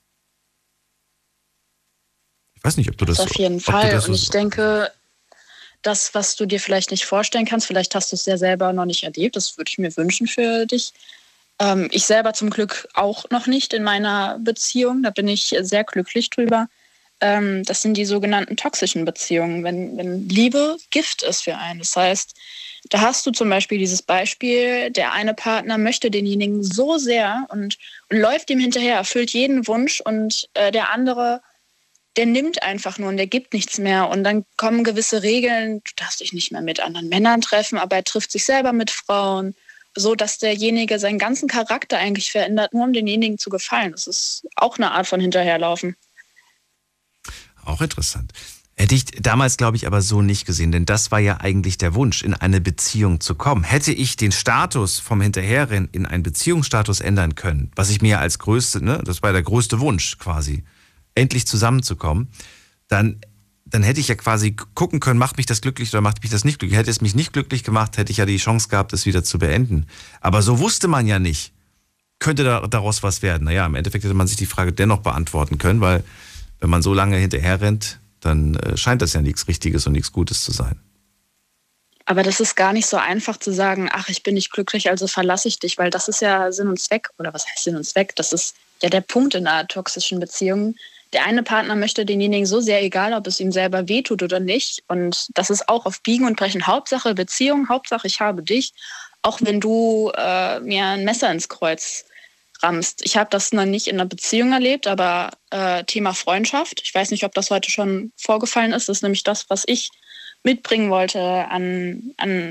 Speaker 3: Ich weiß nicht, ob du das
Speaker 14: auf jeden Fall. Und ich denke, das, was du dir vielleicht nicht vorstellen kannst, vielleicht hast du es ja selber noch nicht erlebt, das würde ich mir wünschen für dich. Ich selber zum Glück auch noch nicht in meiner Beziehung, da bin ich sehr glücklich drüber. Das sind die sogenannten toxischen Beziehungen, wenn Liebe Gift ist für einen. Das heißt, da hast du zum Beispiel dieses Beispiel, der eine Partner möchte denjenigen so sehr und läuft ihm hinterher, erfüllt jeden Wunsch und der andere, der nimmt einfach nur und der gibt nichts mehr. Und dann kommen gewisse Regeln, du darfst dich nicht mehr mit anderen Männern treffen, aber er trifft sich selber mit Frauen, so dass derjenige seinen ganzen Charakter eigentlich verändert, nur um denjenigen zu gefallen. Das ist auch eine Art von Hinterherlaufen.
Speaker 3: Auch interessant. Hätte ich damals, glaube ich, aber so nicht gesehen, denn das war ja eigentlich der Wunsch, in eine Beziehung zu kommen. Hätte ich den Status vom Hinterherrennen in einen Beziehungsstatus ändern können, was ich mir als größte, das war der größte Wunsch quasi, endlich zusammenzukommen, dann hätte ich ja quasi gucken können, macht mich das glücklich oder macht mich das nicht glücklich. Hätte es mich nicht glücklich gemacht, hätte ich ja die Chance gehabt, es wieder zu beenden. Aber so wusste man ja nicht, könnte daraus was werden. Naja, im Endeffekt hätte man sich die Frage dennoch beantworten können, weil wenn man so lange hinterher rennt, dann scheint das ja nichts Richtiges und nichts Gutes zu sein.
Speaker 14: Aber das ist gar nicht so einfach zu sagen, ach, ich bin nicht glücklich, also verlasse ich dich, weil das ist ja Sinn und Zweck. Oder was heißt Sinn und Zweck? Das ist ja der Punkt in einer toxischen Beziehung. Der eine Partner möchte denjenigen so sehr, egal ob es ihm selber wehtut oder nicht. Und das ist auch auf Biegen und Brechen. Hauptsache Beziehung, Hauptsache ich habe dich. Auch wenn du mir ein Messer ins Kreuz rammst. Ich habe das noch nicht in einer Beziehung erlebt, aber Thema Freundschaft. Ich weiß nicht, ob das heute schon vorgefallen ist. Das ist nämlich das, was ich mitbringen wollte an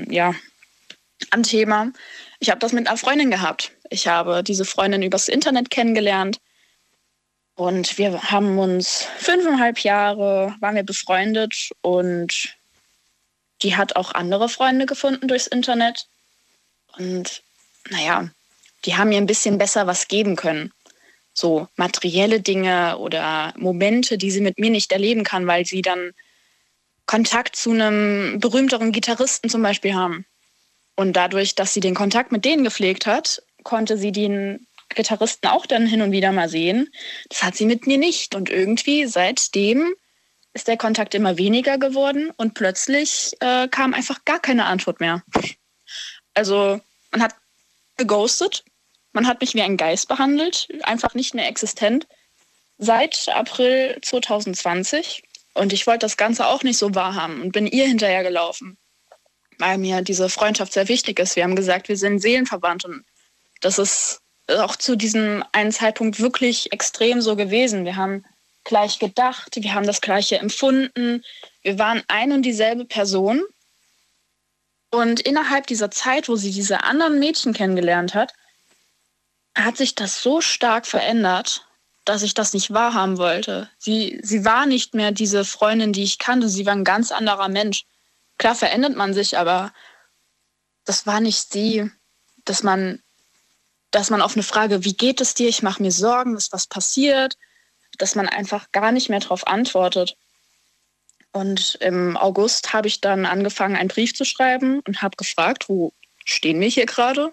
Speaker 14: Thema. Ich habe das mit einer Freundin gehabt. Ich habe diese Freundin übers Internet kennengelernt. Und wir haben uns 5,5 Jahre, waren wir befreundet und die hat auch andere Freunde gefunden durchs Internet. Und naja, die haben mir ein bisschen besser was geben können. So materielle Dinge oder Momente, die sie mit mir nicht erleben kann, weil sie dann Kontakt zu einem berühmteren Gitarristen zum Beispiel haben. Und dadurch, dass sie den Kontakt mit denen gepflegt hat, konnte sie den Gitarristen auch dann hin und wieder mal sehen. Das hat sie mit mir nicht. Und irgendwie seitdem ist der Kontakt immer weniger geworden und plötzlich kam einfach gar keine Antwort mehr. Also man hat geghostet, man hat mich wie ein Geist behandelt, einfach nicht mehr existent, seit April 2020. Und ich wollte das Ganze auch nicht so wahrhaben und bin ihr hinterhergelaufen, weil mir diese Freundschaft sehr wichtig ist. Wir haben gesagt, wir sind seelenverwandt und das ist auch zu diesem einen Zeitpunkt wirklich extrem so gewesen. Wir haben gleich gedacht, wir haben das Gleiche empfunden. Wir waren ein und dieselbe Person. Und innerhalb dieser Zeit, wo sie diese anderen Mädchen kennengelernt hat, hat sich das so stark verändert, dass ich das nicht wahrhaben wollte. Sie war nicht mehr diese Freundin, die ich kannte. Sie war ein ganz anderer Mensch. Klar verändert man sich, aber das war nicht sie, dass man auf eine Frage, wie geht es dir? Ich mache mir Sorgen, ist was passiert? Dass man einfach gar nicht mehr darauf antwortet. Und im August habe ich dann angefangen, einen Brief zu schreiben und habe gefragt, wo stehen wir hier gerade?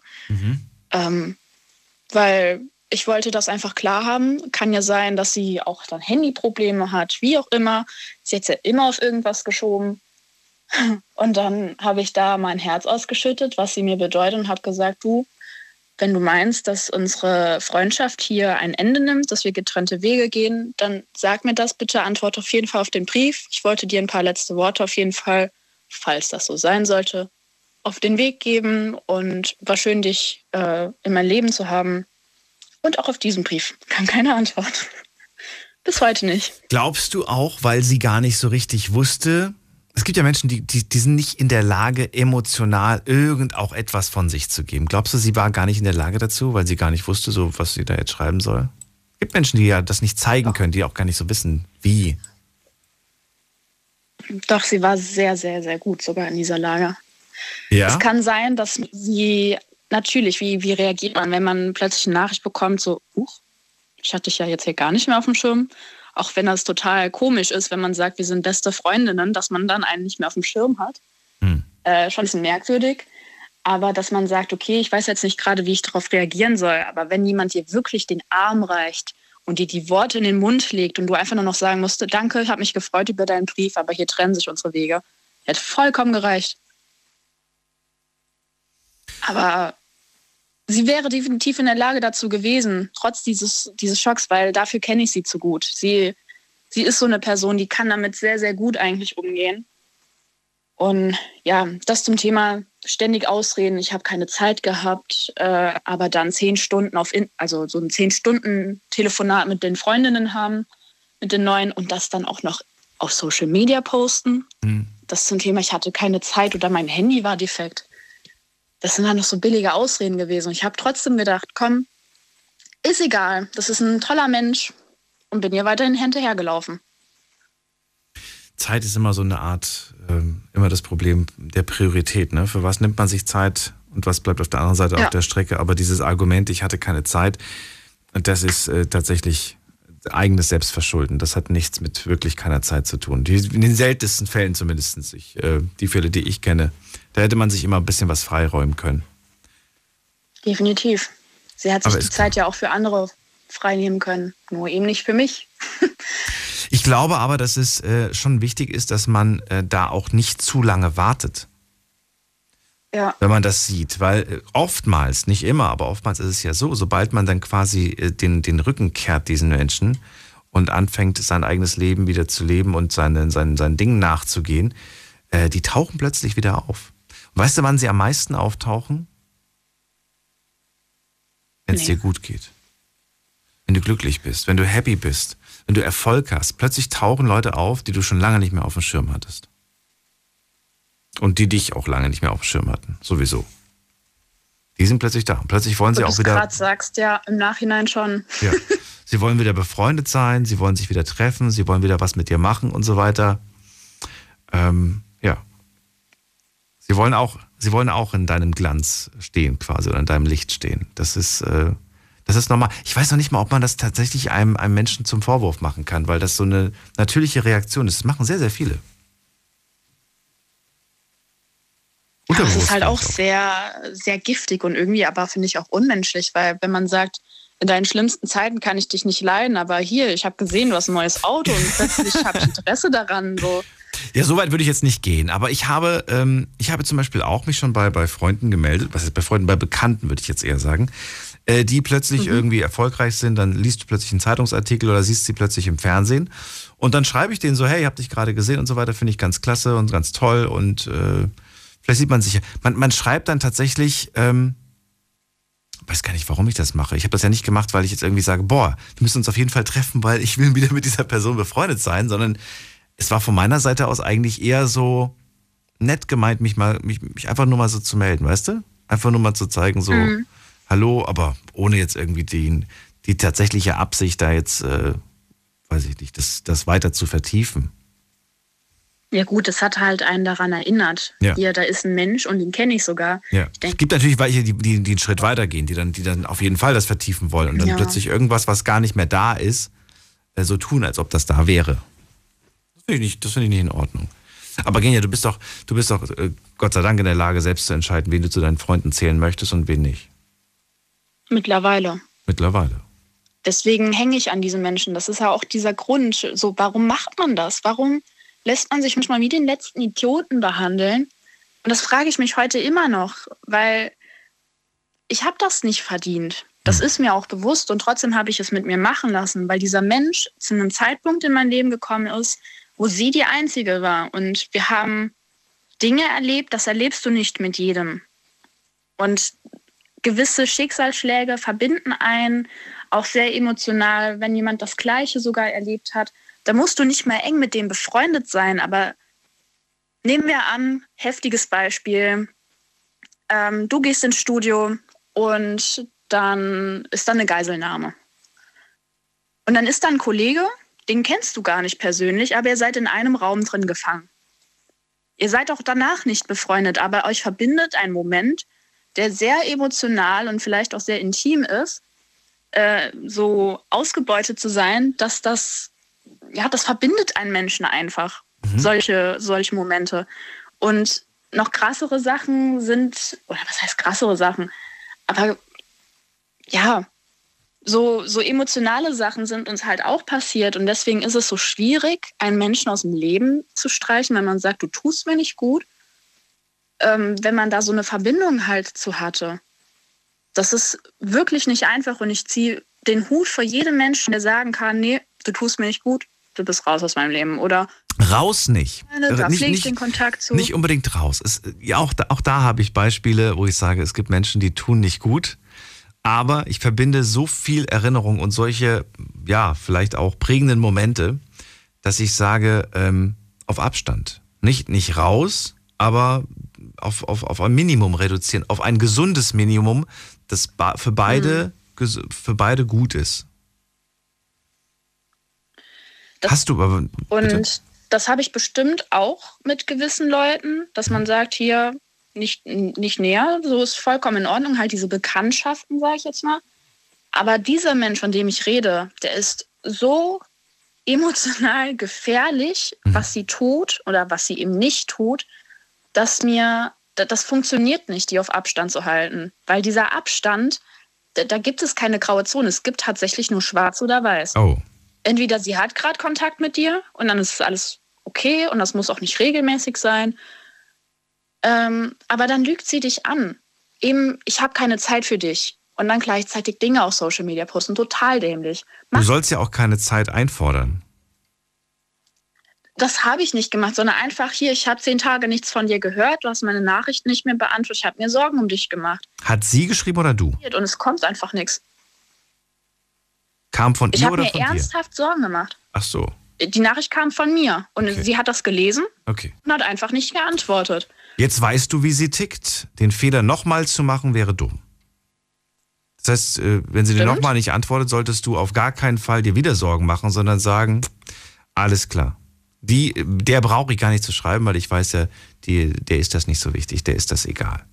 Speaker 14: Weil ich wollte das einfach klar haben. Kann ja sein, dass sie auch dann Handyprobleme hat, wie auch immer. Sie hat es ja immer auf irgendwas geschoben. Und dann habe ich da mein Herz ausgeschüttet, was sie mir bedeutet, und habe gesagt, du, wenn du meinst, dass unsere Freundschaft hier ein Ende nimmt, dass wir getrennte Wege gehen, dann sag mir das bitte, antworte auf jeden Fall auf den Brief. Ich wollte dir ein paar letzte Worte auf jeden Fall, falls das so sein sollte, auf den Weg geben, und war schön, dich in mein Leben zu haben. Und auch auf diesen Brief kam keine Antwort. Bis heute nicht.
Speaker 3: Glaubst du auch, weil sie gar nicht so richtig wusste, es gibt ja Menschen, die sind nicht in der Lage, emotional auch etwas von sich zu geben. Glaubst du, sie war gar nicht in der Lage dazu, weil sie gar nicht wusste, so was sie da jetzt schreiben soll? Es gibt Menschen, die ja das nicht zeigen können, die auch gar nicht so wissen, wie.
Speaker 14: Doch, sie war sehr, sehr, sehr gut sogar in dieser Lage.
Speaker 3: Ja?
Speaker 14: Es kann sein, dass sie natürlich, wie reagiert man, wenn man plötzlich eine Nachricht bekommt, so, ich hatte dich ja jetzt hier gar nicht mehr auf dem Schirm. Auch wenn das total komisch ist, wenn man sagt, wir sind beste Freundinnen, dass man dann einen nicht mehr auf dem Schirm hat. Schon ein bisschen merkwürdig. Aber dass man sagt, okay, ich weiß jetzt nicht gerade, wie ich darauf reagieren soll, aber wenn jemand dir wirklich den Arm reicht und dir die Worte in den Mund legt und du einfach nur noch sagen musst, danke, ich habe mich gefreut über deinen Brief, aber hier trennen sich unsere Wege, hätte vollkommen gereicht. Aber sie wäre definitiv in der Lage dazu gewesen, trotz dieses Schocks, weil dafür kenne ich sie zu gut. Sie ist so eine Person, die kann damit sehr, sehr gut eigentlich umgehen. Und ja, das zum Thema ständig Ausreden. Ich habe keine Zeit gehabt, aber dann 10 Stunden also so ein 10-Stunden-Telefonat mit den Freundinnen haben, mit den neuen, und das dann auch noch auf Social Media posten. Das zum Thema, ich hatte keine Zeit oder mein Handy war defekt. Das sind dann noch so billige Ausreden gewesen. Und ich habe trotzdem gedacht, komm, ist egal, das ist ein toller Mensch, und bin ihr weiterhin hinterhergelaufen.
Speaker 3: Zeit ist immer so eine Art, immer das Problem der Priorität. Ne? Für was nimmt man sich Zeit und was bleibt auf der anderen Seite auf der Strecke? Aber dieses Argument, ich hatte keine Zeit, das ist tatsächlich eigenes Selbstverschulden. Das hat nichts mit wirklich keiner Zeit zu tun. In den seltensten Fällen zumindest. Die Fälle, die ich kenne, da hätte man sich immer ein bisschen was freiräumen können.
Speaker 14: Definitiv. Sie hat sich die Zeit ja auch für andere freinehmen können. Nur eben nicht für mich.
Speaker 3: Ich glaube aber, dass es schon wichtig ist, dass man da auch nicht zu lange wartet.
Speaker 14: Ja.
Speaker 3: Wenn man das sieht. Weil oftmals, nicht immer, aber oftmals ist es ja so, sobald man dann quasi den Rücken kehrt diesen Menschen und anfängt, sein eigenes Leben wieder zu leben und seinen Dingen nachzugehen, die tauchen plötzlich wieder auf. Und weißt du, wann sie am meisten auftauchen? Wenn es dir gut geht. Wenn du glücklich bist, wenn du happy bist, wenn du Erfolg hast. Plötzlich tauchen Leute auf, die du schon lange nicht mehr auf dem Schirm hattest. Und die dich auch lange nicht mehr auf dem Schirm hatten. Sowieso. Die sind plötzlich da. Und plötzlich wollen sie auch wieder...
Speaker 14: Du gerade sagst, ja, im Nachhinein schon.
Speaker 3: Ja. Sie wollen wieder befreundet sein, sie wollen sich wieder treffen, sie wollen wieder was mit dir machen und so weiter. Ja. Sie wollen auch in deinem Glanz stehen quasi oder in deinem Licht stehen. Das ist normal. Ich weiß noch nicht mal, ob man das tatsächlich einem Menschen zum Vorwurf machen kann, weil das so eine natürliche Reaktion ist. Das machen sehr, sehr viele.
Speaker 14: Das ist halt auch sehr, sehr giftig und irgendwie aber, finde ich, auch unmenschlich, weil wenn man sagt, in deinen schlimmsten Zeiten kann ich dich nicht leiden, aber hier, ich habe gesehen, du hast ein neues Auto und plötzlich habe ich Interesse daran. So.
Speaker 3: Ja, so weit würde ich jetzt nicht gehen, aber ich habe zum Beispiel auch mich schon bei Freunden gemeldet, was heißt bei Freunden, bei Bekannten würde ich jetzt eher sagen, die plötzlich irgendwie erfolgreich sind, dann liest du plötzlich einen Zeitungsartikel oder siehst sie plötzlich im Fernsehen und dann schreibe ich denen so, hey, ich habe dich gerade gesehen und so weiter, finde ich ganz klasse und ganz toll und vielleicht sieht man sich, man schreibt dann tatsächlich, weiß gar nicht, warum ich das mache. Ich habe das ja nicht gemacht, weil ich jetzt irgendwie sage, boah, wir müssen uns auf jeden Fall treffen, weil ich will wieder mit dieser Person befreundet sein, sondern es war von meiner Seite aus eigentlich eher so nett gemeint, mich einfach nur mal so zu melden, weißt du? Einfach nur mal zu zeigen, so, hallo, aber ohne jetzt irgendwie die tatsächliche Absicht, da jetzt, weiß ich nicht, das weiter zu vertiefen.
Speaker 14: Ja gut, das hat halt einen daran erinnert.
Speaker 3: Ja.
Speaker 14: Hier, da ist ein Mensch und den kenne ich sogar.
Speaker 3: Ja. Es gibt natürlich welche, die einen Schritt weitergehen, die dann auf jeden Fall das vertiefen wollen und dann plötzlich irgendwas, was gar nicht mehr da ist, so tun, als ob das da wäre. Das finde ich nicht in Ordnung. Aber Genia, du bist doch Gott sei Dank in der Lage, selbst zu entscheiden, wen du zu deinen Freunden zählen möchtest und wen nicht.
Speaker 14: Mittlerweile. Deswegen hänge ich an diesen Menschen. Das ist ja auch dieser Grund. So, warum macht man das? Warum lässt man sich manchmal wie den letzten Idioten behandeln? Und das frage ich mich heute immer noch, weil ich habe das nicht verdient. Das ist mir auch bewusst und trotzdem habe ich es mit mir machen lassen, weil dieser Mensch zu einem Zeitpunkt in mein Leben gekommen ist, wo sie die Einzige war. Und wir haben Dinge erlebt, das erlebst du nicht mit jedem. Und gewisse Schicksalsschläge verbinden einen, auch sehr emotional, wenn jemand das Gleiche sogar erlebt hat. Da musst du nicht mehr eng mit dem befreundet sein, aber nehmen wir an, heftiges Beispiel, du gehst ins Studio und dann ist da eine Geiselnahme. Und dann ist da ein Kollege, den kennst du gar nicht persönlich, aber ihr seid in einem Raum drin gefangen. Ihr seid auch danach nicht befreundet, aber euch verbindet ein Moment, der sehr emotional und vielleicht auch sehr intim ist, so ausgebeutet zu sein, dass das verbindet einen Menschen einfach, solche Momente. Und noch krassere Sachen sind, oder was heißt krassere Sachen, aber ja, so emotionale Sachen sind uns halt auch passiert und deswegen ist es so schwierig, einen Menschen aus dem Leben zu streichen, wenn man sagt, du tust mir nicht gut, wenn man da so eine Verbindung halt zu hatte. Das ist wirklich nicht einfach und ich ziehe den Hut vor jedem Menschen, der sagen kann, nee, du tust mir nicht gut, du bist raus aus meinem Leben. Oder
Speaker 3: raus nicht.
Speaker 14: Da pflege ich den Kontakt zu.
Speaker 3: Nicht unbedingt raus. Auch da habe ich Beispiele, wo ich sage, es gibt Menschen, die tun nicht gut, aber ich verbinde so viel Erinnerung und solche, ja, vielleicht auch prägenden Momente, dass ich sage, auf Abstand. Nicht raus, aber auf ein Minimum reduzieren, auf ein gesundes Minimum, das für beide gut ist. Hast du aber. Bitte?
Speaker 14: Und das habe ich bestimmt auch mit gewissen Leuten, dass man sagt, hier nicht näher, so ist vollkommen in Ordnung, halt diese Bekanntschaften, sage ich jetzt mal. Aber dieser Mensch, von dem ich rede, der ist so emotional gefährlich, was sie tut oder was sie eben nicht tut, dass das funktioniert nicht, die auf Abstand zu halten. Weil dieser Abstand, da gibt es keine graue Zone. Es gibt tatsächlich nur schwarz oder weiß.
Speaker 3: Oh. Entweder
Speaker 14: sie hat gerade Kontakt mit dir und dann ist alles okay und das muss auch nicht regelmäßig sein. Aber dann lügt sie dich an. Eben, ich habe keine Zeit für dich. Und dann gleichzeitig Dinge auf Social Media posten. Total dämlich.
Speaker 3: Du sollst ja auch keine Zeit einfordern.
Speaker 14: Das habe ich nicht gemacht, sondern einfach hier, ich habe 10 Tage nichts von dir gehört, du hast meine Nachrichten nicht mehr beantwortet, ich habe mir Sorgen um dich gemacht.
Speaker 3: Hat sie geschrieben oder du?
Speaker 14: Und es kommt einfach nichts.
Speaker 3: Kam von ihr oder von dir?
Speaker 14: Ich habe mir ernsthaft Sorgen gemacht.
Speaker 3: Ach so.
Speaker 14: Die Nachricht kam von mir und sie hat das gelesen und hat einfach nicht geantwortet.
Speaker 3: Jetzt weißt du, wie sie tickt. Den Fehler nochmal zu machen, wäre dumm. Das heißt, wenn sie dir nochmal nicht antwortet, solltest du auf gar keinen Fall dir wieder Sorgen machen, sondern sagen, alles klar. Der brauche ich gar nicht zu schreiben, weil ich weiß ja, der ist das nicht so wichtig, der ist das egal.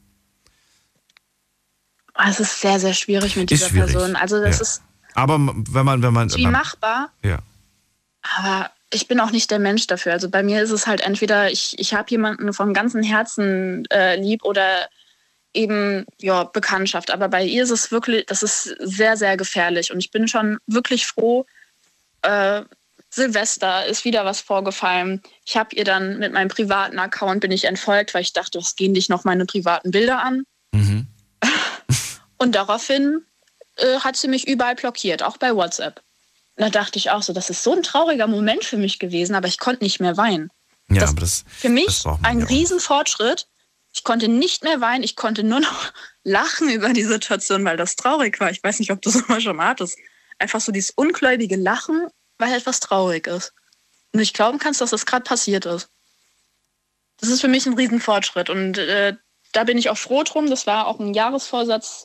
Speaker 14: Es ist sehr, sehr schwierig mit dieser Person. Also das ist.
Speaker 3: Aber wenn man
Speaker 14: wie machbar.
Speaker 3: Ja.
Speaker 14: Aber ich bin auch nicht der Mensch dafür. Also bei mir ist es halt entweder, ich habe jemanden von ganzem Herzen lieb oder eben, ja, Bekanntschaft. Aber bei ihr ist es wirklich, das ist sehr, sehr gefährlich. Und ich bin schon wirklich froh, Silvester ist wieder was vorgefallen. Ich habe ihr dann mit meinem privaten Account bin ich entfolgt, weil ich dachte, es gehen dich noch meine privaten Bilder an. Mhm. Und daraufhin hat sie mich überall blockiert, auch bei WhatsApp. Und da dachte ich auch so, das ist so ein trauriger Moment für mich gewesen, aber ich konnte nicht mehr weinen.
Speaker 3: Ja, aber das
Speaker 14: für mich ein Riesenfortschritt. Ich konnte nicht mehr weinen, ich konnte nur noch lachen über die Situation, weil das traurig war. Ich weiß nicht, ob du sowas schon mal hattest. Einfach so dieses ungläubige Lachen, weil etwas traurig ist. Und nicht glauben kannst, dass das gerade passiert ist. Das ist für mich ein Riesenfortschritt. Und da bin ich auch froh drum. Das war auch ein Jahresvorsatz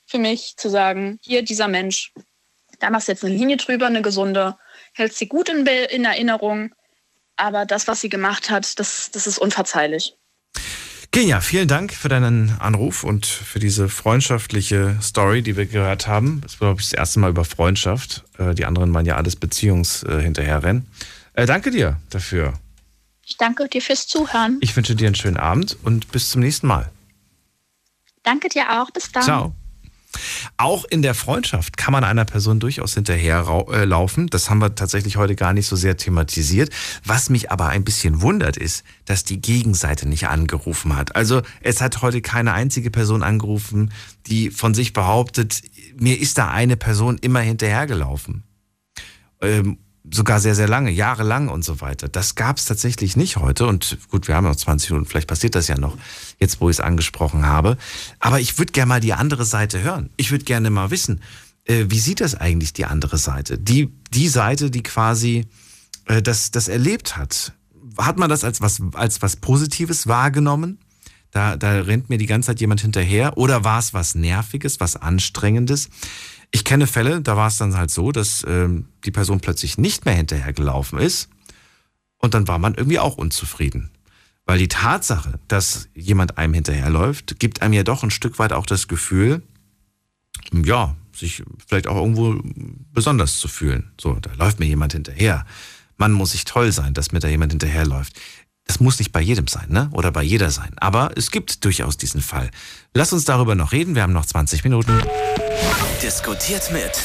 Speaker 14: für mich zu sagen, hier dieser Mensch, da machst du jetzt eine Linie drüber, eine gesunde, hältst sie gut in Erinnerung, aber das, was sie gemacht hat, das ist unverzeihlich.
Speaker 3: Genia, vielen Dank für deinen Anruf und für diese freundschaftliche Story, die wir gehört haben. Das war, glaube ich, das erste Mal über Freundschaft. Die anderen waren ja alles Beziehungshinterherrennen. Danke dir dafür.
Speaker 14: Ich danke dir fürs Zuhören.
Speaker 3: Ich wünsche dir einen schönen Abend und bis zum nächsten Mal.
Speaker 14: Danke dir auch. Bis dann.
Speaker 3: Ciao. Auch in der Freundschaft kann man einer Person durchaus hinterherlaufen. Das haben wir tatsächlich heute gar nicht so sehr thematisiert. Was mich aber ein bisschen wundert, ist, dass die Gegenseite nicht angerufen hat. Also es hat heute keine einzige Person angerufen, die von sich behauptet, mir ist da eine Person immer hinterhergelaufen. Sogar sehr, sehr lange, jahrelang und so weiter. Das gab es tatsächlich nicht heute. Und gut, wir haben noch 20 Minuten, vielleicht passiert das ja noch, jetzt wo ich es angesprochen habe. Aber ich würde gerne mal die andere Seite hören. Ich würde gerne mal wissen, wie sieht das eigentlich die andere Seite? Die Seite, die quasi das erlebt hat. Hat man das als was Positives wahrgenommen? Da rennt mir die ganze Zeit jemand hinterher. Oder war es was Nerviges, was Anstrengendes? Ich kenne Fälle, da war es dann halt so, dass die Person plötzlich nicht mehr hinterhergelaufen ist und dann war man irgendwie auch unzufrieden. Weil die Tatsache, dass jemand einem hinterherläuft, gibt einem ja doch ein Stück weit auch das Gefühl, ja, sich vielleicht auch irgendwo besonders zu fühlen. So, da läuft mir jemand hinterher. Man muss sich toll sein, dass mir da jemand hinterherläuft. Das muss nicht bei jedem sein, ne? Oder bei jeder sein. Aber es gibt durchaus diesen Fall. Lass uns darüber noch reden. Wir haben noch 20 Minuten.
Speaker 1: Diskutiert mit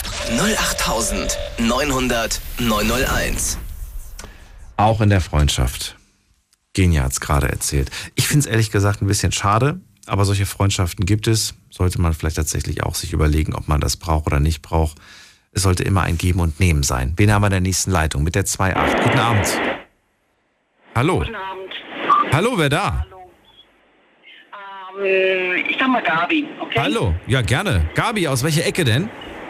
Speaker 1: 08900 901.
Speaker 3: Auch in der Freundschaft. Genia hat es gerade erzählt. Ich finde es ehrlich gesagt ein bisschen schade, aber solche Freundschaften gibt es. Sollte man vielleicht tatsächlich auch sich überlegen, ob man das braucht oder nicht braucht. Es sollte immer ein Geben und Nehmen sein. Wen haben wir in der nächsten Leitung mit der 2.8? Guten Abend. Hallo.
Speaker 15: Guten Abend.
Speaker 3: Hallo, wer da?
Speaker 15: Hallo. Ich sag mal Gabi, okay?
Speaker 3: Hallo, ja gerne. Gabi, aus welcher Ecke denn?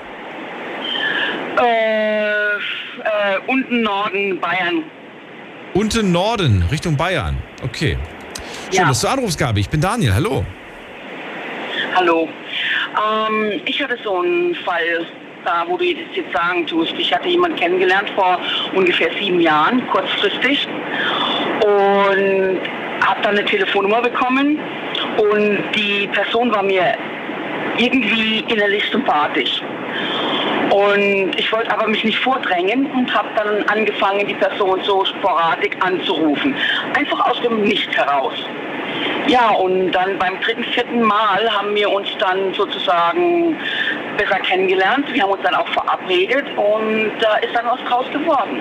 Speaker 15: Unten Norden, Bayern.
Speaker 3: Unten Norden, Richtung Bayern. Okay. Schön, dass du anrufst, Gabi. Ich bin Daniel. Hallo.
Speaker 15: Hallo. Ich hatte so einen Fall, wo du das jetzt sagen tust. Ich hatte jemanden kennengelernt vor ungefähr 7 Jahren, kurzfristig. Und habe dann eine Telefonnummer bekommen. Und die Person war mir irgendwie innerlich sympathisch. Und ich wollte aber mich nicht vordrängen und habe dann angefangen, die Person so sporadisch anzurufen. Einfach aus dem Nichts heraus. Ja, und dann beim 3., 4. Mal haben wir uns dann sozusagen besser kennengelernt. Wir haben uns dann auch verabredet und da ist dann was draus geworden.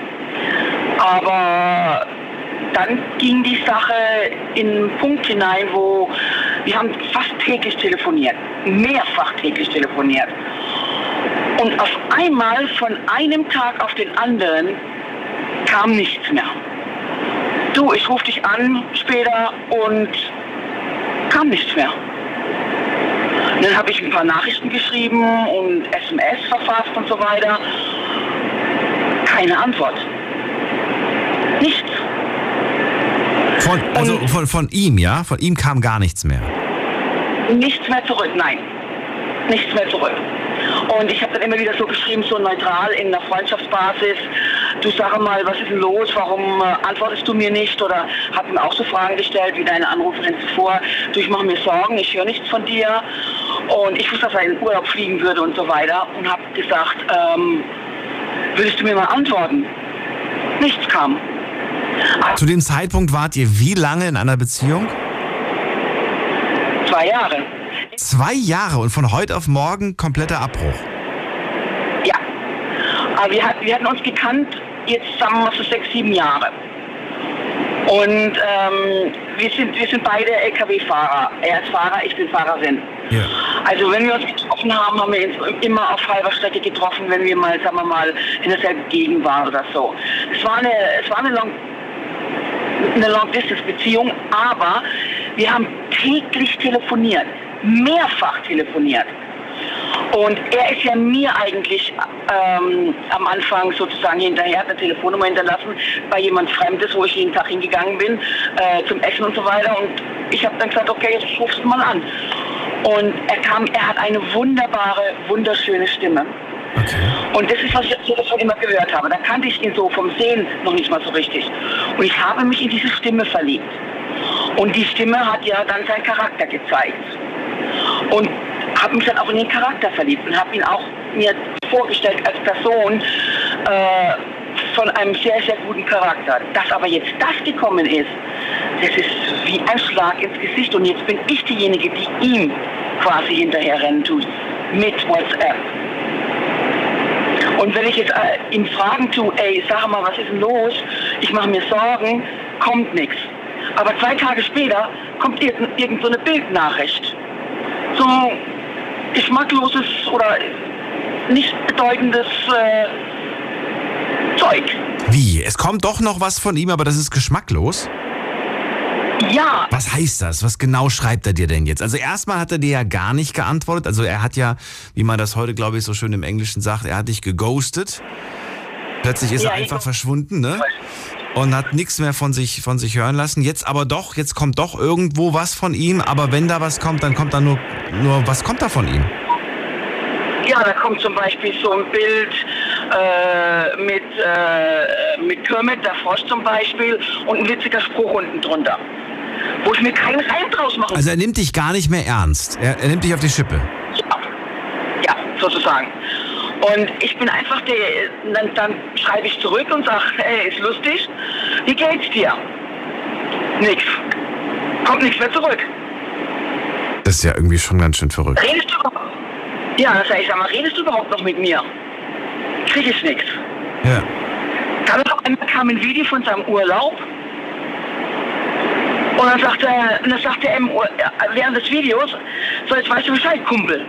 Speaker 15: Aber dann ging die Sache in einen Punkt hinein, wo wir haben fast täglich telefoniert, mehrfach täglich telefoniert. Und auf einmal von einem Tag auf den anderen kam nichts mehr. Du, ich rufe dich an später und kam nichts mehr. Und dann habe ich ein paar Nachrichten geschrieben und SMS verfasst und so weiter. Keine Antwort. Nichts.
Speaker 3: Von ihm, ja? Von ihm kam gar nichts mehr?
Speaker 15: Nichts mehr zurück, nein. Nichts mehr zurück. Und ich habe dann immer wieder so geschrieben, so neutral in der Freundschaftsbasis, du sag mal, was ist denn los, warum antwortest du mir nicht? Oder habe ihm auch so Fragen gestellt, wie deine Anruferin zuvor, du, ich mache mir Sorgen, ich höre nichts von dir. Und ich wusste, dass er in den Urlaub fliegen würde und so weiter. Und habe gesagt, willst du mir mal antworten? Nichts kam.
Speaker 3: Zu dem Zeitpunkt wart ihr wie lange in einer Beziehung?
Speaker 15: 2 Jahre.
Speaker 3: 2 Jahre und von heute auf morgen kompletter Abbruch?
Speaker 15: Ja. Aber wir hatten uns gekannt, jetzt sagen wir mal so 6, 7 Jahre. Und wir sind beide LKW-Fahrer. Er ist Fahrer, ich bin Fahrerin.
Speaker 3: Ja.
Speaker 15: Also wenn wir uns getroffen haben, haben wir uns immer auf halber Strecke getroffen, wenn wir mal, sagen wir mal, in derselben Gegend waren oder so. Es war eine Long-Distance-Beziehung, aber wir haben täglich telefoniert, mehrfach telefoniert. Und er ist ja mir eigentlich am Anfang sozusagen hinterher, hat eine Telefonnummer hinterlassen bei jemand Fremdes, wo ich jeden Tag hingegangen bin, zum Essen und so weiter. Und ich habe dann gesagt, okay, jetzt rufst du mal an. Und er hat eine wunderbare, wunderschöne Stimme. Und das ist, was ich davon immer gehört habe. Da kannte ich ihn so vom Sehen noch nicht mal so richtig. Und ich habe mich in diese Stimme verliebt. Und die Stimme hat ja dann seinen Charakter gezeigt. Und habe mich dann auch in den Charakter verliebt und habe ihn auch mir vorgestellt als Person von einem sehr, sehr guten Charakter. Dass aber jetzt das gekommen ist, das ist wie ein Schlag ins Gesicht. Und jetzt bin ich diejenige, die ihm quasi hinterher rennen tut mit WhatsApp. Und wenn ich jetzt ihm fragen tue, ey, sag mal, was ist denn los? Ich mache mir Sorgen, kommt nichts. Aber 2 Tage später kommt irgend so eine Bildnachricht. So geschmackloses oder nicht bedeutendes Zeug.
Speaker 3: Wie? Es kommt doch noch was von ihm, aber das ist geschmacklos?
Speaker 15: Ja.
Speaker 3: Was heißt das? Was genau schreibt er dir denn jetzt? Also erstmal hat er dir ja gar nicht geantwortet. Also er hat ja, wie man das heute, glaube ich, so schön im Englischen sagt, er hat dich geghostet. Plötzlich ist er einfach verschwunden, ne? Und hat nichts mehr von sich hören lassen. Jetzt aber doch, jetzt kommt doch irgendwo was von ihm. Aber wenn da was kommt, dann kommt da nur was kommt da von ihm?
Speaker 15: Ja, da kommt zum Beispiel so ein Bild mit Kermit, der Frosch zum Beispiel, und ein witziger Spruch unten drunter. Wo ich mir keinen Reim draus mache.
Speaker 3: Also er nimmt dich gar nicht mehr ernst. Er nimmt dich auf die Schippe.
Speaker 15: Ja, sozusagen. Und ich bin einfach dann schreibe ich zurück und sage, hey, ist lustig, wie geht's dir? Nix. Kommt nichts mehr zurück.
Speaker 3: Das ist ja irgendwie schon ganz schön verrückt.
Speaker 15: Redest du überhaupt? Ja, ich sag mal, redest du überhaupt noch mit mir? Krieg ich nichts.
Speaker 3: Ja.
Speaker 15: Dann kam ein Video von seinem Urlaub. Und dann sagt er während des Videos, so jetzt weißt du Bescheid, Kumpel.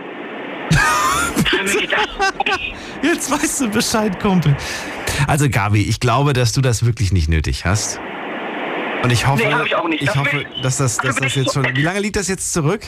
Speaker 3: Jetzt weißt du Bescheid, Kumpel. Also Gabi, ich glaube, dass du das wirklich nicht nötig hast. Und ich hoffe,
Speaker 15: hab ich auch nicht.
Speaker 3: Ich hoffe, dass das jetzt schon... Wie lange liegt das jetzt zurück?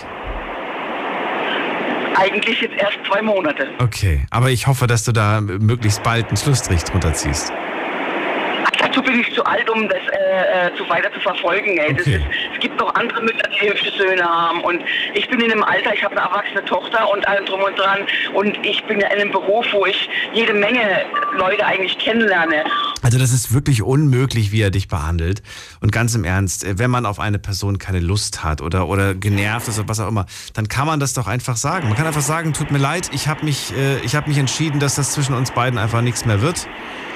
Speaker 15: Eigentlich jetzt erst 2 Monate.
Speaker 3: Okay, aber ich hoffe, dass du da möglichst bald einen Schlussstrich drunter ziehst.
Speaker 15: Dazu bin ich zu alt, um das weiter zu verfolgen. Ey.
Speaker 3: Okay.
Speaker 15: Es gibt noch andere Mütter, die hübsche Söhne haben. Und ich bin in einem Alter, ich habe eine erwachsene Tochter und allem drum und dran. Und ich bin in einem Beruf, wo ich jede Menge Leute eigentlich kennenlerne.
Speaker 3: Also das ist wirklich unmöglich, wie er dich behandelt. Und ganz im Ernst, wenn man auf eine Person keine Lust hat oder genervt ist oder was auch immer, dann kann man das doch einfach sagen. Man kann einfach sagen, tut mir leid, ich habe mich entschieden, dass das zwischen uns beiden einfach nichts mehr wird.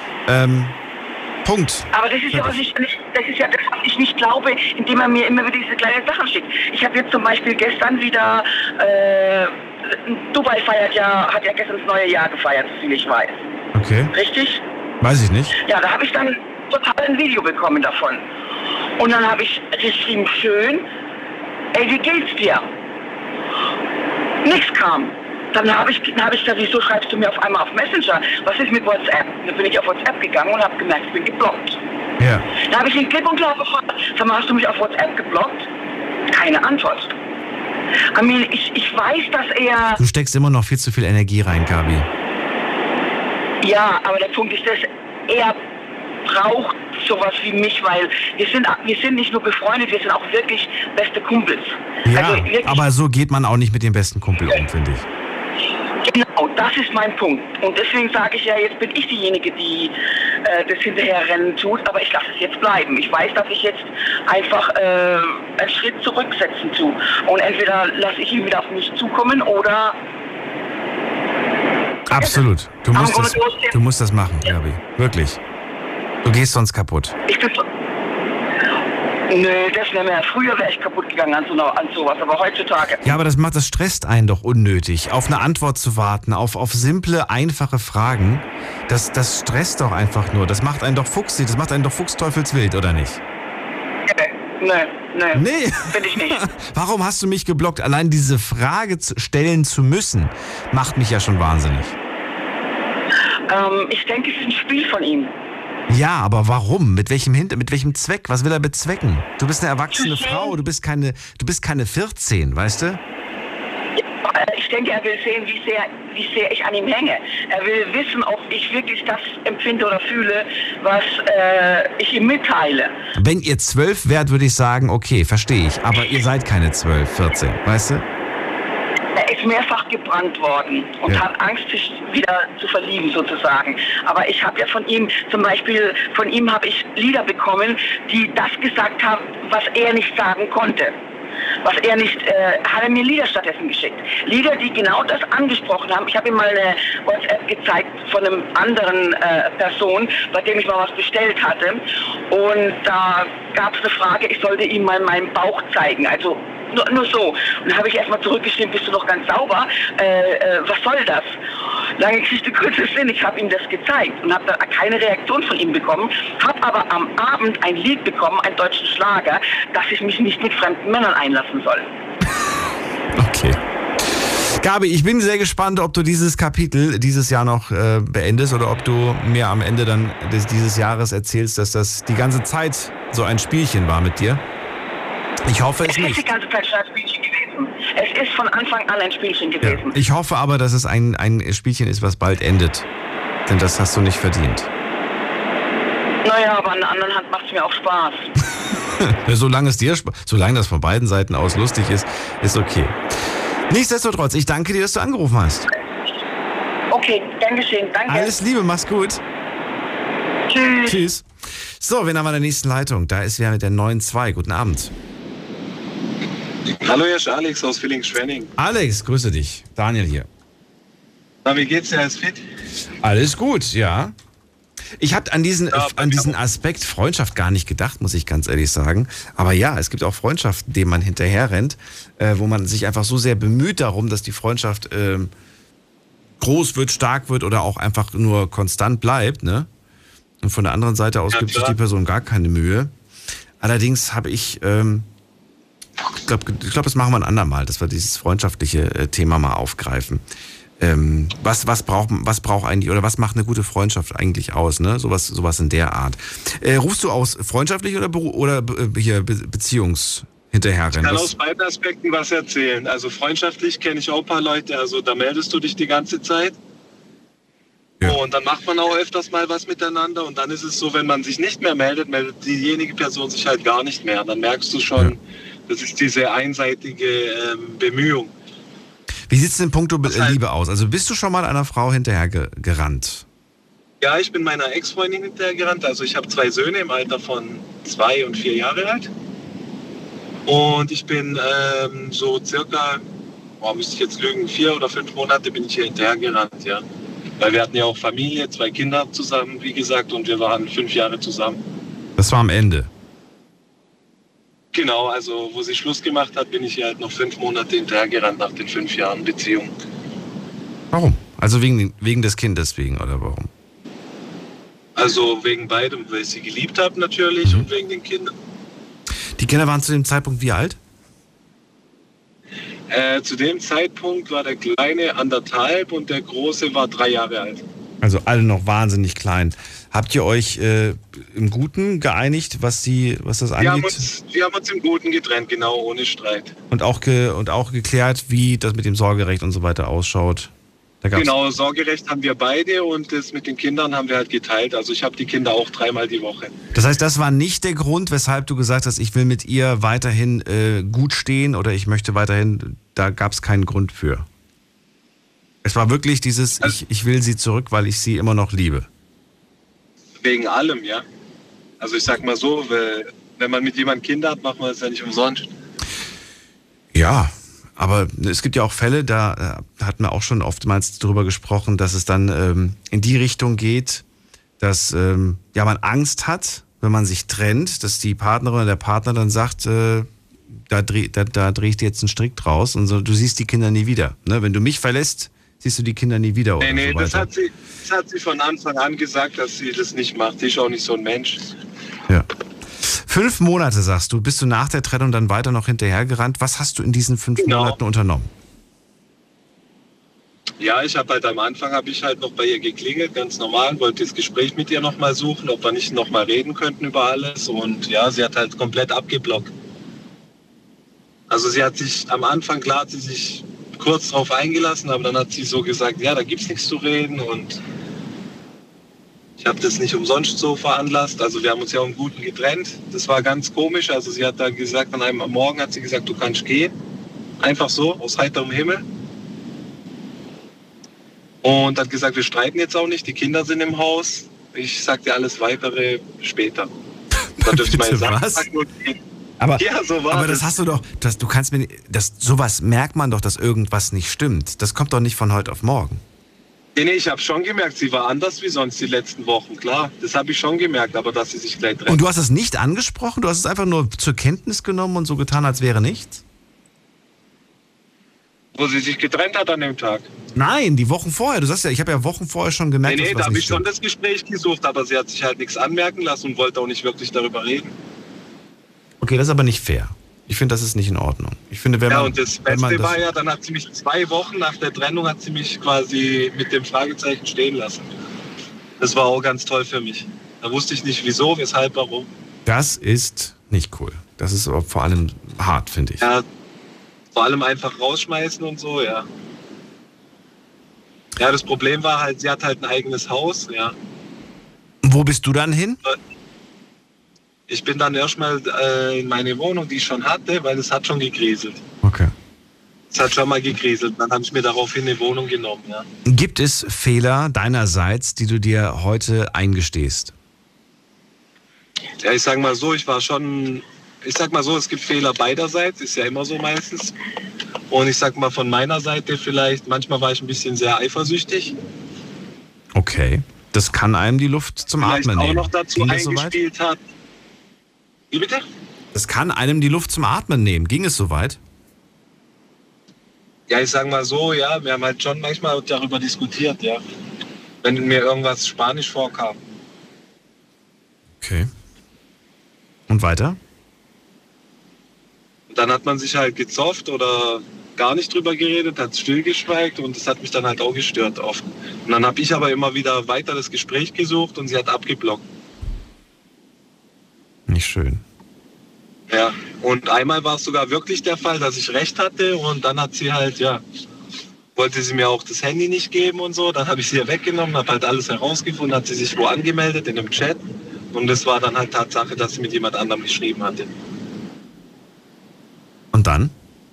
Speaker 3: Punkt.
Speaker 15: Aber das ist ja, das was ich nicht glaube, indem er mir immer wieder diese kleinen Sachen schickt. Ich habe jetzt zum Beispiel gestern wieder, Dubai hat ja gestern das neue Jahr gefeiert, soviel ich weiß.
Speaker 3: Okay.
Speaker 15: Richtig?
Speaker 3: Weiß ich nicht.
Speaker 15: Ja, da habe ich dann total ein Video bekommen davon. Und dann habe ich geschrieben, schön, ey, wie geht's dir? Nichts kam. Dann habe ich gesagt, wieso schreibst du mir auf einmal auf Messenger? Was ist mit WhatsApp? Dann bin ich auf WhatsApp gegangen und habe gemerkt, ich bin geblockt.
Speaker 3: Ja.
Speaker 15: Da habe ich ihn klipp und klar gefragt, sag mal, hast du mich auf WhatsApp geblockt? Keine Antwort. Ich weiß, dass er...
Speaker 3: Du steckst immer noch viel zu viel Energie rein, Gabi.
Speaker 15: Ja, aber der Punkt ist, dass er braucht sowas wie mich, weil wir sind nicht nur befreundet, wir sind auch wirklich beste Kumpels.
Speaker 3: Ja,
Speaker 15: also wirklich,
Speaker 3: aber so geht man auch nicht mit dem besten Kumpel um, finde ich.
Speaker 15: Genau, das ist mein Punkt. Und deswegen sage ich ja, jetzt bin ich diejenige, die das Hinterherrennen tut, aber ich lasse es jetzt bleiben. Ich weiß, dass ich jetzt einfach einen Schritt zurücksetzen tue. Und entweder lasse ich ihn wieder auf mich zukommen oder...
Speaker 3: Absolut. Du musst das machen, Gabi. Wirklich. Du gehst sonst kaputt.
Speaker 15: Nö, das wäre mir. Früher wäre ich kaputt gegangen an sowas, aber heutzutage...
Speaker 3: Ja, aber das stresst einen doch unnötig. Auf eine Antwort zu warten, auf simple, einfache Fragen, das stresst doch einfach nur. Das macht einen doch fuchsig, das macht einen doch fuchsteufelswild, oder nicht?
Speaker 15: Nee. Bin ich nicht.
Speaker 3: Warum hast du mich geblockt? Allein diese Frage stellen zu müssen, macht mich ja schon wahnsinnig.
Speaker 15: Ich denke, es ist ein Spiel von ihm.
Speaker 3: Ja, aber warum? Mit welchem Zweck? Was will er bezwecken? Du bist eine erwachsene Frau, du bist keine 14, weißt du?
Speaker 15: Ich denke, er will sehen, wie sehr ich an ihm hänge. Er will wissen, ob ich wirklich das empfinde oder fühle, was ich ihm mitteile.
Speaker 3: Wenn ihr 12 wärt, würde ich sagen, okay, verstehe ich. Aber ihr seid keine 12, 14, weißt du?
Speaker 15: Er ist mehrfach gebrannt worden und hat Angst, sich wieder zu verlieben sozusagen. Aber ich habe ja von ihm, zum Beispiel von ihm habe ich Lieder bekommen, die das gesagt haben, was er nicht sagen konnte. Was er nicht, hat er mir Lieder stattdessen geschickt. Lieder, die genau das angesprochen haben. Ich habe ihm mal eine WhatsApp gezeigt von einem anderen Person, bei dem ich mal was bestellt hatte. Und da gab es eine Frage, ich sollte ihm mal meinen Bauch zeigen. Also nur so. Und dann habe ich erstmal zurückgeschrieben, bist du noch ganz sauber? Was soll das? Lange Geschichte, kurzer Sinn, ich habe ihm das gezeigt und habe da keine Reaktion von ihm bekommen, habe aber am Abend ein Lied bekommen, einen deutschen Schlager, dass ich mich nicht mit fremden Männern einlassen soll.
Speaker 3: Okay. Gabi, ich bin sehr gespannt, ob du dieses Kapitel dieses Jahr noch beendest oder ob du mir am Ende dann dieses Jahres erzählst, dass das die ganze Zeit so ein Spielchen war mit dir. Ich hoffe es nicht.
Speaker 15: Es ist die ganze Zeit schon ein Spielchen gewesen. Es ist von Anfang an ein Spielchen gewesen.
Speaker 3: Ja. Ich hoffe aber, dass es ein Spielchen ist, was bald endet. Denn das hast du nicht verdient.
Speaker 15: Naja, aber an der anderen Hand macht es mir auch Spaß.
Speaker 3: Ja, solange das von beiden Seiten aus lustig ist, ist okay. Nichtsdestotrotz, ich danke dir, dass du angerufen hast.
Speaker 15: Okay, gern geschehen. Danke.
Speaker 3: Alles Liebe, mach's gut.
Speaker 15: Tschüss.
Speaker 3: Tschüss. So, wen haben wir in der nächsten Leitung? Da ist wer mit der 9.2. Guten Abend.
Speaker 16: Hallo, hier ist Alex aus Villingen-Schwenning.
Speaker 3: Alex, grüße dich. Daniel hier.
Speaker 16: Na, wie geht's dir? Alles fit?
Speaker 3: Alles gut, ja. Ich habe an diesen Aspekt Freundschaft gar nicht gedacht, muss ich ganz ehrlich sagen. Aber ja, es gibt auch Freundschaften, denen man hinterher rennt, wo man sich einfach so sehr bemüht darum, dass die Freundschaft groß wird, stark wird oder auch einfach nur konstant bleibt, ne? Und von der anderen Seite aus gibt sich die Person gar keine Mühe. Allerdings habe ich, ich glaube, das machen wir ein andermal, dass wir dieses freundschaftliche Thema mal aufgreifen. Was braucht eigentlich, oder was macht eine gute Freundschaft eigentlich aus, ne? Sowas in der Art. Rufst du aus freundschaftlich oder Beziehungs hinterherrennen?
Speaker 16: Ich kann aus beiden Aspekten was erzählen. Also freundschaftlich kenne ich auch ein paar Leute, also da meldest du dich die ganze Zeit. Ja. Und dann macht man auch öfters mal was miteinander und dann ist es so, wenn man sich nicht mehr meldet, meldet diejenige Person sich halt gar nicht mehr. Dann merkst du schon, das ist diese einseitige Bemühung.
Speaker 3: Wie sieht es denn in puncto Liebe aus? Also bist du schon mal einer Frau hinterher gerannt?
Speaker 16: Ja, ich bin meiner Ex-Freundin hinterhergerannt. Also ich habe 2 Söhne im Alter von 2 und 4 Jahre alt. Und ich bin so circa, müsste ich jetzt lügen, 4 oder 5 Monate bin ich hier hinterhergerannt, ja. Weil wir hatten ja auch Familie, 2 Kinder zusammen, wie gesagt, und wir waren 5 Jahre zusammen.
Speaker 3: Das war am Ende?
Speaker 16: Genau, also wo sie Schluss gemacht hat, bin ich hier halt noch 5 Monate hinterhergerannt nach den 5 Jahren Beziehung.
Speaker 3: Warum? Also wegen des Kindes wegen, oder warum?
Speaker 16: Also wegen beidem, weil ich sie geliebt habe natürlich und wegen den Kindern.
Speaker 3: Die Kinder waren zu dem Zeitpunkt wie alt?
Speaker 16: Zu dem Zeitpunkt war der Kleine 1,5 und der Große war 3 Jahre alt.
Speaker 3: Also alle noch wahnsinnig klein. Habt ihr euch im Guten geeinigt, was das angeht?
Speaker 16: Wir haben uns im Guten getrennt, genau, ohne Streit.
Speaker 3: Und auch geklärt, wie das mit dem Sorgerecht und so weiter ausschaut?
Speaker 16: Genau, Sorgerecht haben wir beide und das mit den Kindern haben wir halt geteilt. Also ich habe die Kinder auch 3-mal die Woche.
Speaker 3: Das heißt, das war nicht der Grund, weshalb du gesagt hast, ich will mit ihr weiterhin gut stehen oder ich möchte weiterhin, da gab es keinen Grund für. Es war wirklich dieses, ich will sie zurück, weil ich sie immer noch liebe.
Speaker 16: Wegen allem, ja. Also ich sag mal so, wenn man mit jemandem Kinder hat, macht man das ja nicht umsonst.
Speaker 3: Ja, aber es gibt ja auch Fälle, da hat man auch schon oftmals drüber gesprochen, dass es dann in die Richtung geht, dass man Angst hat, wenn man sich trennt, dass die Partnerin oder der Partner dann sagt, da dreh ich dir jetzt einen Strick draus und so, du siehst die Kinder nie wieder. Ne? Wenn du mich verlässt, siehst du die Kinder nie wieder. Oder
Speaker 16: nee,
Speaker 3: so
Speaker 16: das hat sie von Anfang an gesagt, dass sie das nicht macht. Sie ist auch nicht so ein Mensch.
Speaker 3: Ja. 5 Monate, sagst du, bist du nach der Trennung dann weiter noch hinterhergerannt. Was hast du in diesen 5 Monaten unternommen?
Speaker 16: Ja, ich habe halt am Anfang noch bei ihr geklingelt, ganz normal, wollte das Gespräch mit ihr nochmal suchen, ob wir nicht nochmal reden könnten über alles. Und ja, sie hat halt komplett abgeblockt. Also sie hat sich am Anfang, klar, hat sie sich kurz drauf eingelassen, aber dann hat sie so gesagt, ja, da gibt's nichts zu reden und ich habe das nicht umsonst so veranlasst. Also wir haben uns ja im Guten getrennt. Das war ganz komisch. Also sie hat da gesagt, an einem Morgen hat sie gesagt, du kannst gehen. Einfach so, aus heiterem Himmel. Und hat gesagt, wir streiten jetzt auch nicht, die Kinder sind im Haus. Ich sag dir alles Weitere später. Da dürfte man
Speaker 3: was?
Speaker 16: sagen und gehen.
Speaker 3: Aber,
Speaker 16: ja, so war
Speaker 3: aber das hast du doch, du kannst mir, sowas merkt man doch, dass irgendwas nicht stimmt. Das kommt doch nicht von heute auf morgen.
Speaker 16: Nee, ich habe schon gemerkt, sie war anders wie sonst die letzten Wochen, klar. Das habe ich schon gemerkt, aber dass sie sich gleich trennt.
Speaker 3: Und du hast es nicht angesprochen? Du hast es einfach nur zur Kenntnis genommen und so getan, als wäre nichts?
Speaker 16: Wo sie sich getrennt hat an dem Tag.
Speaker 3: Nein, die Wochen vorher. Du sagst ja, ich habe ja Wochen vorher schon gemerkt,
Speaker 16: Nee,
Speaker 3: dass
Speaker 16: da
Speaker 3: was
Speaker 16: habe
Speaker 3: nicht
Speaker 16: ich schon
Speaker 3: stimmt.
Speaker 16: das Gespräch gesucht, aber sie hat sich halt nichts anmerken lassen und wollte auch nicht wirklich darüber reden.
Speaker 3: Okay, das ist aber nicht fair. Ich finde, das ist nicht in Ordnung. Ich finde, wenn man,
Speaker 16: und das Beste war ja, dann hat sie mich 2 Wochen nach der Trennung, hat sie mich quasi mit dem Fragezeichen stehen lassen. Das war auch ganz toll für mich. Da wusste ich nicht, wieso, weshalb, warum.
Speaker 3: Das ist nicht cool. Das ist aber vor allem hart, finde ich.
Speaker 16: Ja, vor allem einfach rausschmeißen und so, ja. Ja, das Problem war halt, sie hat halt ein eigenes Haus, ja.
Speaker 3: Wo bist du dann hin?
Speaker 16: Ich bin dann erstmal in meine Wohnung, die ich schon hatte, weil es hat schon gekriselt.
Speaker 3: Okay.
Speaker 16: Es hat schon mal gekriselt. Dann habe ich mir daraufhin eine Wohnung genommen, ja.
Speaker 3: Gibt es Fehler deinerseits, die du dir heute eingestehst?
Speaker 16: Ja, ich sag mal so, es gibt Fehler beiderseits, ist ja immer so meistens. Und ich sag mal von meiner Seite vielleicht, manchmal war ich ein bisschen sehr eifersüchtig.
Speaker 3: Okay. Das kann einem die Luft zum
Speaker 16: Vielleicht
Speaker 3: Atmen
Speaker 16: auch
Speaker 3: nehmen.
Speaker 16: noch dazu
Speaker 3: Ging das
Speaker 16: eingespielt hat. Wie bitte?
Speaker 3: Das kann einem die Luft zum Atmen nehmen. Ging es soweit?
Speaker 16: Ja, ich sag mal so, ja, wir haben halt schon manchmal darüber diskutiert, ja. Wenn mir irgendwas Spanisch vorkam.
Speaker 3: Okay. Und weiter?
Speaker 16: Und dann hat man sich halt gezofft oder gar nicht drüber geredet, hat stillgeschweigt und das hat mich dann halt auch gestört oft. Und dann habe ich aber immer wieder weiter das Gespräch gesucht und sie hat abgeblockt.
Speaker 3: Nicht schön.
Speaker 16: Ja, und einmal war es sogar wirklich der Fall, dass ich recht hatte und dann hat sie halt, ja, wollte sie mir auch das Handy nicht geben und so. Dann habe ich sie ja weggenommen, habe halt alles herausgefunden, hat sie sich wo angemeldet in einem Chat und es war dann halt Tatsache, dass sie mit jemand anderem geschrieben hatte.
Speaker 3: Und dann?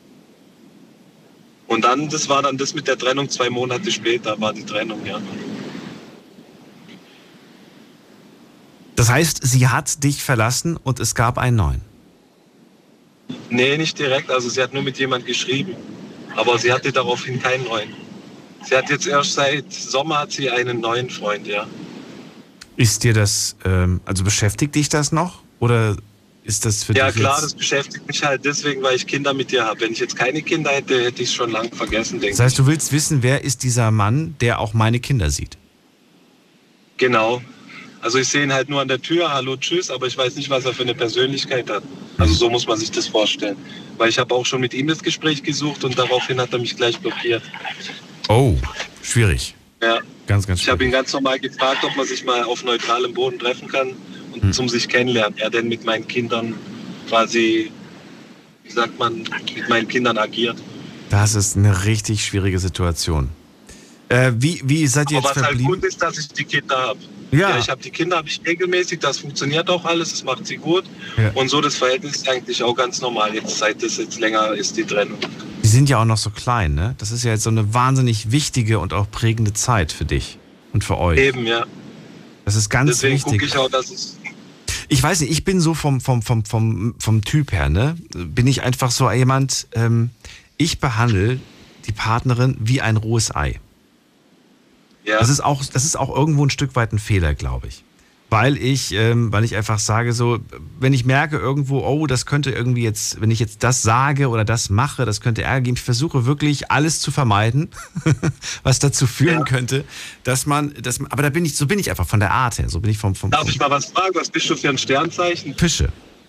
Speaker 16: Und dann, das war dann das mit der Trennung, 2 Monate später war die Trennung, ja.
Speaker 3: Das heißt, sie hat dich verlassen und es gab einen neuen?
Speaker 16: Nee, nicht direkt, also sie hat nur mit jemand geschrieben, aber sie hatte daraufhin keinen neuen. Sie hat jetzt erst seit Sommer hat sie einen neuen Freund, ja.
Speaker 3: Ist dir das, also beschäftigt dich das noch? Oder ist das für dich
Speaker 16: Ja klar,
Speaker 3: jetzt...
Speaker 16: das beschäftigt mich halt deswegen, weil ich Kinder mit dir habe. Wenn ich jetzt keine Kinder hätte, hätte ich es schon lange vergessen, denke ich.
Speaker 3: Das heißt, du willst wissen, wer ist dieser Mann, der auch meine Kinder sieht?
Speaker 16: Genau. Also ich sehe ihn halt nur an der Tür, hallo, tschüss, aber ich weiß nicht, was er für eine Persönlichkeit hat. Also so muss man sich das vorstellen. Weil ich habe auch schon mit ihm das Gespräch gesucht und daraufhin hat er mich gleich blockiert.
Speaker 3: Oh, schwierig.
Speaker 16: Ja.
Speaker 3: Ganz, ganz
Speaker 16: Ich habe
Speaker 3: schwierig.
Speaker 16: ihn ganz normal gefragt, ob man sich mal auf neutralem Boden treffen kann und zum sich kennenlernen. Er denn mit meinen Kindern quasi, wie sagt man, mit meinen Kindern agiert.
Speaker 3: Das ist eine richtig schwierige Situation. Wie seid ihr
Speaker 16: Aber
Speaker 3: jetzt
Speaker 16: was halt
Speaker 3: verblieben?
Speaker 16: gut ist, dass ich die Kinder habe.
Speaker 3: Ja.
Speaker 16: Ja, ich habe die Kinder hab ich regelmäßig, das funktioniert auch alles, das macht sie gut.
Speaker 3: Ja.
Speaker 16: Und so das Verhältnis ist eigentlich auch ganz normal, jetzt seit es jetzt länger ist, die Trennung.
Speaker 3: Die sind ja auch noch so klein, ne? Das ist ja jetzt so eine wahnsinnig wichtige und auch prägende Zeit für dich und für euch.
Speaker 16: Eben, ja.
Speaker 3: Das ist ganz
Speaker 16: Deswegen
Speaker 3: wichtig.
Speaker 16: gucke ich auch, dass es...
Speaker 3: Ich weiß nicht, ich bin so vom Typ her, ne? Bin ich einfach so jemand, ich behandle die Partnerin wie ein rohes Ei.
Speaker 16: Ja.
Speaker 3: Das ist auch irgendwo ein Stück weit ein Fehler, glaube ich. Weil ich einfach sage so, wenn ich merke irgendwo, oh, das könnte irgendwie jetzt, wenn ich jetzt das sage oder das mache, das könnte Ärger geben. Ich versuche wirklich alles zu vermeiden, was dazu führen könnte, dass man, aber so bin ich einfach von der Art her, so bin ich vom
Speaker 16: Darf ich mal was fragen? Was bist du für ein Sternzeichen?
Speaker 3: Fische.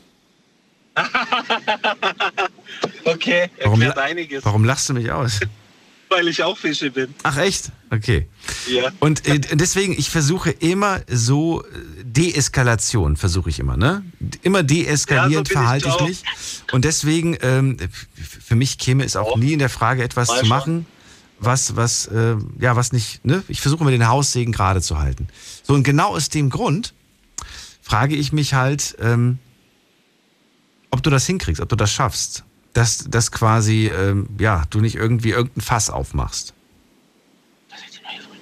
Speaker 16: Okay, erklärt einiges.
Speaker 3: Warum lachst du mich aus?
Speaker 16: Weil ich auch Fische bin.
Speaker 3: Ach echt? Okay.
Speaker 16: Ja.
Speaker 3: Und deswegen, ich versuche immer so, Deeskalation versuche ich immer, ne? Immer deeskaliert verhalte ich mich. Und deswegen, für mich käme es auch nie in der Frage, etwas zu machen, was nicht, ne? Ich versuche immer den Haussegen gerade zu halten. So, und genau aus dem Grund frage ich mich halt, ob du das hinkriegst, ob du das schaffst. Dass quasi, du nicht irgendwie irgendein Fass aufmachst.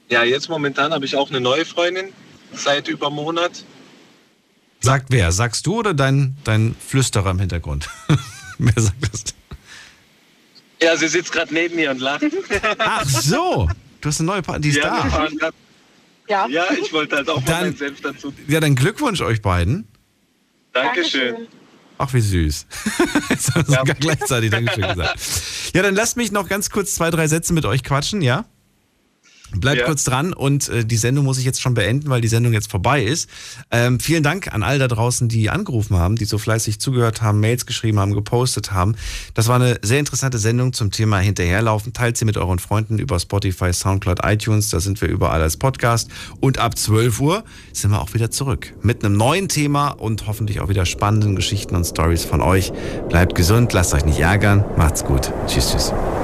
Speaker 16: Ja, jetzt momentan habe ich auch eine neue Freundin seit über einem Monat.
Speaker 3: Sagt wer? Sagst du oder dein Flüsterer im Hintergrund? Wer sagt das?
Speaker 16: Ja, sie sitzt gerade neben mir und lacht.
Speaker 3: Ach so, du hast eine neue Partnerin, die ist da.
Speaker 7: Ja,
Speaker 16: ich wollte halt auch mal meinen Senf dazu.
Speaker 3: Ja, dann Glückwunsch euch beiden.
Speaker 16: Dankeschön.
Speaker 3: Ach, wie süß. Jetzt haben wir sogar gleichzeitig Dankeschön gesagt. Ja, dann lasst mich noch ganz kurz 2, 3 Sätze mit euch quatschen, ja? Bleibt kurz dran und die Sendung muss ich jetzt schon beenden, weil die Sendung jetzt vorbei ist. Vielen Dank an all da draußen, die angerufen haben, die so fleißig zugehört haben, Mails geschrieben haben, gepostet haben. Das war eine sehr interessante Sendung zum Thema Hinterherlaufen. Teilt sie mit euren Freunden über Spotify, Soundcloud, iTunes. Da sind wir überall als Podcast. Und ab 12 Uhr sind wir auch wieder zurück mit einem neuen Thema und hoffentlich auch wieder spannenden Geschichten und Stories von euch. Bleibt gesund, lasst euch nicht ärgern. Macht's gut. Tschüss, tschüss.